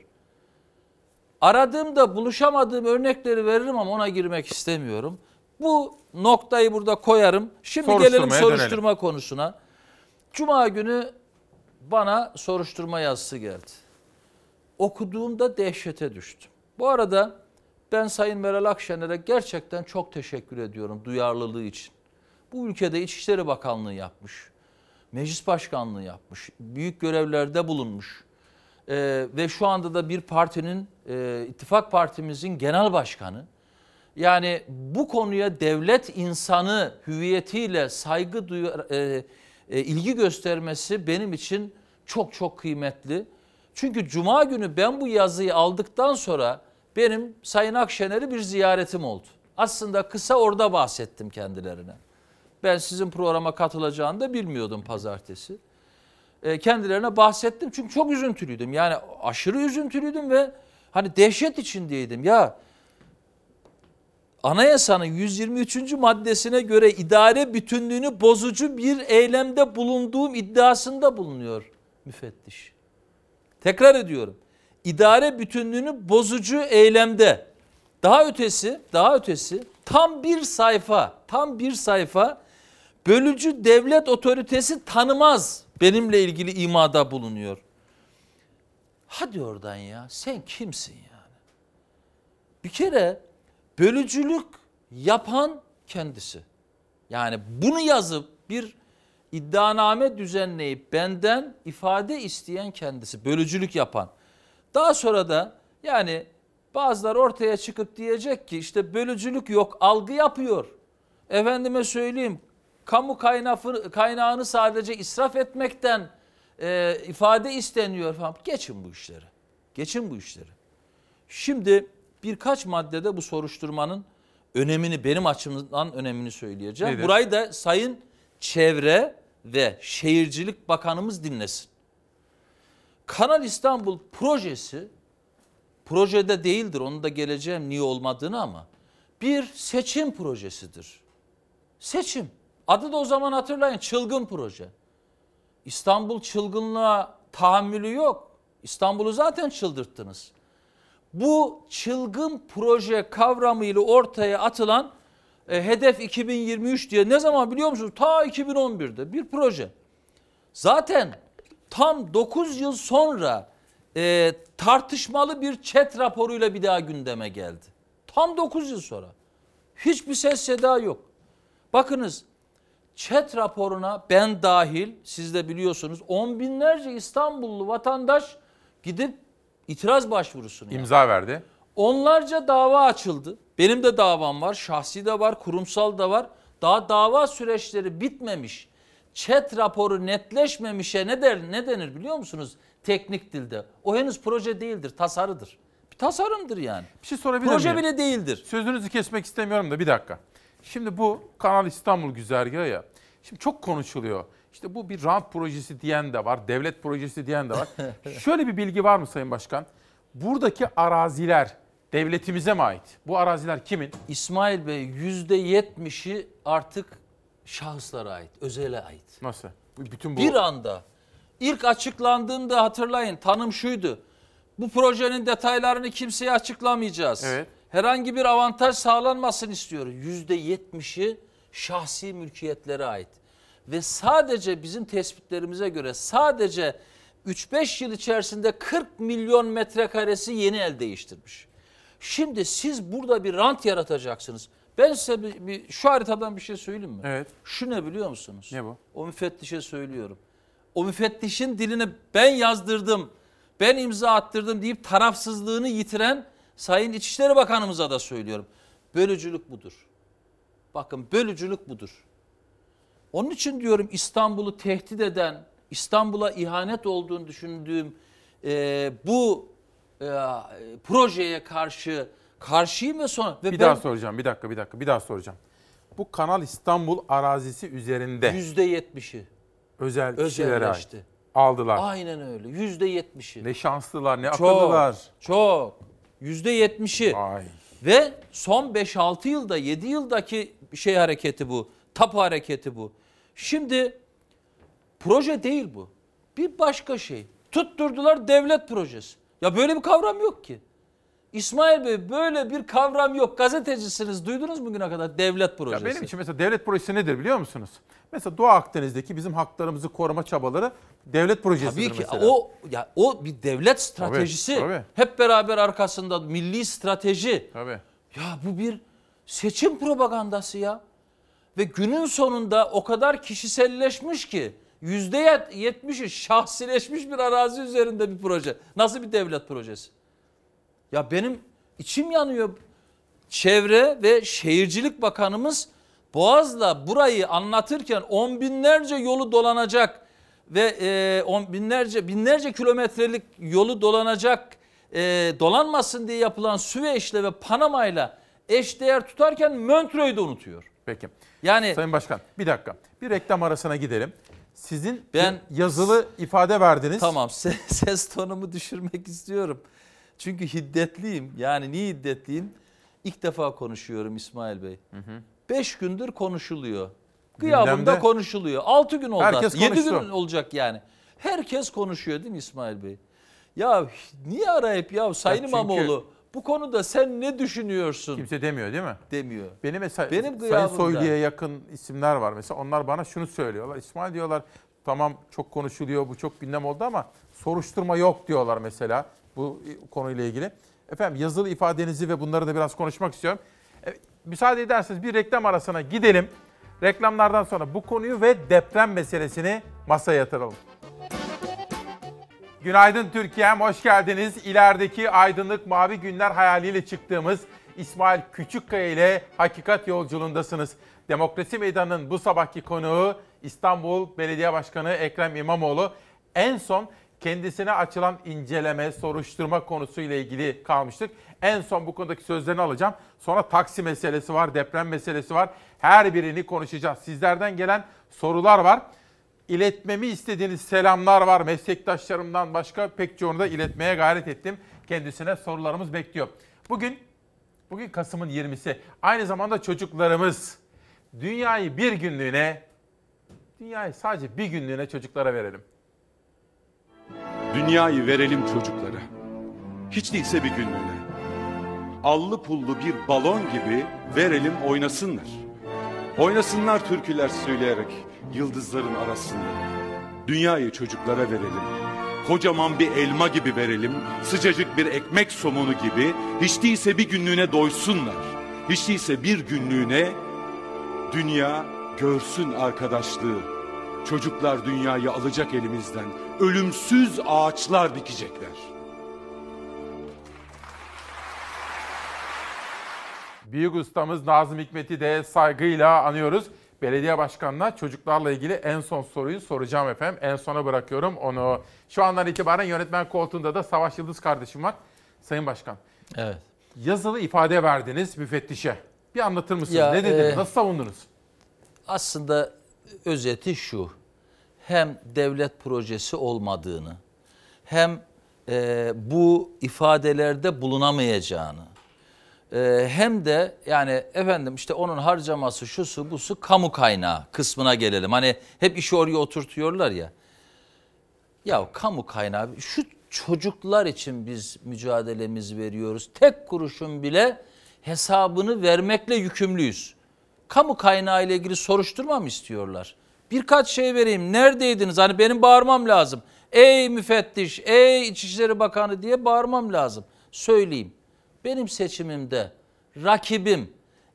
Aradığımda buluşamadığım örnekleri veririm ama ona girmek istemiyorum. Bu noktayı burada koyarım. Şimdi gelelim soruşturma dönelim. konusuna. Cuma günü bana soruşturma yazısı geldi. Okuduğumda dehşete düştüm. Bu arada ben Sayın Meral Akşener'e gerçekten çok teşekkür ediyorum duyarlılığı için. Bu ülkede İçişleri Bakanlığı yapmış, Meclis Başkanlığı yapmış, büyük görevlerde bulunmuş ee, ve şu anda da bir partinin, e, ittifak partimizin genel başkanı. Yani bu konuya devlet insanı hüviyetiyle saygı duyar, e, e, ilgi göstermesi benim için çok çok kıymetli. Çünkü Cuma günü ben bu yazıyı aldıktan sonra benim Sayın Akşener'i bir ziyaretim oldu. Aslında kısa orada bahsettim kendilerine. Ben sizin programa katılacağını da bilmiyordum pazartesi. E, kendilerine bahsettim çünkü çok üzüntülüydüm. Yani aşırı üzüntülüydüm ve hani dehşet içindeydim. Ya Anayasanın yüz yirmi üçüncü maddesine göre idare bütünlüğünü bozucu bir eylemde bulunduğum iddiasında bulunuyor müfettiş. Tekrar ediyorum. İdare bütünlüğünü bozucu eylemde. Daha ötesi, daha ötesi tam bir sayfa, tam bir sayfa bölücü devlet otoritesi tanımaz benimle ilgili imada bulunuyor. Hadi oradan ya, sen kimsin yani? Bir kere bölücülük yapan kendisi. Yani bunu yazıp bir iddianame düzenleyip benden ifade isteyen kendisi. Bölücülük yapan. Daha sonra da yani bazılar ortaya çıkıp diyecek ki işte bölücülük yok, algı yapıyor. Efendime söyleyeyim, kamu kaynağı, kaynağını sadece israf etmekten e, ifade isteniyor falan. Geçin bu işleri. Geçin bu işleri. Şimdi birkaç maddede bu soruşturmanın önemini, benim açımdan önemini söyleyeceğim. Nedir? Burayı da Sayın Çevre ve Şehircilik Bakanımız dinlesin. Kanal İstanbul projesi, projede değildir, onu da geleceğim niye olmadığını ama bir seçim projesidir. Seçim. Adı da o zaman hatırlayın, çılgın proje. İstanbul çılgınlığa tahammülü yok. İstanbul'u zaten çıldırttınız. Bu çılgın proje kavramıyla ortaya atılan e, hedef iki bin yirmi üç diye ne zaman biliyor musunuz? Ta iki bin on birde bir proje. Zaten tam dokuz yıl sonra e, tartışmalı bir chat raporuyla bir daha gündeme geldi. Tam dokuz yıl sonra. Hiçbir ses seda yok. Bakınız chat raporuna ben dahil, siz de biliyorsunuz, on binlerce İstanbullu vatandaş gidip itiraz başvurusunu İmza yaptı. verdi. Onlarca dava açıldı. Benim de davam var, şahsi de var, kurumsal da var. Daha dava süreçleri bitmemiş. Chat raporu netleşmemişe ne der, ne denir biliyor musunuz? Teknik dilde. O henüz proje değildir, tasarıdır. Bir tasarımdır yani. Bir şey sorabilir Proje miyim? bile değildir. Sözünüzü kesmek istemiyorum da bir dakika. Şimdi bu Kanal İstanbul güzergahı ya. Şimdi çok konuşuluyor. İşte bu bir rant projesi diyen de var, devlet projesi diyen de var. Şöyle bir bilgi var mı Sayın Başkan? Buradaki araziler devletimize mi ait? Bu araziler kimin? İsmail Bey, yüzde yetmişi artık şahıslara ait, özele ait. Nasıl? Bütün bu... Bir anda ilk açıklandığında hatırlayın, tanım şuydu. Bu projenin detaylarını kimseye açıklamayacağız. Evet. Herhangi bir avantaj sağlanmasını istiyoruz. yüzde yetmişi şahsi mülkiyetlere ait. Ve sadece bizim tespitlerimize göre sadece üç beş yıl içerisinde kırk milyon metrekaresi yeni el değiştirmiş. Şimdi siz burada bir rant yaratacaksınız. Ben size bir, bir, şu haritadan bir şey söyleyeyim mi? Evet. Şu ne biliyor musunuz? Ne bu? O müfettişe söylüyorum. O müfettişin dilini ben yazdırdım, ben imza attırdım deyip tarafsızlığını yitiren Sayın İçişleri Bakanımıza da söylüyorum. Bölücülük budur. Bakın bölücülük budur. Onun için diyorum İstanbul'u tehdit eden, İstanbul'a ihanet olduğunu düşündüğüm e, bu e, projeye karşı karşıyım ve sonra... Ve bir ben, daha soracağım, bir dakika, bir dakika, bir daha soracağım. Bu Kanal İstanbul arazisi üzerinde... Yüzde yetmişi. Özel kişilere ait. Özelleşti. Aldılar. Aynen öyle. Yüzde yetmişi. Ne şanslılar, ne Çok, akıllılar. Çok. Yüzde yetmişi. Ve son beş altı yılda, yedi yıldaki şey hareketi bu. Tapu hareketi bu. Şimdi proje değil bu. Bir başka şey. Tutturdular devlet projesi. Ya böyle bir kavram yok ki. İsmail Bey böyle bir kavram yok. Gazetecisiniz. Duydunuz mu bugüne kadar devlet projesi? Ya benim için mesela devlet projesi nedir biliyor musunuz? Mesela Doğu Akdeniz'deki bizim haklarımızı koruma çabaları devlet projesidir Tabii ki mesela. o ya o bir devlet stratejisi. Tabii, tabii. Hep beraber arkasında milli strateji. Tabii. Ya bu bir seçim propagandası ya. Ve günün sonunda o kadar kişiselleşmiş ki yüzde yetmişi şahsileşmiş bir arazi üzerinde bir proje. Nasıl bir devlet projesi? Ya benim içim yanıyor. Çevre ve Şehircilik Bakanımız Boğaz'la burayı anlatırken on binlerce yolu dolanacak ve e, on binlerce binlerce kilometrelik yolu dolanacak e, dolanmasın diye yapılan Süveyş'le ve Panama'yla eşdeğer tutarken Montreux'u da unutuyor. Peki. Yani Sayın Başkan bir dakika. Bir reklam arasına gidelim. Sizin ben yazılı ifade verdiniz. Tamam ses tonumu düşürmek istiyorum. Çünkü hiddetliyim. Yani niye hiddetliyim? İlk defa konuşuyorum İsmail Bey. Hı hı. Beş gündür konuşuluyor. Gıyabında Gündemde. konuşuluyor. Altı gün oldu. Herkes Yedi konuştu. gün olacak yani. Herkes konuşuyor değil mi İsmail Bey? Ya niye arayıp ya Sayın çünkü- İmamoğlu bu konuda sen ne düşünüyorsun? Kimse demiyor değil mi? Demiyor. Benim mesela Benim Sayın gıyabımda. Soylu'ya yakın isimler var mesela. Onlar bana şunu söylüyorlar. İsmail diyorlar tamam çok konuşuluyor bu çok gündem oldu ama soruşturma yok diyorlar mesela bu konuyla ilgili. Efendim yazılı ifadenizi ve bunları da biraz konuşmak istiyorum. E, müsaade ederseniz bir reklam arasına gidelim. Reklamlardan sonra bu konuyu ve deprem meselesini masaya yatıralım. Günaydın Türkiye'm, hoş geldiniz. İlerideki aydınlık mavi günler hayaliyle çıktığımız İsmail Küçükkaya ile hakikat yolculuğundasınız. Demokrasi Meydanı'nın bu sabahki konuğu İstanbul Belediye Başkanı Ekrem İmamoğlu. En son kendisine açılan inceleme, soruşturma konusuyla ilgili kalmıştık. En son bu konudaki sözlerini alacağım. Sonra taksi meselesi var, deprem meselesi var. Her birini konuşacağız. Sizlerden gelen sorular var. İletmemi istediğiniz selamlar var. Meslektaşlarımdan başka pek çoğunu da iletmeye gayret ettim. Kendisine sorularımız bekliyor. Bugün, bugün Kasım'ın yirmisi. Aynı zamanda çocuklarımız dünyayı bir günlüğüne, dünyayı sadece bir günlüğüne çocuklara verelim. Dünyayı verelim çocuklara. Hiç değilse bir günlüğüne. Allı pullu bir balon gibi verelim oynasınlar. Oynasınlar türküler söyleyerek yıldızların arasında. Dünyayı çocuklara verelim. Kocaman bir elma gibi verelim. Sıcacık bir ekmek somunu gibi. Hiç değilse bir günlüğüne doysunlar. Hiç değilse bir günlüğüne dünya görsün arkadaşlığı. Çocuklar dünyayı alacak elimizden. Ölümsüz ağaçlar dikecekler. Büyük ustamız Nazım Hikmet'i de saygıyla anıyoruz. Belediye başkanına çocuklarla ilgili en son soruyu soracağım efendim. En sona bırakıyorum onu. Şu andan itibaren yönetmen koltuğunda da Savaş Yıldız kardeşim var. Sayın Başkan. Evet. Yazılı ifade verdiniz müfettişe. Bir anlatır mısınız? Ya, ne dediniz? e, Nasıl savundunuz? Aslında özeti şu. Hem devlet projesi olmadığını, hem e, bu ifadelerde bulunamayacağını, e, hem de yani efendim işte onun harcaması şusu busu kamu kaynağı kısmına gelelim. Hani hep işi oraya oturtuyorlar ya. Ya kamu kaynağı şu çocuklar için biz mücadelemizi veriyoruz. Tek kuruşun bile hesabını vermekle yükümlüyüz. Kamu kaynağı ile ilgili soruşturma mı istiyorlar? Birkaç şey vereyim. Neredeydiniz? Hani benim bağırmam lazım. Ey müfettiş, ey İçişleri Bakanı diye bağırmam lazım. Söyleyeyim. Benim seçimimde rakibim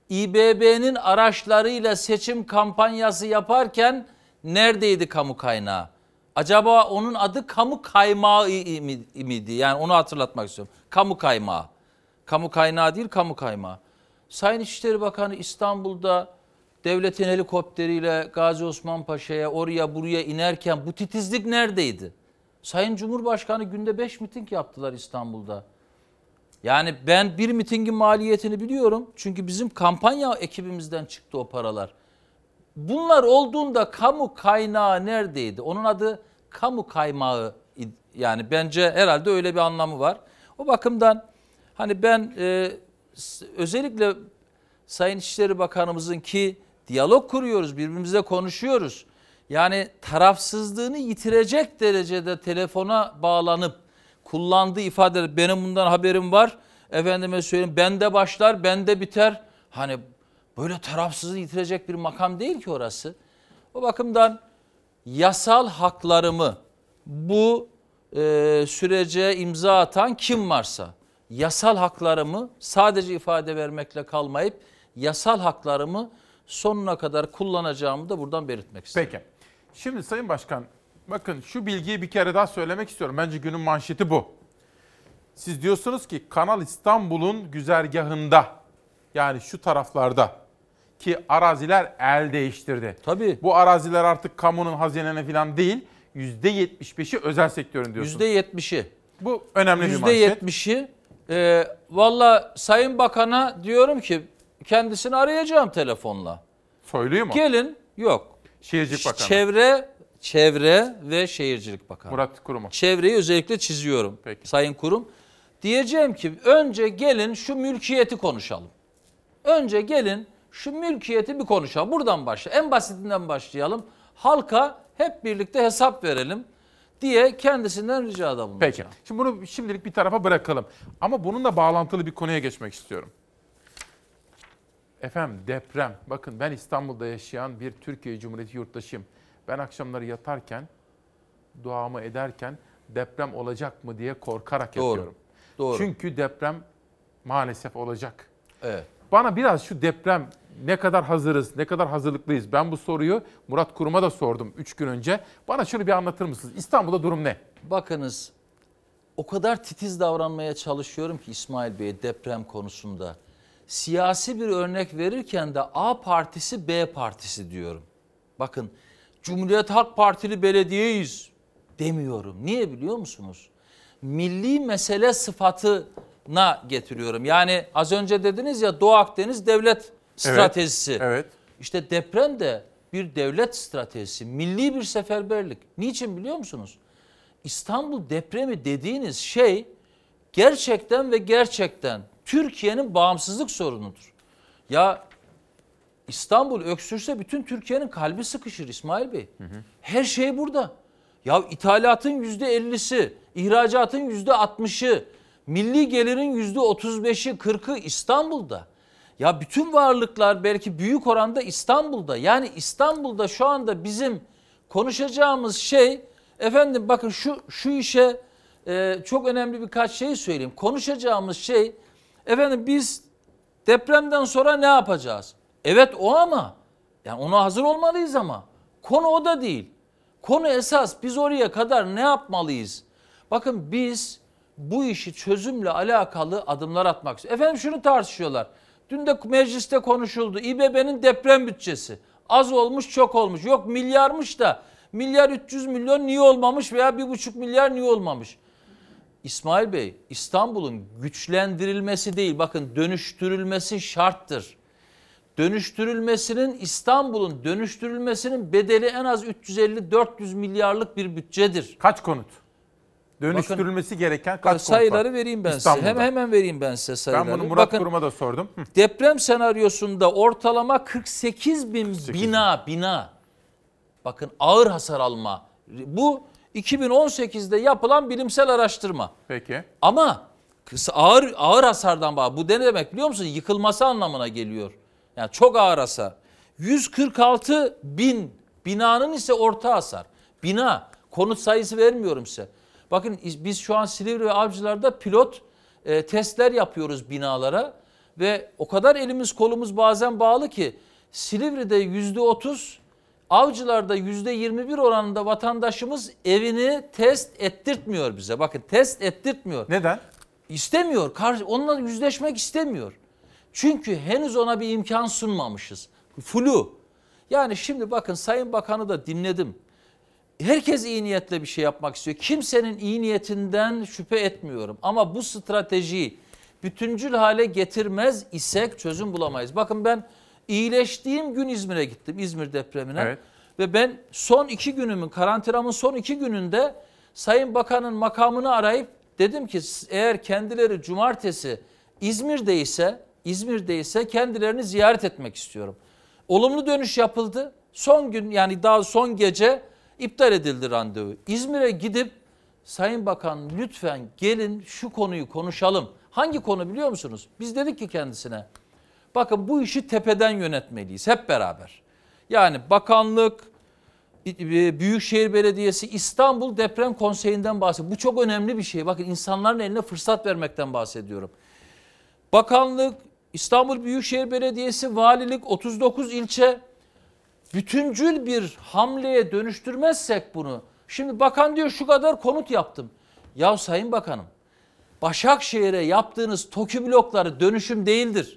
İBB'nin araçlarıyla seçim kampanyası yaparken neredeydi kamu kaynağı? Acaba onun adı kamu kaymağı miydi? Yani onu hatırlatmak istiyorum. Kamu kaymağı. Kamu kaynağı değil, kamu kaymağı. Sayın İçişleri Bakanı İstanbul'da devletin helikopteriyle Gazi Osman Paşa'ya oraya buraya inerken bu titizlik neredeydi? Sayın Cumhurbaşkanı günde beş miting yaptılar İstanbul'da. Yani ben bir mitingin maliyetini biliyorum. Çünkü bizim kampanya ekibimizden çıktı o paralar. Bunlar olduğunda kamu kaynağı neredeydi? Onun adı kamu kaymağı. Yani bence herhalde öyle bir anlamı var. O bakımdan hani ben e, özellikle Sayın İçişleri Bakanımızın ki diyalog kuruyoruz, birbirimizle konuşuyoruz. Yani tarafsızlığını yitirecek derecede telefona bağlanıp kullandığı ifadeler, benim bundan haberim var, efendime söyleyeyim bende başlar, bende biter. Hani böyle tarafsızlığı yitirecek bir makam değil ki orası. O bakımdan yasal haklarımı bu e, sürece imza atan kim varsa yasal haklarımı sadece ifade vermekle kalmayıp yasal haklarımı sonuna kadar kullanacağımı da buradan belirtmek isterim. Peki. Şimdi Sayın Başkan, bakın şu bilgiyi bir kere daha söylemek istiyorum. Bence günün manşeti bu. Siz diyorsunuz ki Kanal İstanbul'un güzergahında, yani şu taraflarda ki araziler el değiştirdi. Tabii. Bu araziler artık kamunun hazinene falan değil, yüzde yetmiş beşi özel sektörün diyorsunuz. yüzde yetmişi. Bu önemli bir manşet. yüzde yetmişi. E, Valla Sayın Bakan'a diyorum ki kendisini arayacağım telefonla. Soyluyu mu? Gelin, yok. Şehircilik Bakanı. Çevre, Çevre ve Şehircilik Bakanı. Murat Kurum'u. Çevreyi özellikle çiziyorum. Peki. Sayın Kurum. Diyeceğim ki önce gelin şu mülkiyeti konuşalım. Önce gelin şu mülkiyeti bir konuşalım. Buradan başla. En basitinden başlayalım. Halka hep birlikte hesap verelim diye kendisinden ricada bulunacağım. Peki. Şimdi bunu şimdilik bir tarafa bırakalım. Ama bununla bağlantılı bir konuya geçmek istiyorum. Efendim deprem. Bakın ben İstanbul'da yaşayan bir Türkiye Cumhuriyeti yurttaşıyım. Ben akşamları yatarken, duamı ederken deprem olacak mı diye korkarak Doğru. yatıyorum. Doğru. Çünkü deprem maalesef olacak. Evet. Bana biraz şu deprem ne kadar hazırız, ne kadar hazırlıklıyız? Ben bu soruyu Murat Kurum'a da sordum üç gün önce. Bana şunu bir anlatır mısınız? İstanbul'da durum ne? Bakınız o kadar titiz davranmaya çalışıyorum ki İsmail Bey deprem konusunda. Siyasi bir örnek verirken de A partisi B partisi diyorum. Bakın Cumhuriyet Halk Partili belediyeyiz demiyorum. Niye biliyor musunuz? Milli mesele sıfatına getiriyorum. Yani az önce dediniz ya Doğu Akdeniz devlet stratejisi. Evet, evet. İşte deprem de bir devlet stratejisi, milli bir seferberlik. Niçin biliyor musunuz? İstanbul depremi dediğiniz şey gerçekten ve gerçekten Türkiye'nin bağımsızlık sorunudur. Ya İstanbul öksürse bütün Türkiye'nin kalbi sıkışır İsmail Bey. Hı hı. Her şey burada. Ya ithalatın yüzde ellisi, ihracatın yüzde altmışı, milli gelirin yüzde otuz beşi, kırkı İstanbul'da. Ya bütün varlıklar belki büyük oranda İstanbul'da. Yani İstanbul'da şu anda bizim konuşacağımız şey, efendim bakın şu şu işe e, çok önemli birkaç şey söyleyeyim. Konuşacağımız şey, efendim biz depremden sonra ne yapacağız? Evet o ama, yani ona hazır olmalıyız ama konu o da değil. Konu esas biz oraya kadar ne yapmalıyız? Bakın biz bu işi çözümle alakalı adımlar atmak istiyoruz. Efendim şunu tartışıyorlar. Dün de mecliste konuşuldu. İBB'nin deprem bütçesi. Az olmuş çok olmuş. Yok milyarmış da milyar üç yüz milyon niye olmamış veya bir buçuk milyar niye olmamış? İsmail Bey, İstanbul'un güçlendirilmesi değil, bakın dönüştürülmesi şarttır. Dönüştürülmesinin, İstanbul'un dönüştürülmesinin bedeli en az üç yüz elli dört yüz milyarlık bir bütçedir. Kaç konut? Dönüştürülmesi bakın, gereken kaç konut var? Sayıları vereyim ben size. Hemen hemen vereyim ben size sayıları. Ben bunu Murat bakın, Kurum'a da sordum. Hı. Deprem senaryosunda ortalama kırk sekiz bin bina, bina. Bakın ağır hasar alma. Bu iki bin on sekizde yapılan bilimsel araştırma. Peki. Ama ağır ağır hasardan bahsediyor. Bu ne demek biliyor musunuz? Yıkılması anlamına geliyor. Yani çok ağır hasar. yüz kırk altı bin binanın ise orta hasar. Bina, konut sayısı vermiyorum size. Bakın biz şu an Silivri ve Avcılar'da pilot e, testler yapıyoruz binalara. Ve o kadar elimiz kolumuz bazen bağlı ki Silivri'de yüzde otuz, Avcılar'da yüzde yirmi bir oranında vatandaşımız evini test ettirtmiyor bize. Bakın test ettirtmiyor. Neden? İstemiyor. Onunla yüzleşmek istemiyor. Çünkü henüz ona bir imkan sunmamışız. Flu. Yani şimdi bakın Sayın Bakan'ı da dinledim. Herkes iyi niyetle bir şey yapmak istiyor. Kimsenin iyi niyetinden şüphe etmiyorum. Ama bu stratejiyi bütüncül hale getirmez isek çözüm bulamayız. Bakın ben iyileştiğim gün İzmir'e gittim. İzmir depremine. Evet. Ve ben son iki günümün, karantinamın son iki gününde Sayın Bakan'ın makamını arayıp dedim ki eğer kendileri cumartesi İzmir'deyse, İzmir'deyse kendilerini ziyaret etmek istiyorum. Olumlu dönüş yapıldı. Son gün yani daha son gece iptal edildi randevu. İzmir'e gidip Sayın Bakan lütfen gelin şu konuyu konuşalım. Hangi konu biliyor musunuz? Biz dedik ki kendisine bakın bu işi tepeden yönetmeliyiz hep beraber. Yani bakanlık, Büyükşehir Belediyesi, İstanbul Deprem Konseyi'nden bahsediyorum. Bu çok önemli bir şey. Bakın insanların eline fırsat vermekten bahsediyorum. Bakanlık, İstanbul Büyükşehir Belediyesi, valilik, otuz dokuz ilçe bütüncül bir hamleye dönüştürmezsek bunu. Şimdi bakan diyor şu kadar konut yaptım. Ya Sayın Bakanım, Başakşehir'e yaptığınız TOKİ blokları dönüşüm değildir.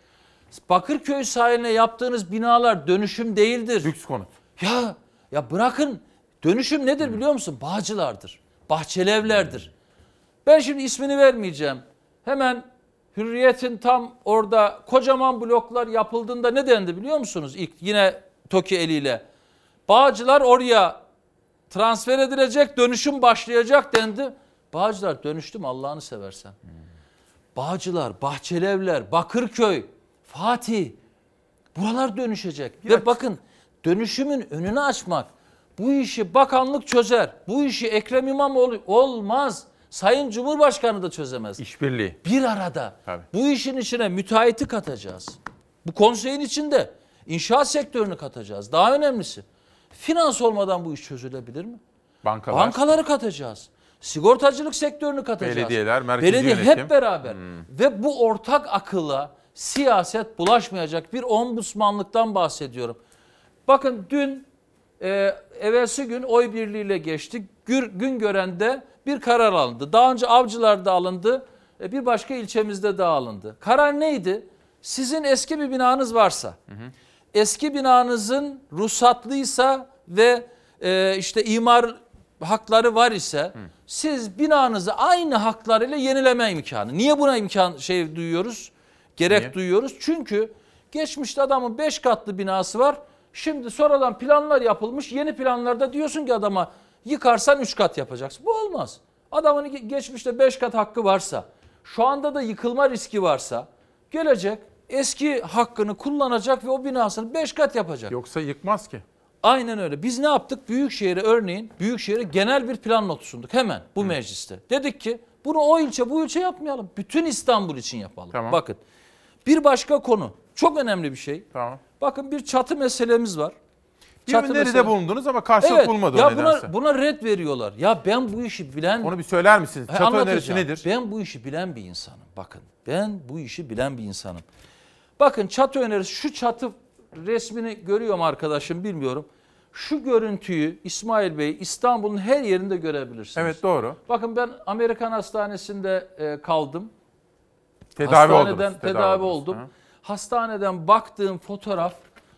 Bakırköy sahiline yaptığınız binalar dönüşüm değildir. Lüks konut. Ya ya bırakın dönüşüm nedir biliyor musun? Bağcılardır, Bahçeli Evler'dir. Ben şimdi ismini vermeyeceğim. Hemen Hürriyet'in tam orada kocaman bloklar yapıldığında ne dendi biliyor musunuz? İlk yine TOKİ eliyle. Bağcılar oraya transfer edilecek, dönüşüm başlayacak dendi. Bağcılar dönüştü mü Allah'ını seversen? Hmm. Bağcılar, Bahçeli Evler, Bakırköy, Fatih buralar dönüşecek. Bir Ve bakın dönüşümün önünü açmak bu işi bakanlık çözer. Bu işi Ekrem İmamoğlu olmaz. Sayın Cumhurbaşkanı da çözemez. İşbirliği. Bir arada. Tabii. Bu işin içine müteahhiti katacağız. Bu konseyin içinde inşaat sektörünü katacağız. Daha önemlisi finans olmadan bu iş çözülebilir mi? Bankalar. Bankaları katacağız. Sigortacılık sektörünü katacağız. Belediyeler, merkezi Belediye yönetim. hep beraber. Hmm. Ve bu ortak akılla siyaset bulaşmayacak bir ombudsmanlıktan bahsediyorum. Bakın dün e, evvelsi gün oy birliğiyle geçti. Gür, Güngören'de bir karar alındı. Daha önce Avcılar'da alındı. E, bir başka ilçemizde de alındı. Karar neydi? Sizin eski bir binanız varsa, hı hı. eski binanızın ruhsatlıysa ve e, işte imar hakları var ise hı. siz binanızı aynı haklarıyla yenileme imkanı. Niye buna imkan şey duyuyoruz? Gerek Niye? duyuyoruz. Çünkü geçmişte adamın beş katlı binası var. Şimdi sonradan planlar yapılmış. Yeni planlarda diyorsun ki adama yıkarsan üç kat yapacaksın. Bu olmaz. Adamın geçmişte beş kat hakkı varsa, şu anda da yıkılma riski varsa gelecek eski hakkını kullanacak ve o binasını beş kat yapacak. Yoksa yıkmaz ki. Aynen öyle. Biz ne yaptık? Büyükşehir'e örneğin Büyükşehir'e genel bir plan notu sunduk hemen bu Hı. mecliste. Dedik ki bunu o ilçe bu ilçe yapmayalım. Bütün İstanbul için yapalım. Tamam. Bakın bir başka konu çok önemli bir şey. Tamam. Bakın bir çatı meselemiz var. Bir öneride bulundunuz ama karşılık evet, bulmadı ya o nedense. Buna, buna red veriyorlar. Ya ben bu işi bilen... Onu bir söyler misiniz? Çatı önerisi nedir? Ben bu işi bilen bir insanım. Bakın ben bu işi bilen bir insanım. Bakın çatı önerisi, şu çatı resmini görüyorum arkadaşım bilmiyorum. Şu görüntüyü İsmail Bey İstanbul'un her yerinde görebilirsiniz. Evet doğru. Bakın ben Amerikan Hastanesi'nde e, kaldım. Tedavi Hastaneden oldunuz. tedavi, tedavi oldum. Hı. Hastaneden baktığım fotoğraf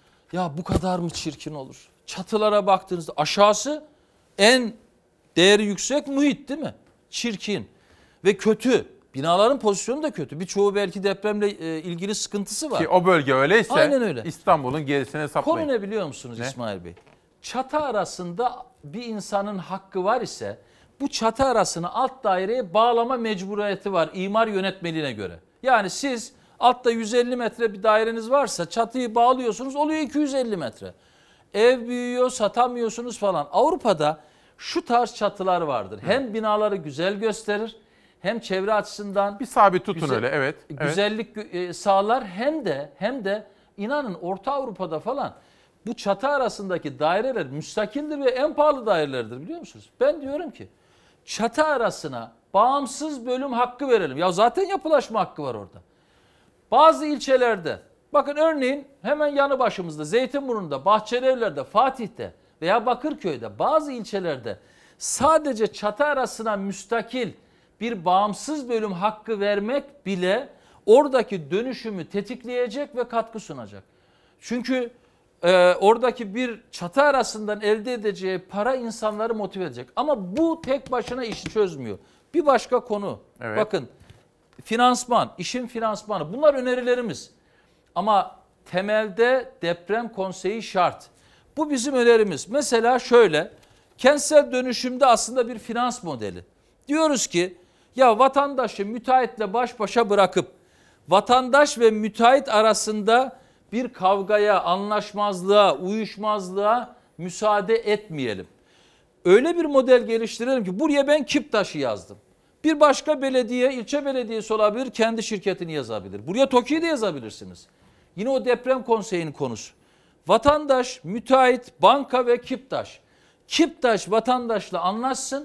ya bu kadar mı çirkin olur? Çatılara baktığınızda aşağısı en değeri yüksek muhit değil mi? Çirkin ve kötü. Binaların pozisyonu da kötü. Birçoğu belki depremle e, ilgili sıkıntısı var. Ki o bölge öyleyse Aynen öyle. İstanbul'un gerisine hesaplayın. Konu ne biliyor musunuz ne? İsmail Bey? Çatı arasında bir insanın hakkı var ise bu çatı arasını alt daireye bağlama mecburiyeti var imar yönetmeliğine göre. Yani siz altta yüz elli metre bir daireniz varsa çatıyı bağlıyorsunuz oluyor iki yüz elli metre. Ev büyüyor satamıyorsunuz falan. Avrupa'da şu tarz çatılar vardır. Hem binaları güzel gösterir hem çevre açısından bir sabit tutun güzel, öyle evet. Güzellik evet. sağlar hem de hem de inanın Orta Avrupa'da falan bu çatı arasındaki daireler müstakildir ve en pahalı dairelerdir biliyor musunuz? Ben diyorum ki çatı arasına bağımsız bölüm hakkı verelim. Ya zaten yapılaşma hakkı var orada. Bazı ilçelerde, bakın örneğin hemen yanı başımızda, Zeytinburnu'nda, Bahçelievler'de, Fatih'te veya Bakırköy'de bazı ilçelerde sadece çatı arasına müstakil bir bağımsız bölüm hakkı vermek bile oradaki dönüşümü tetikleyecek ve katkı sunacak. Çünkü e, oradaki bir çatı arasından elde edeceği para insanları motive edecek. Ama bu tek başına işi çözmüyor. Bir başka konu, Evet. bakın finansman, işin finansmanı, bunlar önerilerimiz. Ama temelde deprem konseyi şart. Bu bizim önerimiz. Mesela şöyle, kentsel dönüşümde aslında bir finans modeli. Diyoruz ki ya vatandaşı müteahhitle baş başa bırakıp vatandaş ve müteahhit arasında bir kavgaya, anlaşmazlığa, uyuşmazlığa müsaade etmeyelim. Öyle bir model geliştirelim ki buraya ben Kiptaş'ı yazdım. Bir başka belediye, ilçe belediyesi olabilir, kendi şirketini yazabilir. Buraya TOKİ'yi de yazabilirsiniz. Yine o deprem konseyinin konusu. Vatandaş, müteahhit, banka ve Kiptaş. Kiptaş vatandaşla anlaşsın.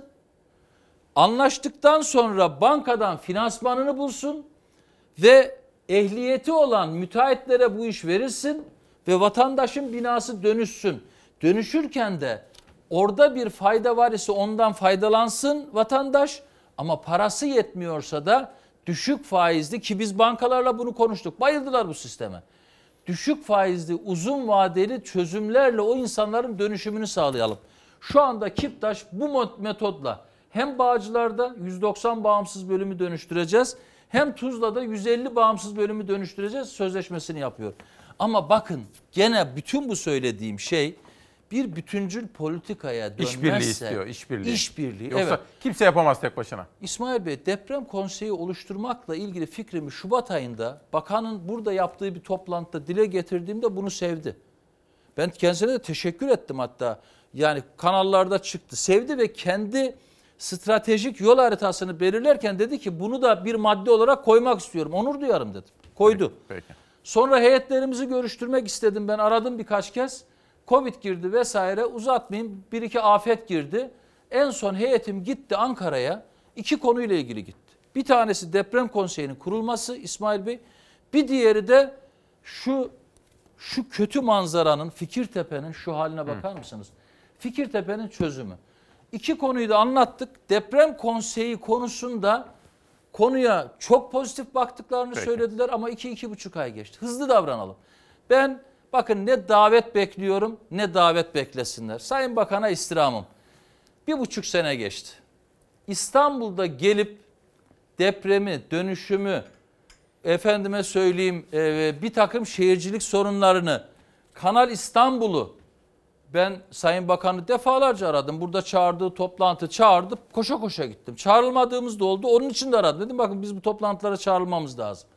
Anlaştıktan sonra bankadan finansmanını bulsun ve ehliyeti olan müteahhitlere bu iş verilsin ve vatandaşın binası dönüşsün. Dönüşürken de orada bir fayda var ise ondan faydalansın vatandaş, ama parası yetmiyorsa da düşük faizli, ki biz bankalarla bunu konuştuk, bayıldılar bu sisteme. Düşük faizli uzun vadeli çözümlerle o insanların dönüşümünü sağlayalım. Şu anda Kiptaş bu metodla hem Bağcılar'da yüz doksan bağımsız bölümü dönüştüreceğiz, hem Tuzla'da yüz elli bağımsız bölümü dönüştüreceğiz, sözleşmesini yapıyor. Ama bakın gene bütün bu söylediğim şey bir bütüncül politikaya dönmezse... İşbirliği istiyor, işbirliği. İşbirliği, Yoksa evet. kimse yapamaz tek başına. İsmail Bey, deprem konseyi oluşturmakla ilgili fikrimi Şubat ayında bakanın burada yaptığı bir toplantıda dile getirdiğimde bunu sevdi. Ben kendisine de teşekkür ettim hatta. Yani kanallarda çıktı, sevdi ve kendi stratejik yol haritasını belirlerken dedi ki bunu da bir madde olarak koymak istiyorum. Onur duyarım dedim. Koydu. Peki, peki. Sonra heyetlerimizi görüştürmek istedim. Ben aradım birkaç kez. Covid girdi vesaire, uzatmayayım, bir iki afet girdi. En son heyetim gitti Ankara'ya, iki konuyla ilgili gitti. Bir tanesi deprem konseyinin kurulması İsmail Bey, bir diğeri de şu şu kötü manzaranın, Fikirtepe'nin şu haline bakar Hı. mısınız? Fikirtepe'nin çözümü. İki konuyu da anlattık. Deprem konseyi konusunda konuya çok pozitif baktıklarını Peki. söylediler ama iki, iki buçuk ay geçti. Hızlı davranalım. Ben bakın ne davet bekliyorum ne davet beklesinler. Sayın Bakan'a istirhamım. Bir buçuk sene geçti. İstanbul'da gelip depremi, dönüşümü, efendime söyleyeyim bir takım şehircilik sorunlarını, Kanal İstanbul'u, ben Sayın Bakan'ı defalarca aradım. Burada çağırdığı toplantı çağırdı, koşa koşa gittim. Çağrılmadığımız da oldu, onun için de aradım. Dedim bakın biz bu toplantılara çağrılmamız lazım.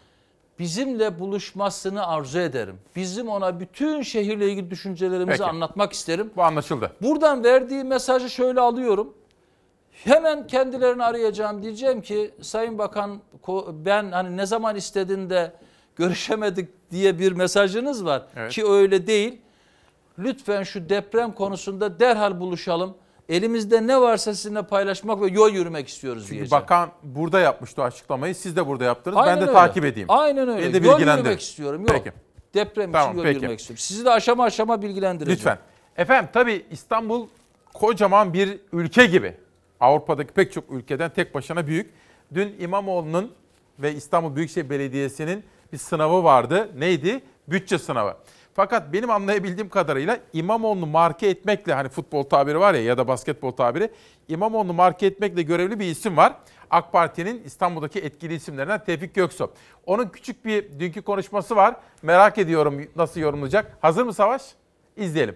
Bizimle buluşmasını arzu ederim. Bizim ona bütün şehirle ilgili düşüncelerimizi Peki. anlatmak isterim. Bu anlaşıldı. Buradan verdiği mesajı şöyle alıyorum. Hemen kendilerini arayacağım, diyeceğim ki Sayın Bakan ben hani ne zaman istedin de görüşemedik diye bir mesajınız var. Evet. Ki öyle değil. Lütfen şu deprem konusunda derhal buluşalım. Elimizde ne varsa sizinle paylaşmak ve yol yürümek istiyoruz Çünkü diyeceğim. Bakan burada yapmıştı o açıklamayı. Siz de burada yaptınız. Aynen ben de öyle. takip edeyim. Aynen öyle. Beni de yol bilgilendirin. yürümek istiyorum. Yok. Peki. Deprem Tamam, için yol peki. yürümek istiyorum. Sizi de aşama aşama bilgilendireceğim. Lütfen. Efendim tabii İstanbul kocaman bir ülke gibi. Avrupa'daki pek çok ülkeden tek başına büyük. Dün İmamoğlu'nun ve İstanbul Büyükşehir Belediyesi'nin bir sınavı vardı. Neydi? Bütçe sınavı. Fakat benim anlayabildiğim kadarıyla İmamoğlu'nu marke etmekle, hani futbol tabiri var ya ya da basketbol tabiri, İmamoğlu'nu marke etmekle görevli bir isim var. AK Parti'nin İstanbul'daki etkili isimlerinden Tevfik Göksu. Onun küçük bir dünkü konuşması var. Merak ediyorum nasıl yorumlayacak. Hazır mı Savaş? İzleyelim.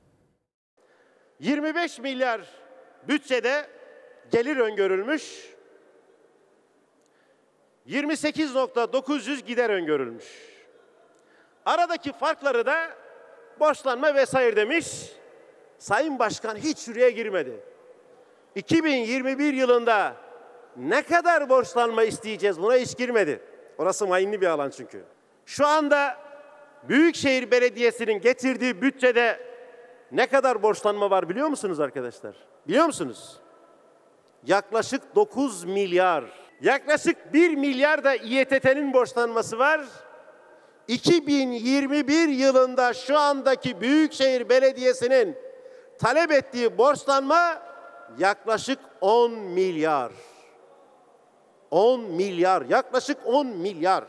yirmi beş milyar bütçede gelir öngörülmüş. yirmi sekiz bin dokuz yüz gider öngörülmüş. Aradaki farkları da borçlanma vesaire demiş. Sayın Başkan hiç şuraya girmedi. iki bin yirmi bir yılında ne kadar borçlanma isteyeceğiz buna hiç girmedi. Orası mayınlı bir alan çünkü. Şu anda Büyükşehir Belediyesi'nin getirdiği bütçede ne kadar borçlanma var biliyor musunuz arkadaşlar? Biliyor musunuz? Yaklaşık dokuz milyar. Yaklaşık bir milyar da İ Y T T'nin borçlanması var. iki bin yirmi bir yılında şu andaki Büyükşehir Belediyesi'nin talep ettiği borçlanma yaklaşık on milyar. on milyar, yaklaşık on milyar.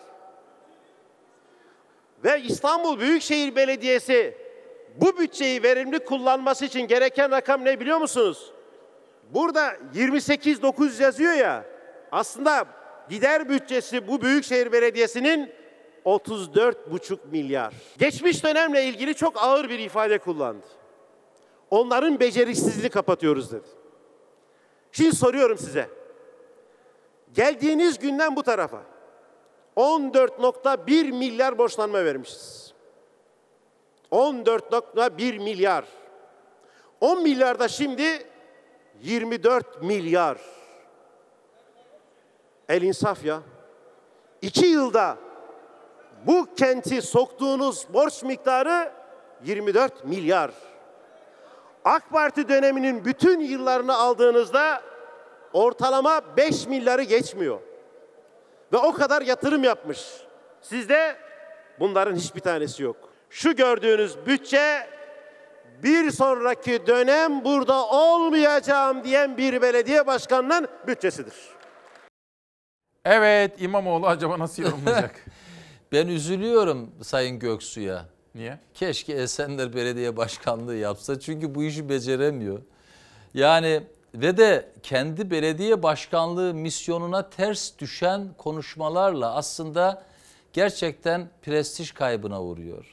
Ve İstanbul Büyükşehir Belediyesi bu bütçeyi verimli kullanması için gereken rakam ne biliyor musunuz? Burada yirmi sekiz bin dokuz yüz yazıyor ya, aslında gider bütçesi bu Büyükşehir Belediyesi'nin otuz dört buçuk milyar. Geçmiş dönemle ilgili çok ağır bir ifade kullandı. Onların beceriksizliğini kapatıyoruz dedi. Şimdi soruyorum size. Geldiğiniz günden bu tarafa on dört nokta bir milyar borçlanma vermişiz. on dört nokta bir milyar. on milyar da şimdi yirmi dört milyar. El insaf ya. İki yılda bu kenti soktuğunuz borç miktarı yirmi dört milyar. AK Parti döneminin bütün yıllarını aldığınızda ortalama beş milyarı geçmiyor. Ve o kadar yatırım yapmış. Sizde bunların hiçbir tanesi yok. Şu gördüğünüz bütçe bir sonraki dönem burada olmayacağım diyen bir belediye başkanının bütçesidir. Evet, İmamoğlu acaba nasıl yorumlayacak? Ben üzülüyorum Sayın Göksu'ya. Niye? Keşke Esenler Belediye Başkanlığı yapsa. Çünkü bu işi beceremiyor. Yani ve de kendi belediye başkanlığı misyonuna ters düşen konuşmalarla aslında gerçekten prestij kaybına uğruyor.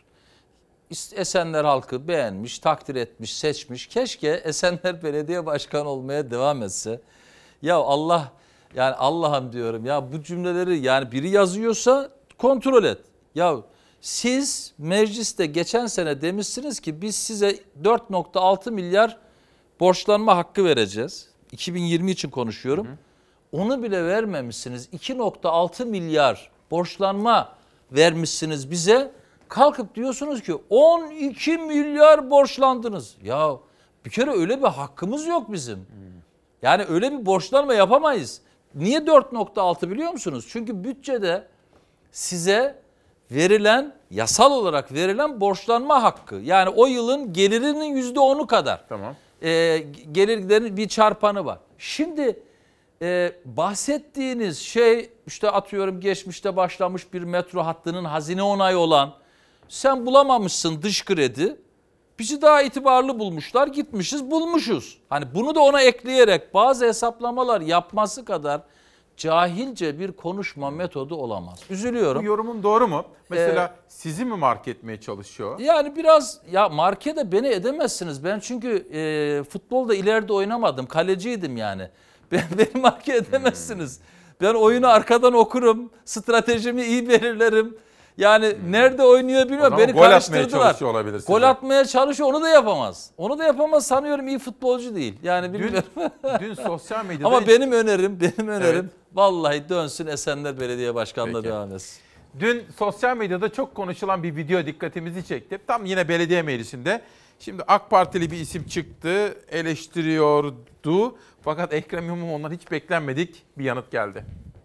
Esenler halkı beğenmiş, takdir etmiş, seçmiş. Keşke Esenler Belediye Başkanı olmaya devam etse. Ya Allah, yani Allah'ım diyorum ya, bu cümleleri yani biri yazıyorsa kontrol et. Ya siz mecliste geçen sene demişsiniz ki biz size dört nokta altı milyar borçlanma hakkı vereceğiz. iki bin yirmi için konuşuyorum. Hı hı. Onu bile vermemişsiniz. iki nokta altı milyar borçlanma vermişsiniz bize. Kalkıp diyorsunuz ki on iki milyar borçlandınız. Ya bir kere öyle bir hakkımız yok bizim. Hmm. Yani öyle bir borçlanma yapamayız. Niye dört nokta altı biliyor musunuz? Çünkü bütçede size verilen, yasal olarak verilen borçlanma hakkı. Yani o yılın gelirinin yüzde onu kadar. Tamam. E, gelirlerin bir çarpanı var. Şimdi e, bahsettiğiniz şey işte atıyorum geçmişte başlamış bir metro hattının hazine onayı olan, sen bulamamışsın dış kredi, bizi daha itibarlı bulmuşlar, gitmişiz bulmuşuz. Hani bunu da ona ekleyerek bazı hesaplamalar yapması kadar cahilce bir konuşma metodu olamaz. Üzülüyorum. Bu yorumun doğru mu? Mesela ee, sizi mi mark etmeye çalışıyor? Yani biraz ya marke de beni edemezsiniz. Ben çünkü e, futbolda ileride oynamadım. Kaleciydim yani. Ben, beni marke edemezsiniz. Hmm. Ben oyunu arkadan okurum. Stratejimi iyi belirlerim. Yani hmm. nerede oynuyor bilmiyorum. Beni gol karıştırdılar. Atmaya çalışıyor olabilir size. Gol atmaya çalışıyor, onu da yapamaz. Onu da yapamaz, sanıyorum iyi futbolcu değil. Yani bilmiyorum. Dün, dün sosyal medyada... Ama benim önerim, benim önerim evet. Vallahi dönsün Esenler Belediye Başkanlığı devam etsin. Dün sosyal medyada çok konuşulan bir video dikkatimizi çekti. Tam yine belediye meclisinde. Şimdi AK Partili bir isim çıktı, eleştiriyordu. Fakat Ekrem İmamoğlu'ndan hiç beklenmedik bir yanıt geldi.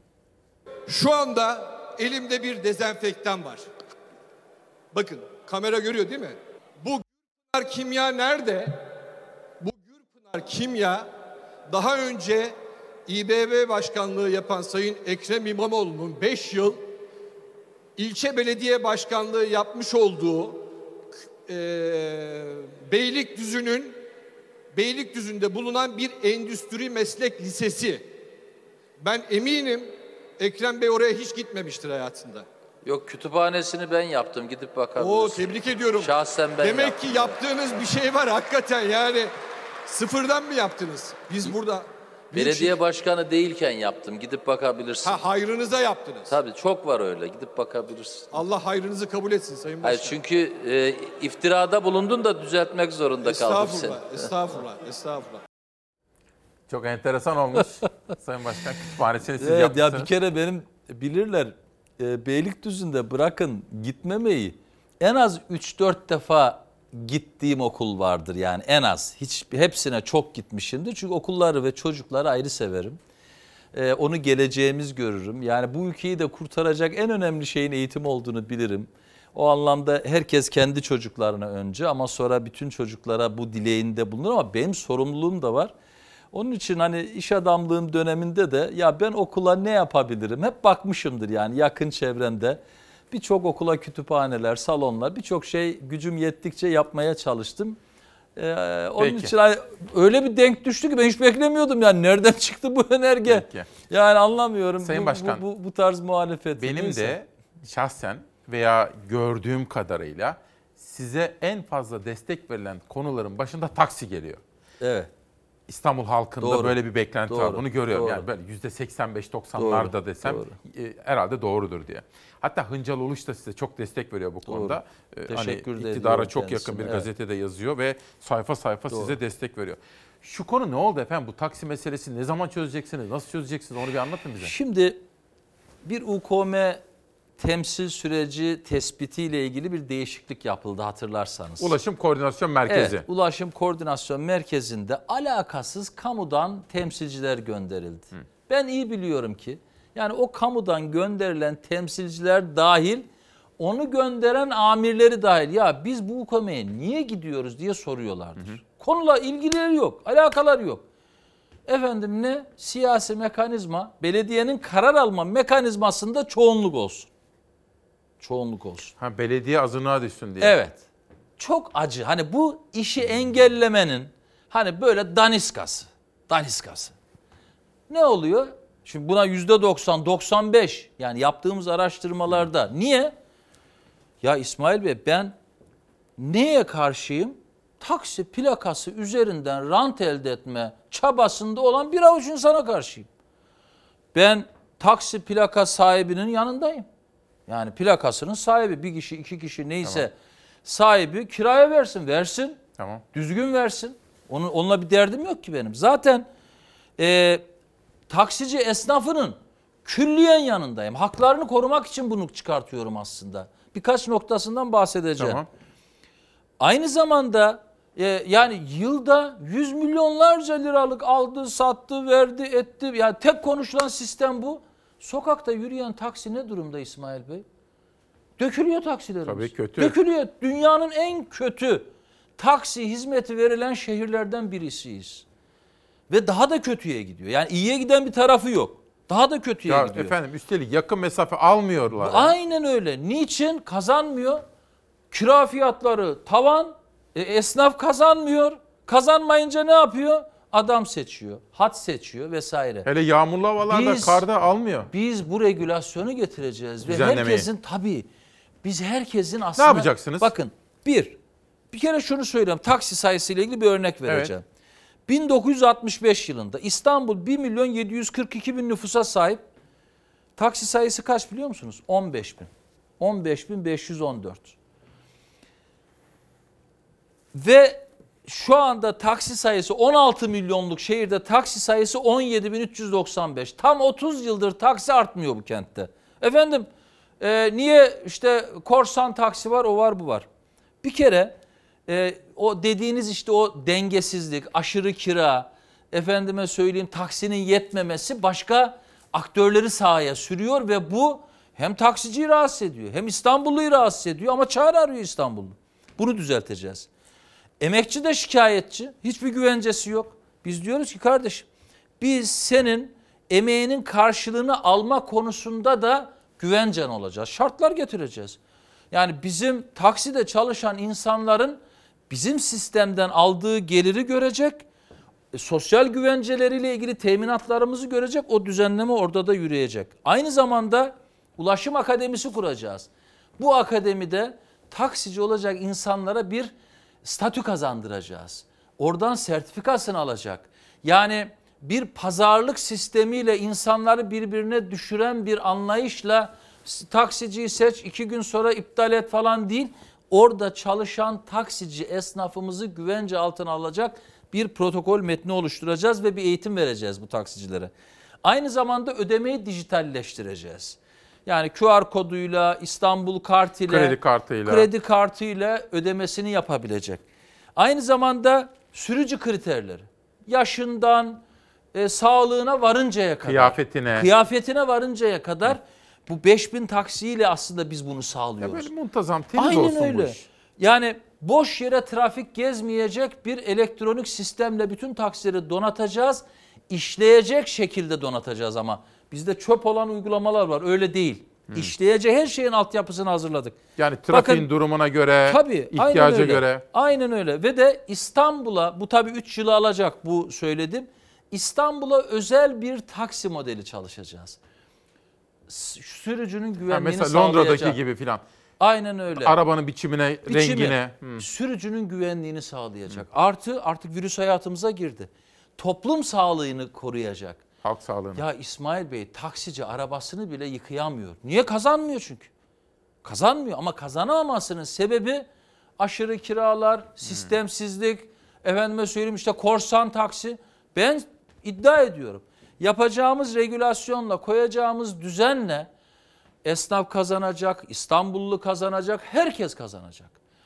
Şu anda elimde bir dezenfektan var. Bakın kamera görüyor değil mi? Bu Gürpınar Kimya nerede? Bu Gürpınar Kimya daha önce İ B B Başkanlığı yapan Sayın Ekrem İmamoğlu'nun beş yıl ilçe belediye başkanlığı yapmış olduğu e, Beylikdüzü'nün Beylikdüzü'nde bulunan bir endüstri meslek lisesi. Ben eminim Ekrem Bey oraya hiç gitmemiştir hayatında. Yok, kütüphanesini ben yaptım, gidip bakabilirsin. Oo, tebrik ediyorum. Şahsen ben Demek yaptım. ki yaptığınız bir şey var hakikaten, yani sıfırdan mı yaptınız? Biz burada belediye şey... başkanı değilken yaptım, gidip bakabilirsin. Ha, hayrınıza yaptınız. Tabii çok var öyle, gidip bakabilirsin. Allah hayrınızı kabul etsin Sayın Başkan. Hayır, çünkü e, iftirada bulundun da düzeltmek zorunda kaldım seni. Estağfurullah, estağfurullah, estağfurullah. Çok enteresan olmuş. Sayın Başkan kütüphanesini siz evet, yapmışsınız. Ya bir kere benim bilirler e, Beylikdüzü'nde bırakın gitmemeyi en az üç dört defa gittiğim okul vardır yani en az. Hiç hepsine çok gitmişimdir. Çünkü okulları ve çocukları ayrı severim. Ee, onu geleceğimiz görürüm. Yani bu ülkeyi de kurtaracak en önemli şeyin eğitim olduğunu bilirim. O anlamda herkes kendi çocuklarına önce ama sonra bütün çocuklara bu dileğinde bulunur ama benim sorumluluğum da var. Onun için hani iş adamlığım döneminde de ya ben okula ne yapabilirim? Hep bakmışımdır yani yakın çevremde. Birçok okula kütüphaneler, salonlar, birçok şey gücüm yettikçe yapmaya çalıştım. Ee, onun Peki. için hani öyle bir denk düştü ki ben hiç beklemiyordum yani nereden çıktı bu önerge? Peki. Yani anlamıyorum. Sayın bu, Başkan, bu, bu, bu tarz muhalefet. Benim neyse. de şahsen veya gördüğüm kadarıyla size en fazla destek verilen konuların başında taksi geliyor. Evet. İstanbul halkında Doğru. böyle bir beklenti Doğru. var. Bunu görüyorum. Doğru. Yani böyle yüzde seksen beş doksanlarda desem Doğru. e, herhalde doğrudur diye. Hatta Hıncal Uluç da size çok destek veriyor bu Doğru. konuda. E, Teşekkür hani de iktidara ediyorum çok yakın kendisine. bir Evet. gazetede yazıyor ve sayfa sayfa Doğru. size destek veriyor. Şu konu ne oldu efendim? Bu taksi meselesini ne zaman çözeceksiniz? Nasıl çözeceksiniz? Onu bir anlatın bize. Şimdi bir U K M temsil süreci tespitiyle ilgili bir değişiklik yapıldı hatırlarsanız. Ulaşım Koordinasyon Merkezi. Evet, Ulaşım Koordinasyon Merkezi'nde alakasız kamudan temsilciler gönderildi. Hı. Ben iyi biliyorum ki yani o kamudan gönderilen temsilciler dahil onu gönderen amirleri dahil ya biz bu U K M'ye niye gidiyoruz diye soruyorlardır. Hı hı. Konuyla ilgileri yok, alakaları yok. Efendim ne? Siyasi mekanizma, belediyenin karar alma mekanizmasında çoğunluk olsun. Çoğunluk olsun. Ha, belediye azınlığa düşsün diye. Evet. Çok acı. Hani bu işi engellemenin hani böyle daniskası. Daniskası. Ne oluyor? Şimdi buna yüzde doksan, doksan beş yani yaptığımız araştırmalarda. Niye? Ya İsmail Bey ben neye karşıyım? Taksi plakası üzerinden rant elde etme çabasında olan bir avuç insana karşıyım. Ben taksi plaka sahibinin yanındayım. Yani plakasının sahibi bir kişi iki kişi neyse tamam. Sahibi kiraya versin versin. Tamam. Düzgün versin. Onun, onunla bir derdim yok ki benim. Zaten e, taksici esnafının külliyen yanındayım. Haklarını korumak için bunu çıkartıyorum aslında. Birkaç noktasından bahsedeceğim. Tamam. Aynı zamanda e, yani yılda yüz milyonlarca liralık aldı, sattı, verdi, etti. Yani tek konuşulan sistem bu. Sokakta yürüyen taksi ne durumda İsmail Bey? Dökülüyor taksilerimiz. Tabii kötü. Dökülüyor. Dünyanın en kötü taksi hizmeti verilen şehirlerden birisiyiz. Ve daha da kötüye gidiyor. Yani iyiye giden bir tarafı yok. Daha da kötüye ya gidiyor. Efendim üstelik yakın mesafe almıyorlar. Aynen öyle. Niçin? Kazanmıyor. Kira fiyatları tavan. E, esnaf kazanmıyor. Kazanmayınca ne yapıyor? Adam seçiyor, hat seçiyor vesaire. Hele yağmurlu havalarda biz, karda almıyor. Biz bu regülasyonu getireceğiz. Ve Düzenlemeyi. herkesin tabii biz herkesin aslında... Ne yapacaksınız? Bakın bir, bir kere şunu söyleyeyim. Taksi sayısıyla ilgili bir örnek vereceğim. Evet. bin dokuz yüz altmış beş yılında İstanbul bir milyon yedi yüz kırk iki bin nüfusa sahip. Taksi sayısı kaç biliyor musunuz? on beş bin. on beş bin beş yüz on dört. Ve şu anda taksi sayısı on altı milyonluk şehirde taksi sayısı on yedi bin üç yüz doksan beş. Tam otuz yıldır taksi artmıyor bu kentte. Efendim e, niye işte korsan taksi var, o var, bu var. Bir kere e, o dediğiniz işte o dengesizlik, aşırı kira, efendime söyleyeyim taksinin yetmemesi başka aktörleri sahaya sürüyor ve bu hem taksiciyi rahatsız ediyor hem İstanbulluyu rahatsız ediyor ama çare arıyor İstanbullu. Bunu düzelteceğiz. Emekçi de şikayetçi. Hiçbir güvencesi yok. Biz diyoruz ki kardeşim biz senin emeğinin karşılığını alma konusunda da güvencen olacağız. Şartlar getireceğiz. Yani bizim takside çalışan insanların bizim sistemden aldığı geliri görecek, e, sosyal güvenceleriyle ilgili teminatlarımızı görecek, o düzenleme orada da yürüyecek. Aynı zamanda ulaşım akademisi kuracağız. Bu akademide taksici olacak insanlara bir statü kazandıracağız. Oradan sertifikasını alacak. Yani bir pazarlık sistemiyle insanları birbirine düşüren bir anlayışla taksiciyi seç, iki gün sonra iptal et falan değil. Orada çalışan taksici esnafımızı güvence altına alacak bir protokol metni oluşturacağız ve bir eğitim vereceğiz bu taksicilere. Aynı zamanda ödemeyi dijitalleştireceğiz. Yani Q R koduyla, İstanbul kartıyla, kredi kartıyla, kredi kartıyla ödemesini yapabilecek. Aynı zamanda sürücü kriterleri, yaşından, e, sağlığına varıncaya kadar. Kıyafetine. Kıyafetine varıncaya kadar bu beş bin taksiyle aslında biz bunu sağlıyoruz. Ya böyle muntazam, temiz Aynen olsun öyle. bu iş. Yani boş yere trafik gezmeyecek bir elektronik sistemle bütün taksileri donatacağız. İşleyecek şekilde donatacağız ama bizde çöp olan uygulamalar var. Öyle değil. Hmm. İşleyecek her şeyin altyapısını hazırladık. Yani trafiğin Bakın, durumuna göre, tabii, ihtiyaca aynen öyle. göre. Aynen öyle. Ve de İstanbul'a, bu tabii üç yılı alacak bu söyledim. İstanbul'a özel bir taksi modeli çalışacağız. Sürücünün güvenliğini Yani mesela sağlayacak. Londra'daki gibi filan. Aynen öyle. Arabanın biçimine, Biçimi, rengine. Hmm. Sürücünün güvenliğini sağlayacak. Hmm. Artı artık virüs hayatımıza girdi. Toplum sağlığını koruyacak. Halk sağlığını. Ya İsmail Bey taksici arabasını bile yıkayamıyor. Niye? Kazanmıyor çünkü. Kazanmıyor ama kazanamamasının sebebi aşırı kiralar, sistemsizlik, hmm. efendime söyleyeyim işte korsan taksi. Ben iddia ediyorum. Yapacağımız regülasyonla, koyacağımız düzenle esnaf kazanacak, İstanbullu kazanacak, herkes kazanacak.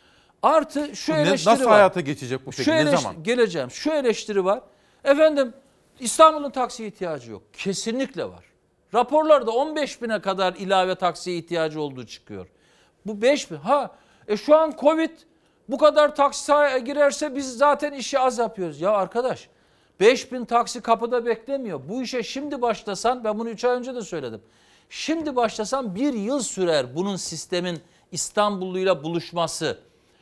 Artı şu ne, eleştiri nasıl var. Nasıl hayata geçecek bu peki? Şu Ne eleş- zaman? Geleceğim. Şu eleştiri var. Efendim İstanbul'un taksiye ihtiyacı yok. Kesinlikle var. Raporlarda on beş bine kadar ilave taksiye ihtiyacı olduğu çıkıyor. Bu beş bin. Ha e şu an Covid bu kadar taksi girerse biz zaten işi az yapıyoruz. Ya arkadaş beş bin taksi kapıda beklemiyor. Bu işe şimdi başlasan, ben bunu üç ay önce de söyledim. Şimdi başlasan bir yıl sürer bunun sistemin İstanbulluyla buluşması.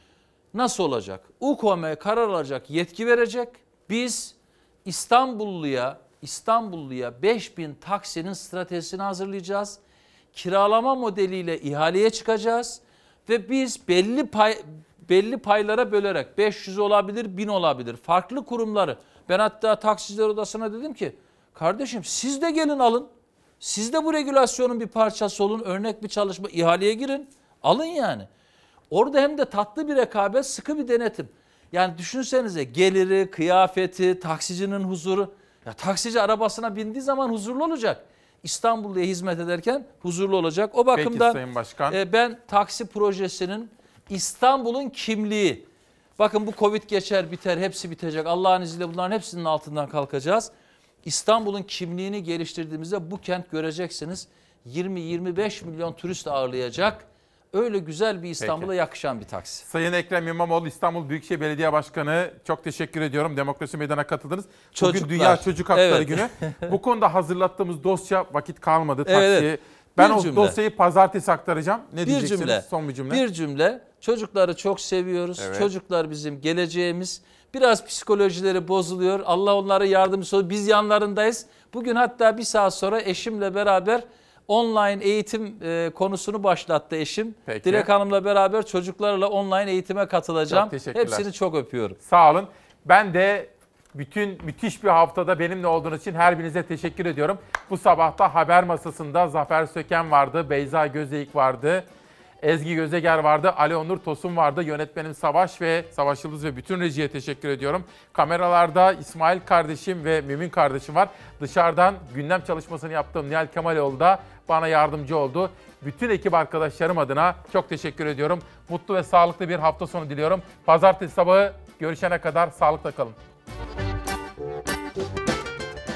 Nasıl olacak? U K M karar alacak, yetki verecek. Biz İstanbulluya, İstanbulluya beş bin taksinin stratejisini hazırlayacağız. Kiralama modeliyle ihaleye çıkacağız ve biz belli pay belli paylara bölerek beş yüz olabilir, bin olabilir. Farklı kurumları. Ben hatta taksiciler odasına dedim ki, kardeşim siz de gelin alın. Siz de bu regülasyonun bir parçası olun. Örnek bir çalışma, ihaleye girin. Alın yani. Orada hem de tatlı bir rekabet, sıkı bir denetim. Yani düşünsenize geliri, kıyafeti, taksicinin huzuru. Ya taksici arabasına bindiği zaman huzurlu olacak. İstanbulluya hizmet ederken huzurlu olacak. O bakımdan Sayın Başkan. E, ben taksi projesinin İstanbul'un kimliği. Bakın bu Covid geçer biter, hepsi bitecek. Allah'ın izniyle bunların hepsinin altından kalkacağız. İstanbul'un kimliğini geliştirdiğimizde bu kent göreceksiniz. yirmi yirmi beş milyon turist ağırlayacak. Öyle güzel bir İstanbul'a Peki. yakışan bir taksi. Sayın Ekrem İmamoğlu, İstanbul Büyükşehir Belediye Başkanı, çok teşekkür ediyorum. Demokrasi Meydanı'na katıldınız. Çocuklar. Bugün Dünya Çocuk Hakları Evet. Günü. Bu konuda hazırlattığımız dosya vakit kalmadı taksiye. Evet. Ben Bir o cümle. dosyayı pazartesi aktaracağım. Ne bir diyeceksiniz? Cümle, Son bir cümle. Bir cümle. Çocukları çok seviyoruz. Evet. Çocuklar bizim geleceğimiz. Biraz psikolojileri bozuluyor. Allah onlara yardımcısı olsun. Biz yanlarındayız. Bugün hatta bir saat sonra eşimle beraber online eğitim e, konusunu başlattı eşim. Peki. Dilek Hanım'la beraber çocuklarla online eğitime katılacağım. Çok teşekkürler. Hepsini çok öpüyorum. Sağ olun. Ben de bütün müthiş bir haftada benimle olduğunuz için her birinize teşekkür ediyorum. Bu sabah da haber masasında Zafer Söken vardı, Beyza Gözeyik vardı, Ezgi Gözeger vardı, Ali Onur Tosun vardı. Yönetmenim Savaş ve Savaş Yıldız ve bütün rejiye teşekkür ediyorum. Kameralarda İsmail kardeşim ve Mümin kardeşim var. Dışarıdan gündem çalışmasını yaptığım Nihal Kemaloğlu da bana yardımcı oldu. Bütün ekip arkadaşlarım adına çok teşekkür ediyorum. Mutlu ve sağlıklı bir hafta sonu diliyorum. Pazartesi sabahı görüşene kadar sağlıkla kalın.